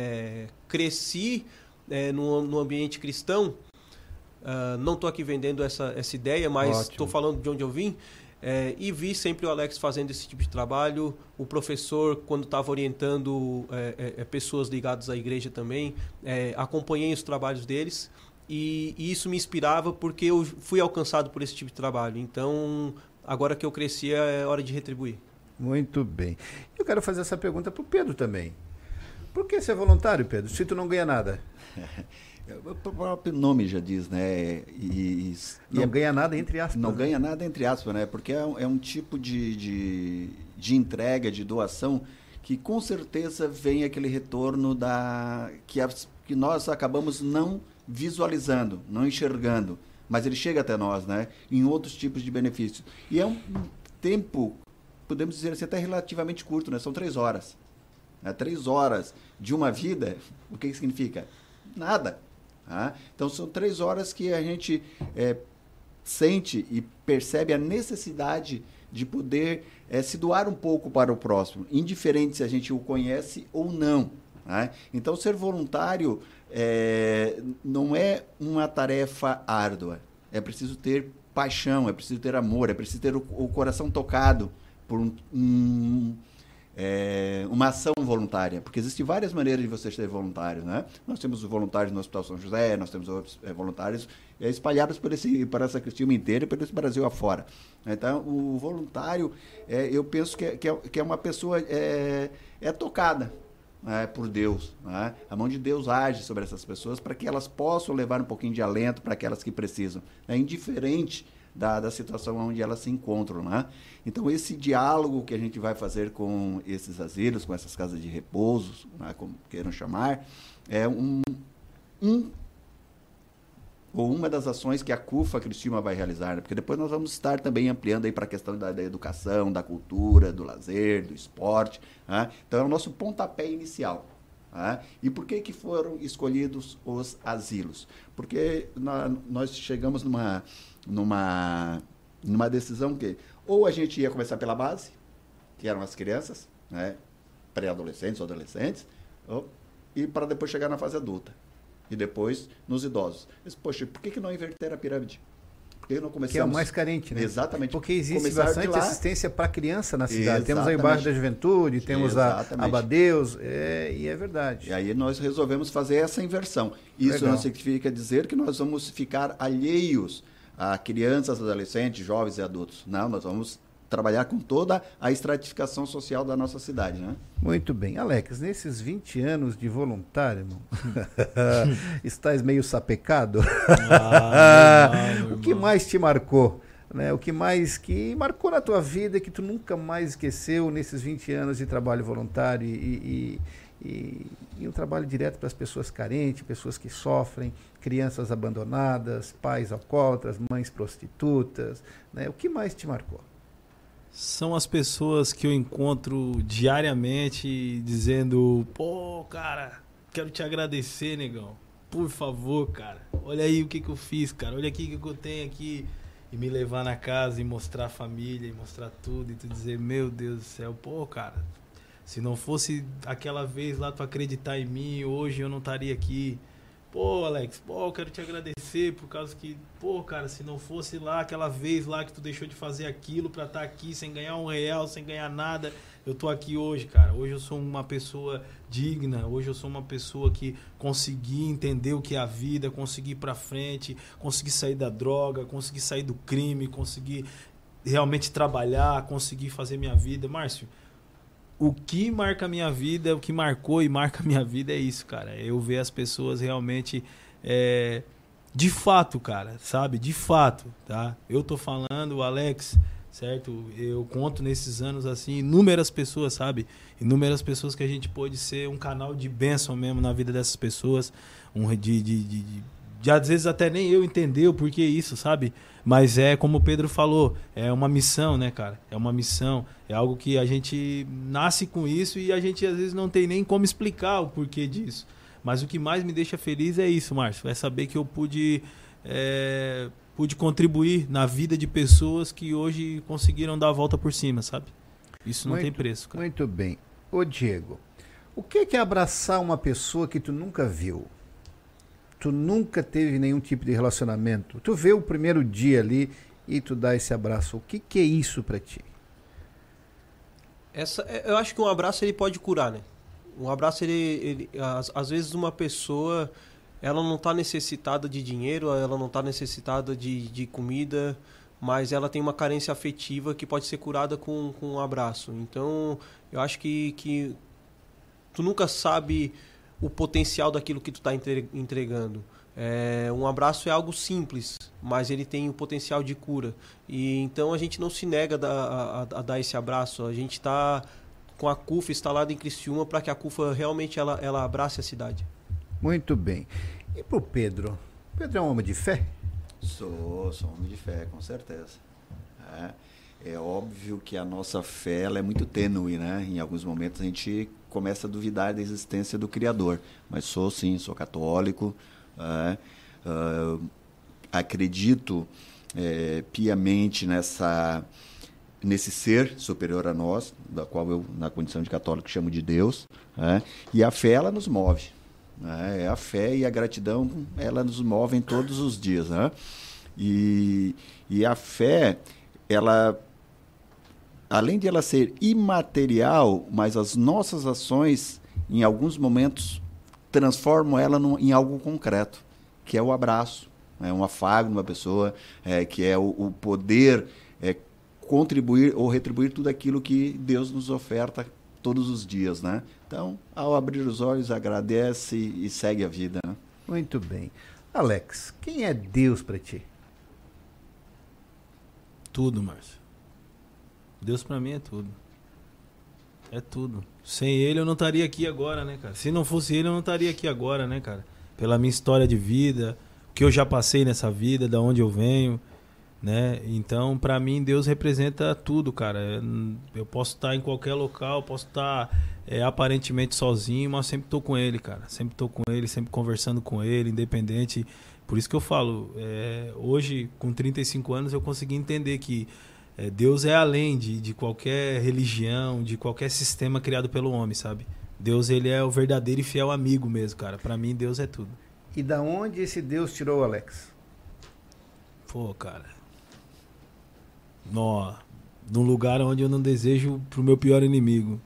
Cresci no ambiente cristão, não estou aqui vendendo essa ideia, mas estou falando de onde eu vim. E vi sempre o Alex fazendo esse tipo de trabalho, o professor quando estava orientando pessoas ligadas à igreja também, acompanhei os trabalhos deles e isso me inspirava porque eu fui alcançado por esse tipo de trabalho. Então, agora que eu cresci, é hora de retribuir. Muito bem. Eu quero fazer essa pergunta para o Pedro também. Por que ser voluntário, Pedro, se tu não ganha nada? O próprio nome já diz, né? Não ganha nada, entre aspas. Não ganha nada, entre aspas, né? Porque é um tipo de entrega, de doação, que com certeza vem aquele retorno que nós acabamos não visualizando, não enxergando. Mas ele chega até nós, né? Em outros tipos de benefícios. E é um tempo, podemos dizer assim, até relativamente curto, né? São 3 horas. 3 horas de uma vida, o que significa? Nada. Então são 3 horas que a gente sente e percebe a necessidade de poder se doar um pouco para o próximo, indiferente se a gente o conhece ou não. Então ser voluntário não é uma tarefa árdua, é preciso ter paixão, é preciso ter amor, é preciso ter o coração tocado por uma ação voluntária, porque existem várias maneiras de você ser voluntário, né? Nós temos voluntários no Hospital São José, nós temos outros voluntários espalhados por essa Criciúma inteira e por esse Brasil afora. Então, o voluntário, eu penso que é uma pessoa tocada por Deus, né? A mão de Deus age sobre essas pessoas para que elas possam levar um pouquinho de alento para aquelas que precisam. É indiferente da situação onde elas se encontram, né? Então, esse diálogo que a gente vai fazer com esses asilos, com essas casas de repouso, né, como queiram chamar, é uma das ações que a CUFA Criciúma vai realizar, né? Porque depois nós vamos estar também ampliando aí para a questão da educação, da cultura, do lazer, do esporte, né? Então, é o nosso pontapé inicial. E por que foram escolhidos os asilos? Porque nós chegamos numa decisão que ou a gente ia começar pela base, que eram as crianças, né, pré-adolescentes ou adolescentes, e para depois chegar na fase adulta. E depois nos idosos. Mas, poxa, por que não inverter a pirâmide? Por que não começamos... Que é o mais carente, né? Exatamente. Porque existe bastante assistência para criança na cidade. Exatamente. Temos aí o bairro da Juventude, temos a Abadeus, e é verdade. E aí nós resolvemos fazer essa inversão. Isso não significa dizer que nós vamos ficar alheios a crianças, adolescentes, jovens e adultos. Não, nós vamos trabalhar com toda a estratificação social da nossa cidade, né? Muito bem. Alex, nesses 20 anos de voluntário, irmão, estás meio sapecado? O que mais te marcou? Né? O que mais que marcou na tua vida que tu nunca mais esqueceu nesses 20 anos de trabalho voluntário e um trabalho direto para as pessoas carentes, pessoas que sofrem, crianças abandonadas, pais alcoólatras, mães prostitutas, né? O que mais te marcou? São as pessoas que eu encontro diariamente dizendo, pô, cara, quero te agradecer, negão. Por favor, cara, olha aí o que eu fiz, cara. Olha aqui o que eu tenho aqui. E me levar na casa e mostrar a família, e mostrar tudo. E tu dizer, meu Deus do céu, pô, cara, se não fosse aquela vez lá tu acreditar em mim, hoje eu não estaria aqui. Pô, Alex, pô, eu quero te agradecer por causa que, pô, cara, se não fosse lá aquela vez lá que tu deixou de fazer aquilo pra estar aqui sem ganhar R$1, sem ganhar nada, eu tô aqui hoje, cara. Hoje eu sou uma pessoa digna, hoje eu sou uma pessoa que consegui entender o que é a vida, consegui ir pra frente, consegui sair da droga, consegui sair do crime, consegui realmente trabalhar, consegui fazer minha vida. Márcio, o que marca a minha vida, o que marcou e marca a minha vida é isso, cara. Eu ver as pessoas realmente, de fato, cara, sabe? De fato, tá? Eu tô falando, o Alex, certo? Eu conto nesses anos, assim, inúmeras pessoas, sabe? Inúmeras pessoas que a gente pôde ser um canal de bênção mesmo na vida dessas pessoas. Às vezes até nem eu entender o porquê isso, sabe? Mas é como o Pedro falou, é uma missão, né, cara? É uma missão, é algo que a gente nasce com isso e a gente às vezes não tem nem como explicar o porquê disso. Mas o que mais me deixa feliz é isso, Márcio, é saber que eu pude contribuir na vida de pessoas que hoje conseguiram dar a volta por cima, sabe? Isso não tem preço, cara. Muito bem. Ô Diego, o que é abraçar uma pessoa que tu nunca viu? Tu nunca teve nenhum tipo de relacionamento. Tu vê o primeiro dia ali e tu dá esse abraço. O que é isso pra ti? Eu acho que um abraço ele pode curar, né? Um abraço, às vezes uma pessoa, ela não está necessitada de dinheiro, ela não está necessitada de comida, mas ela tem uma carência afetiva que pode ser curada com um abraço. Então, eu acho que tu nunca sabe o potencial daquilo que tu está entregando. Um abraço é algo simples, mas ele tem o potencial de cura. E então a gente não se nega a dar esse abraço. A gente está com a CUFA instalada em Criciúma para que a CUFA realmente ela abrace a cidade. Muito bem. E pro Pedro? Pedro é um homem de fé? Sou homem de fé, com certeza. É óbvio que a nossa fé ela é muito tênue, né? Em alguns momentos a gente começa a duvidar da existência do Criador. Mas sou católico. Acredito piamente nesse ser superior a nós, da qual eu, na condição de católico, chamo de Deus. E a fé, ela nos move. A fé e a gratidão, ela nos movem todos os dias. E a fé, ela, além de ela ser imaterial, mas as nossas ações, em alguns momentos, transformam ela em algo concreto, que é o abraço, um afago numa pessoa, que é o poder contribuir ou retribuir tudo aquilo que Deus nos oferta todos os dias, né? Então, ao abrir os olhos, agradece e segue a vida, né? Muito bem. Alex, quem é Deus para ti? Tudo, Márcio. Deus para mim é tudo. É tudo. Sem ele eu não estaria aqui agora, né, cara? Se não fosse ele eu não estaria aqui agora, né, cara? Pela minha história de vida, o que eu já passei nessa vida, da onde eu venho, né? Então, para mim, Deus representa tudo, cara. Eu posso estar em qualquer local, posso estar aparentemente sozinho, mas sempre tô com ele, cara. Sempre tô com ele, sempre conversando com ele, independente. Por isso que eu falo, hoje, com 35 anos, eu consegui entender que Deus é além de qualquer religião, de qualquer sistema criado pelo homem, sabe? Deus, ele é o verdadeiro e fiel amigo mesmo, cara. Para mim, Deus é tudo. E da onde esse Deus tirou o Alex? Pô, cara... num lugar onde eu não desejo pro meu pior inimigo.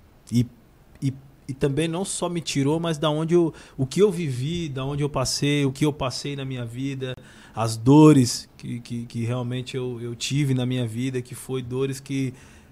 E também não só me tirou, mas da onde o que eu vivi, da onde eu passei, o que eu passei na minha vida, as dores que realmente eu tive na minha vida, que foi dores que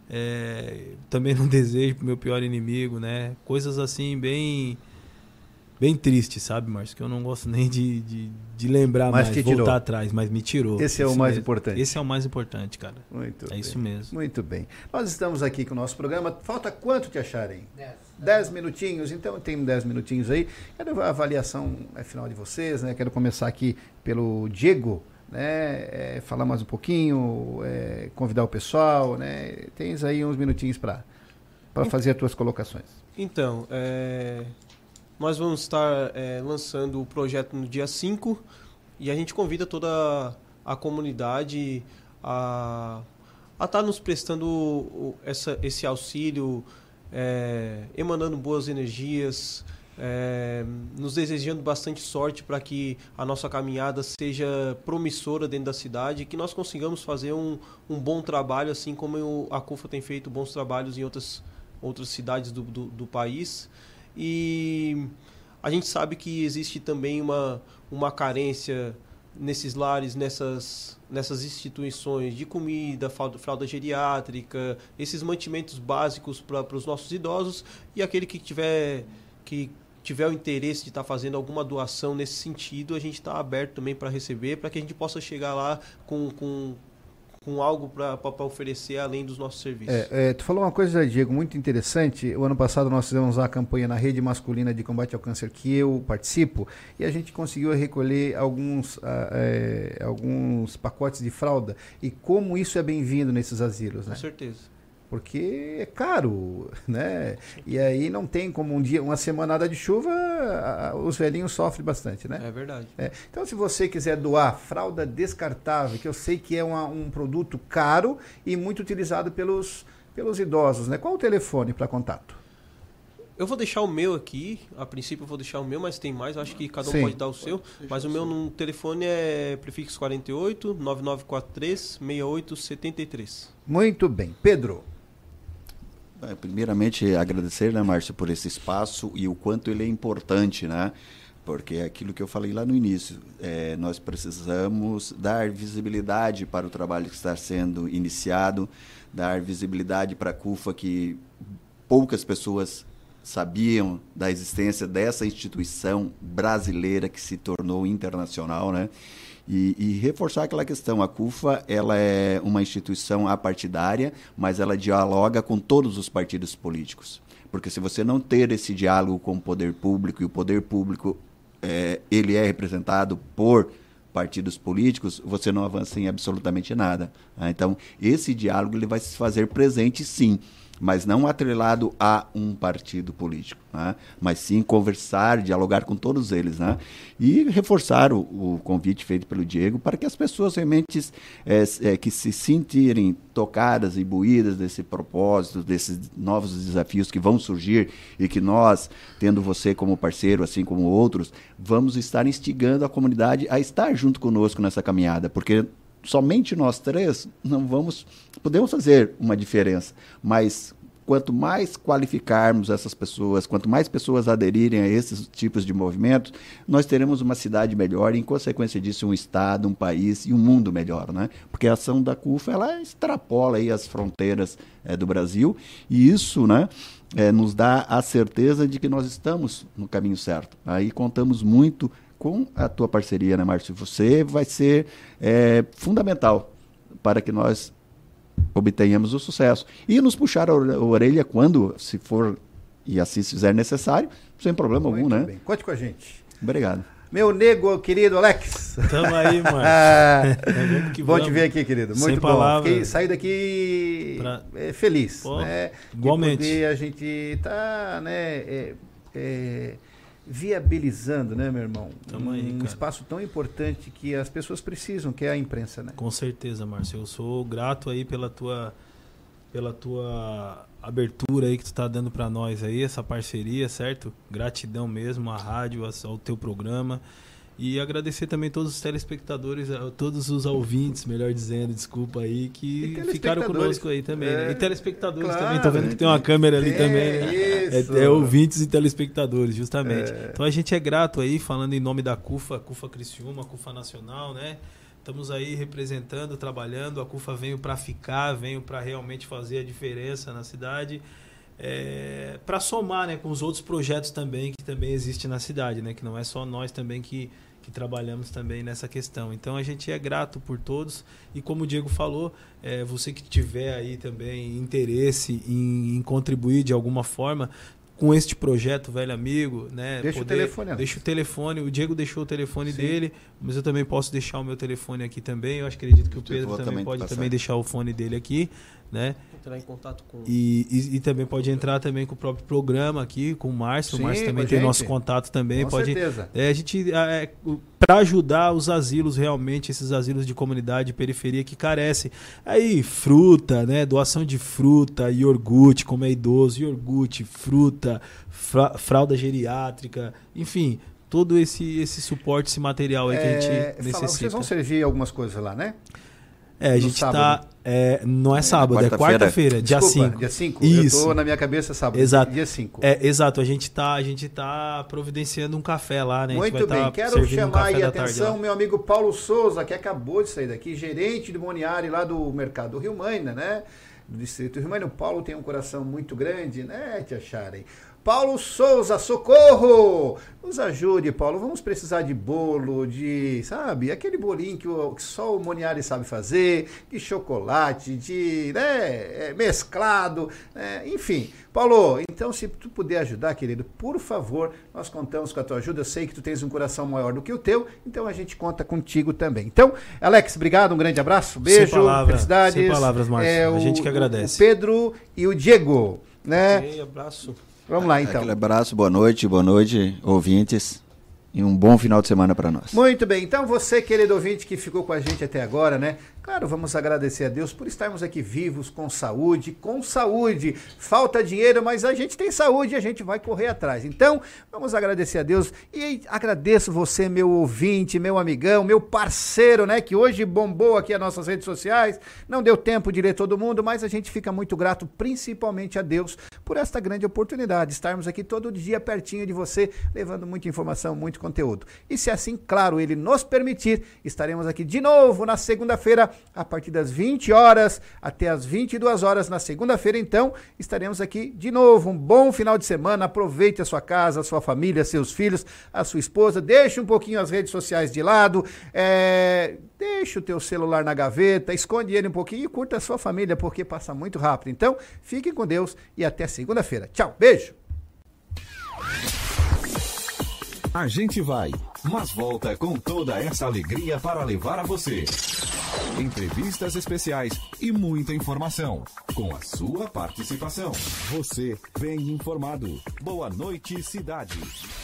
também não desejo pro meu pior inimigo, né? Coisas assim bem tristes, sabe, Márcio? Que eu não gosto nem de lembrar mas mais, voltar atrás, mas me tirou. Esse é o mais importante. Esse é o mais importante, cara. Muito bem. Isso mesmo. Muito bem. Nós estamos aqui com o nosso programa. Falta quanto te acharem? 10 minutinhos. Então, tem 10 minutinhos aí. Quero a avaliação final de vocês, né? Quero começar aqui pelo Diego, né? Falar mais um pouquinho, convidar o pessoal, né? Tens aí uns minutinhos para fazer as tuas colocações. Então, nós vamos estar lançando o projeto no dia 5 e a gente convida toda a comunidade a estar nos prestando esse auxílio, emanando boas energias, nos desejando bastante sorte para que a nossa caminhada seja promissora dentro da cidade, que nós consigamos fazer um bom trabalho, assim como a CUFA tem feito bons trabalhos em outras cidades do país. E a gente sabe que existe também uma carência nesses lares, nessas instituições de comida, fralda geriátrica, esses mantimentos básicos para os nossos idosos, e aquele que tiver o interesse de estar fazendo alguma doação nesse sentido, a gente está aberto também para receber, para que a gente possa chegar lá com algo para oferecer além dos nossos serviços. Tu falou uma coisa, Diego, muito interessante. O ano passado nós fizemos uma campanha na Rede Masculina de Combate ao Câncer, que eu participo, e a gente conseguiu recolher alguns pacotes de fralda, e como isso é bem-vindo nesses asilos, né? Com certeza. Porque é caro, né? E aí não tem como uma semanada de chuva, os velhinhos sofrem bastante, né? É verdade. Então, se você quiser doar fralda descartável, que eu sei que é um produto caro e muito utilizado pelos idosos, né? Qual o telefone para contato? Eu vou deixar o meu aqui, a princípio eu vou deixar o meu, mas tem mais, eu acho que cada um pode dar o seu. Mas o meu no telefone é prefixo 48 9943 6873. Muito bem. Pedro? Primeiramente, agradecer, né, Márcio, por esse espaço e o quanto ele é importante, né? Porque é aquilo que eu falei lá no início, nós precisamos dar visibilidade para o trabalho que está sendo iniciado, dar visibilidade para a CUFA, que poucas pessoas sabiam da existência dessa instituição brasileira que se tornou internacional, né? E reforçar aquela questão, a CUFA ela é uma instituição apartidária, mas ela dialoga com todos os partidos políticos. Porque se você não ter esse diálogo com o poder público, e o poder público ele é representado por partidos políticos, você não avança em absolutamente nada. Né? Então, esse diálogo ele vai se fazer presente, sim, mas não atrelado a um partido político, né? Mas sim conversar, dialogar com todos eles, né? E reforçar o convite feito pelo Diego para que as pessoas realmente que se sentirem tocadas e imbuídas desse propósito, desses novos desafios que vão surgir e que nós, tendo você como parceiro, assim como outros, vamos estar instigando a comunidade a estar junto conosco nessa caminhada, porque somente nós três podemos fazer uma diferença, mas quanto mais qualificarmos essas pessoas, quanto mais pessoas aderirem a esses tipos de movimentos, nós teremos uma cidade melhor e, em consequência disso, um estado, um país e um mundo melhor, né? Porque a ação da CUFA, ela extrapola aí as fronteiras do Brasil, e isso, né, nos dá a certeza de que nós estamos no caminho certo. Aí contamos muito com a tua parceria, né, Márcio? Você vai ser fundamental para que nós obtenhamos o sucesso. E nos puxar a orelha quando, se for e assim se fizer necessário, sem problema algum, né? Bem. Conte com a gente. Obrigado. Meu nego, querido Alex. Tamo aí, Márcio. Bom te ver aqui, querido. Muito bom. Saí daqui feliz. Pô, né? igualmente. Porque a gente está, né, viabilizando, né, meu irmão? Um espaço tão importante que as pessoas precisam, que é a imprensa, né? Com certeza, Márcio. Eu sou grato aí pela tua abertura aí que tu está dando para nós aí, essa parceria, certo? Gratidão mesmo à rádio, ao teu programa. E agradecer também todos os telespectadores, todos os ouvintes, melhor dizendo, desculpa aí, que ficaram conosco aí também. Né? E telespectadores também, tô vendo que tem uma câmera ali também. Né? Ouvintes e telespectadores, justamente. Então a gente é grato aí, falando em nome da CUFA, CUFA Criciúma, CUFA Nacional, né? Estamos aí representando, trabalhando, a CUFA veio para ficar, veio para realmente fazer a diferença na cidade. Para somar, né, com os outros projetos também que também existem na cidade, né, que não é só nós também que trabalhamos também nessa questão. Então a gente é grato por todos e como o Diego falou, você que tiver aí também interesse em contribuir de alguma forma com este projeto, velho amigo, né? Deixa o telefone. Deixa o telefone. O Diego deixou o telefone dele, mas eu também posso deixar o meu telefone aqui também. Eu acredito que o Pedro também pode também deixar o fone dele aqui, né? Entrar em contato com... E também pode entrar também com o próprio programa aqui, com o Márcio. Sim, o Márcio também tem nosso contato também. Com certeza. A gente, para ajudar os asilos realmente, esses asilos de comunidade, periferia que carecem. Aí, fruta, né? Doação de fruta, iogurte, como é idoso, iogurte, fruta, fralda geriátrica, enfim, todo esse suporte, esse material aí que a gente necessita. Vocês vão servir algumas coisas lá, né? A gente está... não é sábado, é quarta-feira, dia 5. Dia 5? Isso. Eu tô na minha cabeça sábado, exato. Dia 5. Exato, a gente tá providenciando um café lá, né? Muito bem, quero chamar aí a atenção meu amigo Paulo Souza, que acabou de sair daqui, gerente do Moniari lá do Mercado Rio Maina, né? Do Distrito Rio Maina. O Paulo tem um coração muito grande, né, tia Sharon? Paulo Souza, socorro! Nos ajude, Paulo. Vamos precisar de bolo, sabe? Aquele bolinho que só o Moniari sabe fazer, de chocolate, mesclado, enfim. Paulo, então se tu puder ajudar, querido, por favor, nós contamos com a tua ajuda. Eu sei que tu tens um coração maior do que o teu, então a gente conta contigo também. Então, Alex, obrigado, um grande abraço, beijo, felicidades. Sem palavras, Márcio. A gente que agradece. O Pedro e o Diego, né? Um abraço. Vamos lá, então. Aquele abraço, boa noite, ouvintes. E um bom final de semana para nós. Muito bem, então você, querido ouvinte, que ficou com a gente até agora, né? Claro, vamos agradecer a Deus por estarmos aqui vivos, com saúde. Falta dinheiro, mas a gente tem saúde e a gente vai correr atrás. Então, vamos agradecer a Deus e agradeço você, meu ouvinte, meu amigão, meu parceiro, né? Que hoje bombou aqui as nossas redes sociais. Não deu tempo de ler todo mundo, mas a gente fica muito grato, principalmente a Deus, por esta grande oportunidade. Estarmos aqui todo dia pertinho de você, levando muita informação, muito conteúdo. E se assim, claro, Ele nos permitir, estaremos aqui de novo na segunda-feira, a partir das 20 horas até as 22 horas na segunda-feira, então, estaremos aqui de novo. Um bom final de semana, aproveite a sua casa, a sua família, seus filhos, a sua esposa, deixe um pouquinho as redes sociais de lado, deixa o teu celular na gaveta, esconde ele um pouquinho e curta a sua família, porque passa muito rápido. Então, fiquem com Deus e até segunda-feira. Tchau, beijo! A gente vai, mas volta com toda essa alegria para levar a você entrevistas especiais e muita informação, com a sua participação. Você bem informado. Boa noite, cidade.